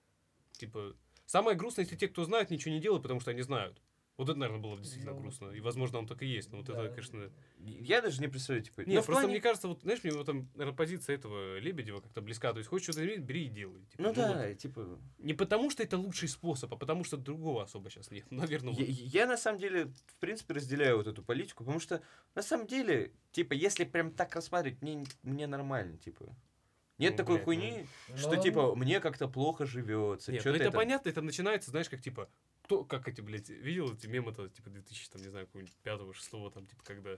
Типа, самое грустное, если те, кто знает, ничего не делают, потому что они знают. Вот это, наверное, было действительно
Ну,
грустно. И, возможно, он так и есть. Но вот это, конечно...
Я даже не представляю, типа...
Нет,
ну, в
просто
плане-
мне кажется, вот, знаешь, мне вот там, наверное, позиция этого Лебедева как-то близка. То есть, хочешь что-то изменить, бери и делай. Типа,
Ну да,
вот.
типа...
Не потому, что это лучший способ, а потому, что другого особо сейчас нет. Наверное, вот.
Я на самом деле, в принципе, разделяю вот эту политику, потому что, на самом деле, типа, если прям так рассматривать, мне нормально, типа. Нет
Ну,
такой
блядь,
хуйни,
ну.
что,
Ну,
типа, мне как-то плохо живется.
Нет, ну
что-то
это понятно, это начинается, знаешь, как типа, кто, как эти, блядь, видел эти мемы-то, типа, 2000, там, не знаю, какого-нибудь 5-6, там, типа, когда,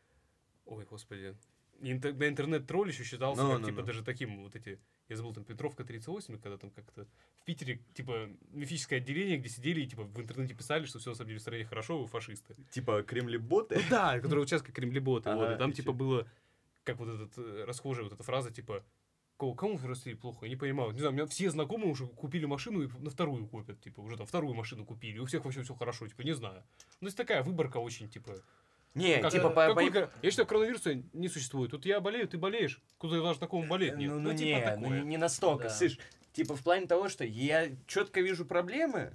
ой, господи, на интернет-тролль еще считался,
Ну,
как,
ну,
типа,
ну.
даже таким, вот эти, я забыл, там, Петровка 38, когда там как-то в Питере, типа, мифическое отделение, где сидели и, типа, в интернете писали, что все, на самом деле, в стране хорошо, вы фашисты.
Типа, кремлеботы.
Ну да, которые вот сейчас как кремлеботы,
Ага,
вот, и там,
и
типа,
чё?
было, как вот этот, расхожая вот эта фраза, типа, кому в России плохо? Я не понимаю. Не знаю, у меня все знакомые уже купили машину и на вторую копят. Типа, уже там вторую машину купили. У всех вообще все хорошо. Типа, не знаю. Ну, есть такая выборка очень, типа...
Не,
как-
типа,
Я считаю, коронавируса не существует. Вот я болею, ты болеешь. Куда ваш знакомый болеет? Нет.
Ну,
типа
не,
такое.
не настолько,
Да.
слышь. Типа, в плане того, что я четко вижу проблемы,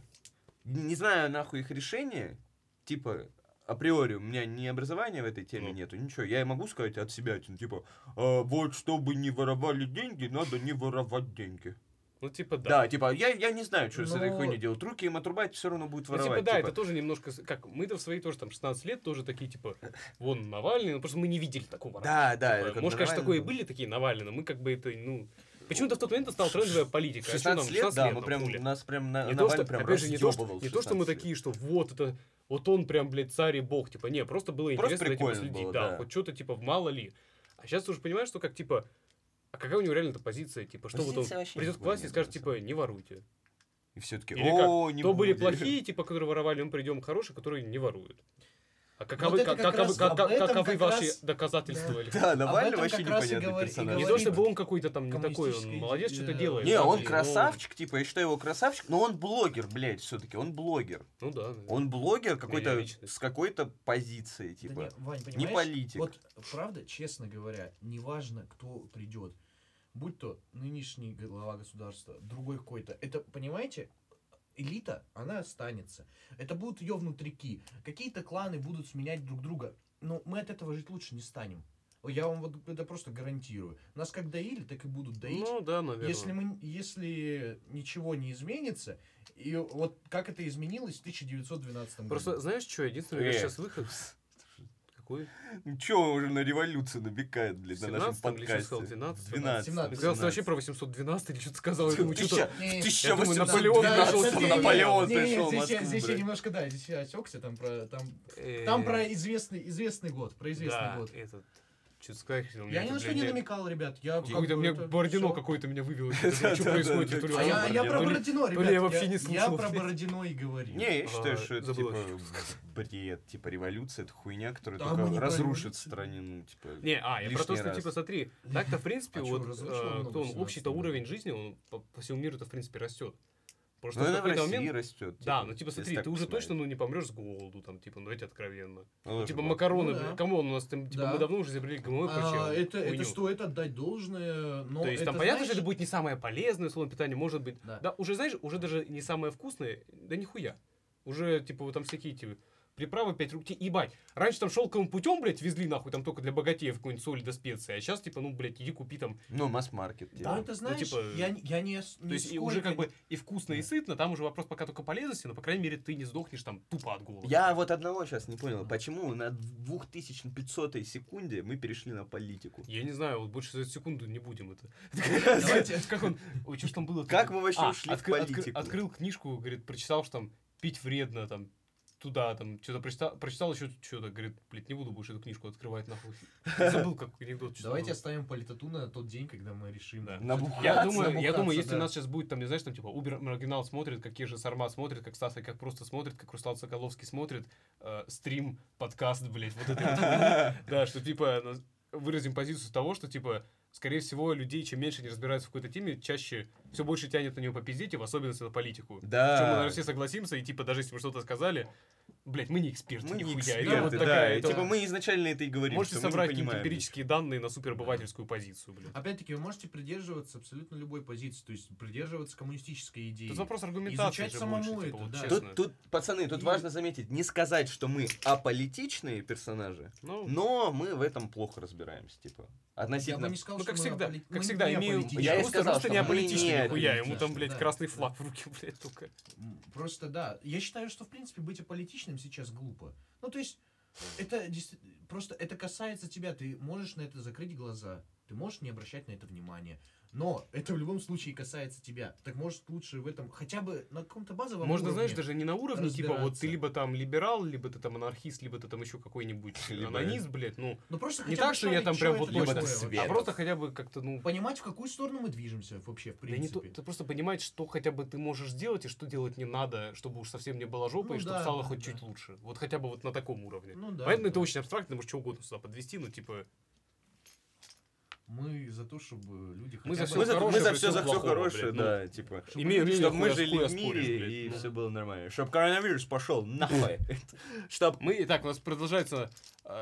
не знаю нахуй их решения, типа, априори у меня ни образования в этой теме
Ну.
нету, ничего. Я могу сказать от себя, типа, вот чтобы не воровали деньги, надо не воровать деньги.
Ну, типа, да.
Да, типа, я не знаю, что с этой
Ну,
хуйней делать. Руки им отрубать, все равно будет
Ну,
воровать.
типа, да, это тоже немножко... Как мы-то в свои тоже там 16 лет тоже такие, типа, вон Навальный, ну, просто мы не видели такого
Да,
раньше.
да,
Типа,
это как
может, конечно,
Навальный
такое и
был.
были такие Навальные, но мы как бы это, ну... Почему-то в тот момент это стала трендовая политика.
В
А что нам,
16 лет, да, мы
нам
прям,
хули?
у нас прям
Не то,
Навальный
что,
прям
опять же, не то, что,
разъёбывал в
не то, что мы
16 лет.
такие, что вот это, вот он прям, блядь, царь и бог, типа, не, просто было
Просто
интересно за этим
прикольно
следить,
было,
да,
да.
хоть что-то, типа, мало ли. А сейчас ты уже понимаешь, что как, типа, а какая у него реально-то позиция, типа, что вот
Позиция
он
вообще
придет к
никакой
власти и
нет,
скажет,
на
типа,
самом
не воруйте.
И все таки
Или
о, не
То были
будем.
плохие, типа, которые воровали, мы придем хорошие, которые не воруют. А
Вот
каковы,
это как раз об этом
каковы
как
ваши
раз-
доказательства? или-
Да, Навальный
этом
вообще
как раз и
непонятный
говори- и
персонаж.
Не то,
говорит
чтобы он какой-то там не такой, он
коммунистический,
молодец, что-то делает.
Не,
да,
он
блин,
красавчик, типа, я считаю его красавчик, но он блогер, блядь, все-таки, он блогер.
Ну да. да.
Он блогер какой-то
личность.
с какой-то позицией,
Да
типа.
не, Вань,
не
понимаешь,
политик.
Вот, правда, честно говоря, неважно, кто придет, будь то нынешний глава государства, другой какой-то, это, понимаете, элита, она останется. Это будут ее внутрики. Какие-то кланы будут сменять друг друга, но мы от этого жить лучше не станем. Я вам вот это просто гарантирую. Нас как доили, так и будут доить.
Ну да, наверное.
Если ничего не изменится, и вот как это изменилось в 1912 году.
Просто, знаешь, что, единственный сейчас выход... Какой?
Ну чё, он уже на революцию набегает, блядь, на нашем
17-м или что
подкасте.
сказал, 12?
12.
17.
Ты сказал, что вообще про 812 или что-то сказал. Я думаю, что-то...
Не,
Я думаю,
1800,
Наполеон
да,
пришел,
да,
что-то
да, Наполеон
не, не,
пришел в
здесь,
Москву,
здесь я
блядь.
немножко, да, здесь я осекся, там про
Э,
известный год, про известный
да,
год.
этот... Что-то сказать хотел.
Я ни на что не намекал, ребят. Я
Какой-то мне Бородино какой-то меня вывел. Что происходит?
Я про Бородино, ребят.
Я вообще не слушал.
Я про Бородино и говорил.
Не, я считаю, что это, типа, бред, типа, революция, это хуйня, которая только разрушит страну, типа,
Не, я про то, что, типа, смотри, так-то, в принципе, вот, общий-то уровень жизни, он по всему миру-то, в принципе, растет.
Просто в какой-то момент растет.
Да, ну типа смотри, ты уже точно не помрешь с голоду, там, типа, ну эти откровенно. Типа макароны, камон, у нас там, типа, мы давно уже изобрели ГМО и прочее.
Это стоит отдать должное, но...
То есть там понятно, что это будет не самое полезное условное питание, может быть. Да, уже, знаешь, уже даже не самое вкусное, да нихуя. Уже, типа, вот там всякие, типа, приправы 5 рублей, ебать. Раньше там шелковым путем, блядь, везли нахуй там только для богатеев какую-нибудь соль да специи, а сейчас, типа, ну, блядь, иди купи там...
Ну, масс-маркет.
Да, ты знаешь,
типа,
я не
то есть уже как бы и вкусно, и сытно, там уже вопрос пока только полезности, но, по крайней мере, ты не сдохнешь там тупо от голода.
Я вот одного сейчас не понял, почему на 2500 секунде мы перешли на политику?
Я не знаю, вот больше за секунду не будем это. Давайте, как он... Ой, что ж там было?
Как вы вообще ушли в политику?
Открыл книжку, говорит, прочитал, что там пить вредно, там, туда, там, что-то прочитал еще что-то, говорит, блядь, не буду больше эту книжку открывать, нахуй. Забыл, как анекдот.
Давайте оставим политоту на тот день, когда мы решим.
Да. Я думаю, если у нас сейчас будет, там, не знаешь, там, типа, Убер Маргинал смотрит, как Ежи Сарма смотрит, как Стаса, как просто смотрит, как Руслан Соколовский смотрит, стрим, подкаст, блядь, вот это вот. Да, что, типа, выразим позицию того, что, типа, скорее всего, людей, чем меньше не разбираются в какой-то теме, чаще все больше тянет на него попиздеть, и в особенности на политику.
Да.
В чем мы, наверное, все согласимся, и, типа, даже если мы что-то сказали, блять, мы не эксперты,
мы не
нихуя.
эксперты,
вот
да,
такая,
типа, мы изначально это и говорим,
можете
что мы
собрать
не понимаем.
эмпирические данные на суперобывательскую позицию, блядь.
Опять-таки, вы можете придерживаться абсолютно любой позиции, то есть придерживаться коммунистической идеи.
Тут вопрос аргументации.
Изучать самому
больше,
это,
типа,
да.
вот,
Тут, пацаны, тут важно заметить, не сказать, что мы аполитичные персонажи, но мы в этом плохо разбираемся, типа. Относительно...
Я бы не сказал,
ну, как
что
всегда, имею...
Я и сказал,
Русло
что
не аполитичный, нихуя, ему там,
да.
блядь, красный флаг в руке, блядь, только.
Просто, да. Я считаю, что, в принципе, быть аполитичным сейчас глупо. Ну, то есть, это просто это касается тебя. Ты можешь на это закрыть глаза, ты можешь не обращать на это внимания. Но это в любом случае касается тебя. Так может лучше в этом хотя бы на каком-то базовом
можно,
уровне.
знаешь, даже не на уровне, типа, вот ты либо там либерал, либо ты там анархист, либо ты там еще какой-нибудь анонист, блядь, ну
просто
не так, что я там прям вот точно,
свет.
а просто хотя бы как-то, ну...
Понимать, в какую сторону мы движемся вообще, в принципе.
Да не то, ты просто понимаешь, что хотя бы ты можешь сделать, и что делать не надо, чтобы уж совсем не было жопы, и чтобы стало хоть чуть лучше. Вот хотя бы вот на таком уровне. Поэтому это очень абстрактно, можешь что угодно сюда подвести, но типа...
Мы за то, чтобы люди
мы за все хорошее, да, типа. Чтобы мы жили в мире, и все было нормально. Чтобы коронавирус пошел нахуй.
Чтоб мы... Итак, у нас продолжается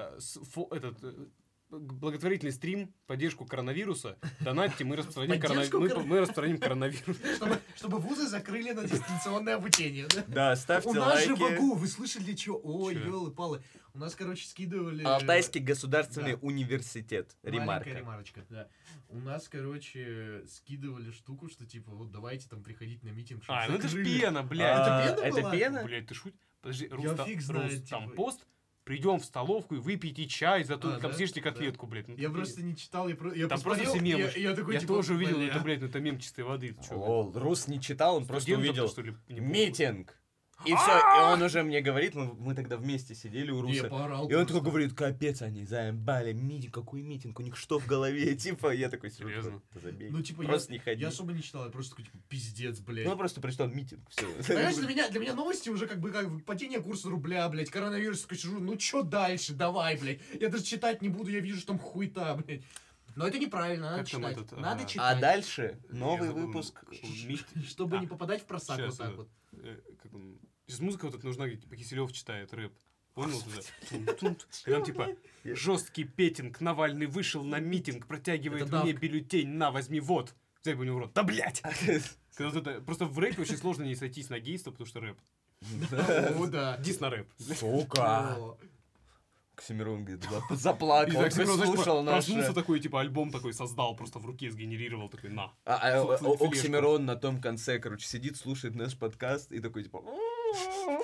благотворительный стрим, поддержку коронавируса. Донатьте, мы распространим коронавирус.
Чтобы вузы закрыли на дистанционное обучение, да?
Да, ставьте лайки.
У нас же в АГУ, вы слышали, что? Ой, ёлы-палы. У нас, короче, скидывали...
Алтайский государственный университет.
Ремарочка, да. У нас, короче, скидывали штуку, что типа, вот давайте там приходить на митинг.
Ну это ж пена, блядь.
Это пена?
Блядь, ты шутишь? Подожди,
Рус,
там пост. Придем в столовку и выпейте чай, зато там съешьте котлетку, блядь.
Я просто не читал, я
там просто все мемы. Я
такой,
тоже увидел, это, блядь, это мем чистой воды.
Рус не читал, он просто увидел митинг. И все, и он уже мне говорит, мы тогда вместе сидели у Руса, и он такой говорит, капец, они заебали, митинг, какой митинг, у них что в голове, типа, я такой, серьезно, забей,
ну, типа,
просто не ходи.
Я особо не читал, я просто такой, типа, пиздец, блядь.
Ну, я просто прочитал митинг, все.
Понимаешь, для меня новости уже как падение курса рубля, блядь, коронавирус, такой сижу, ну, чё дальше, давай, блядь, я даже читать не буду, я вижу, что там хуйта, блядь. Но это неправильно, надо читать. Надо читать.
А дальше новый выпуск.
Чтобы не попадать в просак вот так вот.
Сейчас музыка вот так нужна, типа Киселев читает рэп. Понял туда? И там типа жесткий петинг, Навальный вышел на митинг, протягивает мне бюллетень, на, возьми, вот. Взять бы у него в рот. Да, блядь! Просто в рэпе очень сложно не сойтись на гейство, потому что рэп.
О, да.
Дис на рэп.
Сука! Оксимирон, говорит, заплакал, слушал наш...
Проснулся такой, типа, альбом такой создал, просто в руке сгенерировал, такой, на.
Оксимирон на том конце, короче, сидит, слушает наш подкаст и такой, типа...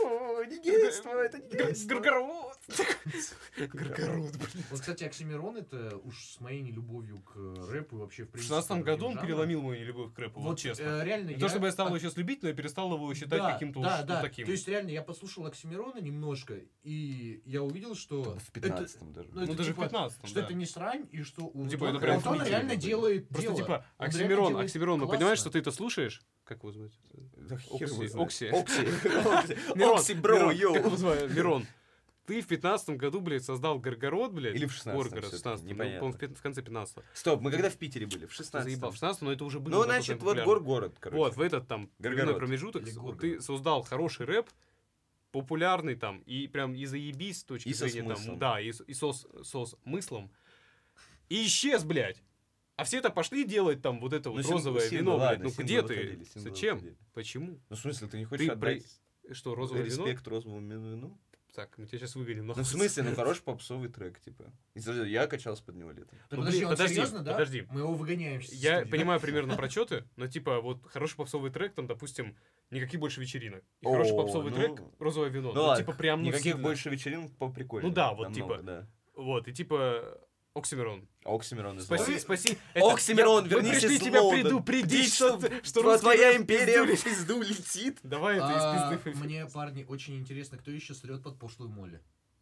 не гейство, это не гейство.
Горгород. Горгород, блин.
Вот, кстати, Оксимирон это уж с моей нелюбовью к рэпу и вообще в
В
принципе.
16 году он
жанра.
переломил мою нелюбовь к рэпу, вот честно.
Реально
Не то, чтобы я стал его сейчас любить, но я перестал его считать каким-то уж
да.
таким.
То есть реально я послушал Оксимирона немножко, и я увидел, что...
В 15-м даже.
Ну, даже в 15-м,
Что
да.
это не срань, и что
Ну, типа, это прям
он
охуительно
реально
было.
делает
Просто
дело.
типа
Он реально делает
Оксимирон, мы
классно.
понимаешь, что ты это слушаешь? Как его звать?
Да хер его знает.
Окси.
Мирон. Окси, бро,
Мирон,
йоу.
как его звать? Мирон. Ты в 15-м году, блядь, создал Горгород, блядь.
Или в 16-м
Горгород, в
всё-таки,
16-м.
непонятно.
Ну, по-моему, в конце 15-го.
Стоп, мы когда в Питере были? В
Ты
16-м.
заебал. В 16-м, но это уже было.
Ну,
настолько
значит, вот
популярно.
город, короче.
Вот, в этот там временной
Горгород.
промежуток
Или
вот
Горгород.
ты создал хороший рэп, популярный там, и прям и заебись с точки
И со
зрения
смыслом.
там, да, и со смыслом. И исчез, блядь. А все это пошли делать там вот это вот
Ну,
розовое
синглы,
вино, блядь.
ладно,
Ну
синглы
где
выходили,
ты?
синглы
Зачем?
выходили.
Почему?
Ну, в смысле, ты не хочешь
Ты
отдать
Что, розовое вино?
респект розовому вину?
Так, мы тебя сейчас выгоним.
Ну, в смысле, ну, хороший попсовый трек, типа. И я качался под него летом.
Да
Ну,
подожди,
блин,
он
подожди,
серьезно, да?
подожди.
Мы его выгоняем. с
Я
студии.
понимаю примерно прочеты, но типа вот хороший попсовый трек, там, допустим, никаких больше вечеринок. И хороший попсовый
ну,
трек, розовое вино.
Ну,
Ну,
ладно,
типа прям, ну,
никаких
сильно.
больше вечеринок поприкольнее.
Ну да, вот
намного,
типа.
Да.
Вот, и типа Оксимирон.
Оксимирон из
Спаси,
Лондона.
спаси.
Оксимирон,
Мы
вернись
пришли
из
тебя
Лондона.
предупредить, что
Твоя
русский рэп
империя
в
в пизду летит.
Давай это из пизды.
Мне, парни, очень интересно, кто еще срет под пошлую Молли.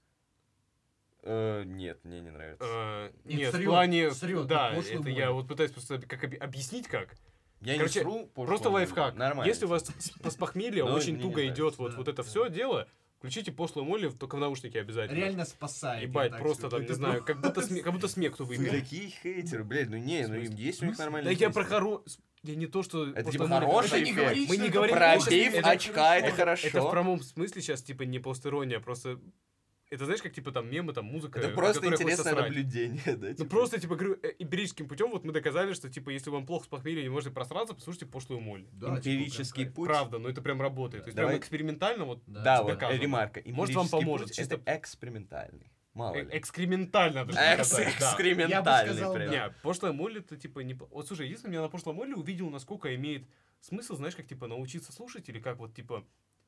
Нет, мне не нравится.
Нет, в
срёт,
плане...
срёт,
Да,
пошлую
это
молли.
я вот пытаюсь просто как объяснить как.
Я
короче,
не сру,
Просто лайфхак.
Нормально.
Если у вас с похмелья
Но
очень
мне
туго
не
идет
нравится,
вот
да,
это
да.
все дело, включите пошлую молли только в наушнике обязательно.
Реально спасает.
Ебать,
я так
просто
скажу.
там, не
Это
знаю, как будто смех
Вы
выпили.
такие хейтеры, блядь, ну не, ну
смысле?
есть у них
Да
нормальные
я про
песни.
Я не то, что...
Это
пошлая
типа
молли,
хороший
Это не говорит,
эффект.
Мы
что
не
это
говорим,
плохо.
что
Пробив
это
очка, это
Это в
хорошо.
прямом смысле сейчас, типа, не посторонняя, просто... Это знаешь, как, типа, там, мемы, там, музыка...
Это
на
просто
которой
интересное
хочется срать.
наблюдение, да?
Ну
типа.
просто, типа, говорю, эмпирическим путем вот мы доказали, что, типа, если вам плохо с похмелья, не можете просраться, послушайте пошлую молли.
Да,
Эмпирический
типа,
путь.
Правда, но это прям работает. То есть
Давай.
прям экспериментально вот
Да, вот,
доказано.
ремарка.
Может, вам
Эмпирический
поможет,
путь
чисто-
это экспериментальный. Мало ли.
Экскрементально даже доказать, да.
Экскрементальный
сказал,
прям.
да.
Не, пошлая молли, это типа не... Вот слушай, если бы я на пошлой молли увидел, насколько имеет смысл, знаешь, как типа научиться слушать, или как вот типа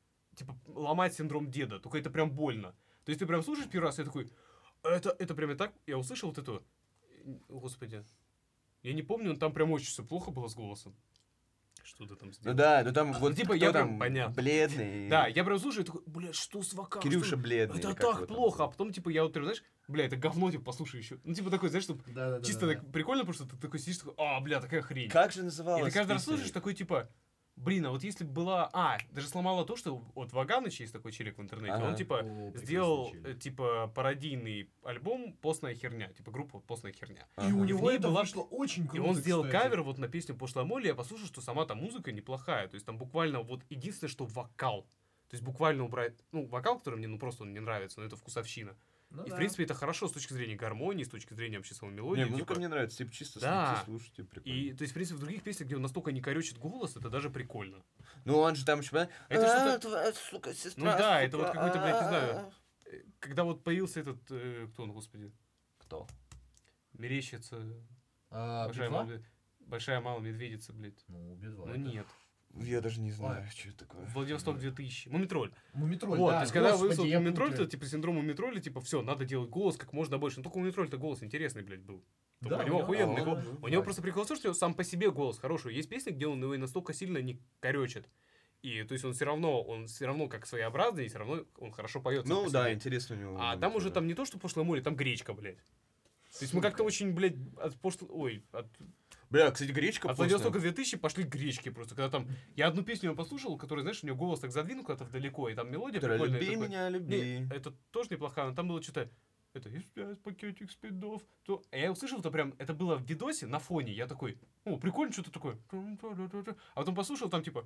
ломать синдром деда, только это прям больно. То есть ты прям слушаешь первый раз, и я такой, это прям и так, я услышал вот эту, господи, я не помню, но там прям очень все плохо было с голосом. Что ты там
Ну
сделал?
да, ну там вот
типа,
кто
я прям-
там
понятно.
бледный.
Да, я прям слушаю, и такой, блядь, что с вокалом?
Кирюша бледный.
Это
или как его
так
там
плохо, а
зовут.
потом, типа, я вот прям, знаешь, бля, это говно, типа, послушай еще. Ну, типа, такой, знаешь, чтобы
Да.
чисто так прикольно, потому что ты такой сидишь, такой, бля, такая хрень.
Как же
И
называлась
ты каждый раз
песня?
слушаешь такой, типа, блин, а вот если бы была... даже сломала то, что вот Ваганыч есть такой челик в интернете,
Ага.
он, типа,
О, прекрасный
сделал,
челик.
типа, пародийный альбом «Постная херня», типа, группа «Постная херня».
И
Ага.
у
И
него
в ней
это
была-
вышло очень
И
круто,
он сделал
кстати.
кавер вот на песню «Пошлая молли», я послушал, что сама там музыка неплохая, то есть там буквально вот единственное, что вокал. То есть буквально убрать, вокал, который мне, просто он не нравится, но это вкусовщина.
Ну
И,
да.
в принципе, это хорошо с точки зрения гармонии, с точки зрения вообще самой мелодии.
Не, музыка
типа.
мне нравится, типа чисто
Да.
слушайте, прикольно.
И, то есть, в принципе, в других песнях, где он настолько не корючит голос, это даже прикольно.
Ну он же там еще...
Это что-то-
твоя, сука, сестра,
Ну да, это
сука,
вот какой-то, блядь, не знаю.
а-а-а.
Когда вот появился этот, кто он, господи,
Кто?
мерещится,
Би-2?
большая мало медведица, блядь.
Ну, Би-2.
Ну нет.
Я даже не знаю, что это такое.
Владивосток 2000. Мумитроль.
Мумитроль,
Вот,
да.
то есть, когда
Господи,
вышел
я
Мумитроль,
путаю.
то, типа, синдром Мумитроля, типа, все, надо делать голос как можно больше. Ну, только у Мумитроль-то голос интересный, блядь, был.
Да,
у него охуенный
да,
голос.
да,
У него просто прикол в том, что сам по себе голос хороший. Есть песни, где он его и настолько сильно не коречит. И, то есть, он все равно как своеобразный, и все равно он хорошо поет. сам
Ну
по
да,
себе.
интересно у него.
А там уже там не то, что пошлое море, там гречка, блядь. То есть мы как-то очень, блядь, от
Бля, кстати, гречка
от Владивостока 2000 пошли к гречке просто. Когда там... Я одну песню его послушал, которая, знаешь, у него голос так задвинул куда-то вдалеко, и там мелодия прикольная.
Люби
такой-
меня, люби.
Не, это тоже неплохая, но там было что-то... Это из 5 пакетик спидов. То... А я услышал, это прям... Это было в видосе на фоне. Я такой... Прикольно, что-то такое. А потом послушал, там типа...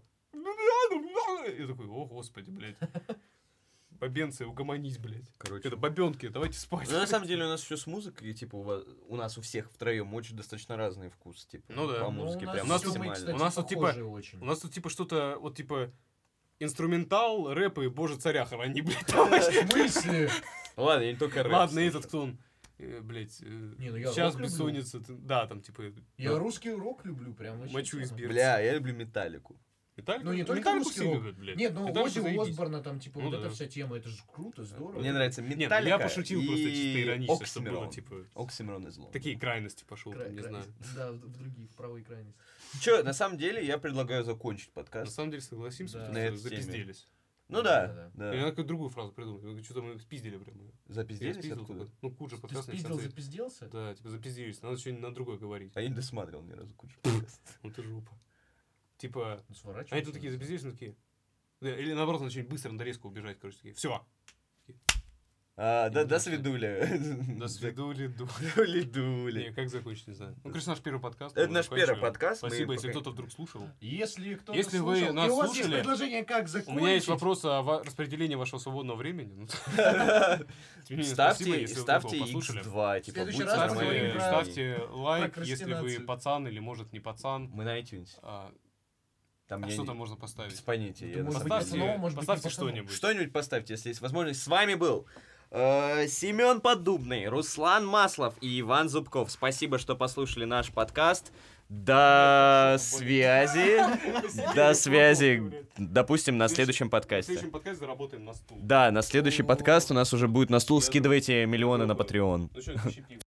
Я такой, о, господи, блядь. Бабенцы, угомонись, блядь.
Короче.
Это бабенки, давайте спать.
Ну, на самом деле, у нас еще с музыкой, типа, у нас у всех втроем очень достаточно разный вкус, типа,
Ну да.
по
Ну,
музыке,
у
прям
нас
с Тёмой,
максимально.
кстати,
У нас тут, типа,
похожие очень.
У нас тут типа что-то, вот типа... Инструментал, рэп и боже царя храни, блядь. там вообще.
В смысле?
Ладно, я не только рэп.
Ладно,
слушаю.
этот кто он? Блядь,
Не, ну я
сейчас
рок люблю.
бессонница. Да, там типа...
Я русский рок люблю, прям вообще.
Мочу из
тема.
берца.
Бля, я люблю металлику.
Металлика?
Ну, не только
Металлику
русский
все
рок.
любят, блядь.
Нет, ну
Металлику
Оззи
заебись.
Осборна, там, типа,
Ну
вот
да.
эта вся тема, это же круто, здорово.
Мне нравится
Нет,
Металлика
я пошутил просто чисто
и
иронично, чтобы было,
Оксимирон.
типа...
Оксимирон из зла.
Такие крайности пошел, там, не знаю.
Да, в другие, в правой крайности.
Че, на самом деле, я предлагаю закончить
На
подкаст.
самом деле согласимся,
Да.
потому
На
что
этой теме.
запизделись.
Ну
Да,
да,
да.
Я
да.
какую-то другую фразу придумал. Что-то мы спиздили прям. Я
Запизделись
спиздил
откуда?
такой. Ну, Куджа
Ты
подкаст
спиздил,
начался.
запизделся?
Да, типа запиздились. Надо что-нибудь на другое говорить.
А я не досматривал ни разу кучу подкастов.
Ну ты жопа. Типа,
Ну, сворачивайся.
они тут такие запиздились, ну такие. Да, или наоборот, надо что-нибудь быстро, надо резко убежать, короче, такие. Все.
Да, до
Интересно.
свидуля.
До свидули,
Дули-дули.
Не, как закончить, не знаю. Ну, короче, наш первый подкаст.
Это
мы
наш первый
заканчиваем.
подкаст. мы
Спасибо, если
пока-
кто-то вдруг слушал.
Если кто-то
Если вы
слушал,
нас
и у вас есть
слушали,
предложение, как
У
закончить...
меня есть вопрос о распределении вашего свободного времени. Ну, тем не менее, спасибо,
Ставьте,
если вы
ставьте
такого послушали.
X2, типа,
следующий
будьте
раз поговорим
нормальными
про-
людьми.
Ставьте лайк, если вы
прокрастинацию.
пацан или, может, не пацан.
Мы на iTunes. Там
А
я
что
не-
там можно поставить?
Без понятия.
Это
я на
может
самом
быть
деле-
пацаном,
Поставьте,
может быть,
поставьте
не пацаном.
что-нибудь.
Что-нибудь поставьте, если есть возможность. С вами был Семен Поддубный, Руслан Маслов и Иван Зубков. Спасибо, что послушали наш подкаст. До связи. До связи. Допустим, на следующем
В
подкасте.
следующем подкасте заработаем на стул.
Да, на следующий подкаст у нас уже будет на стул. Скидывайте миллионы на Patreon.
Ну что, ищи пиво.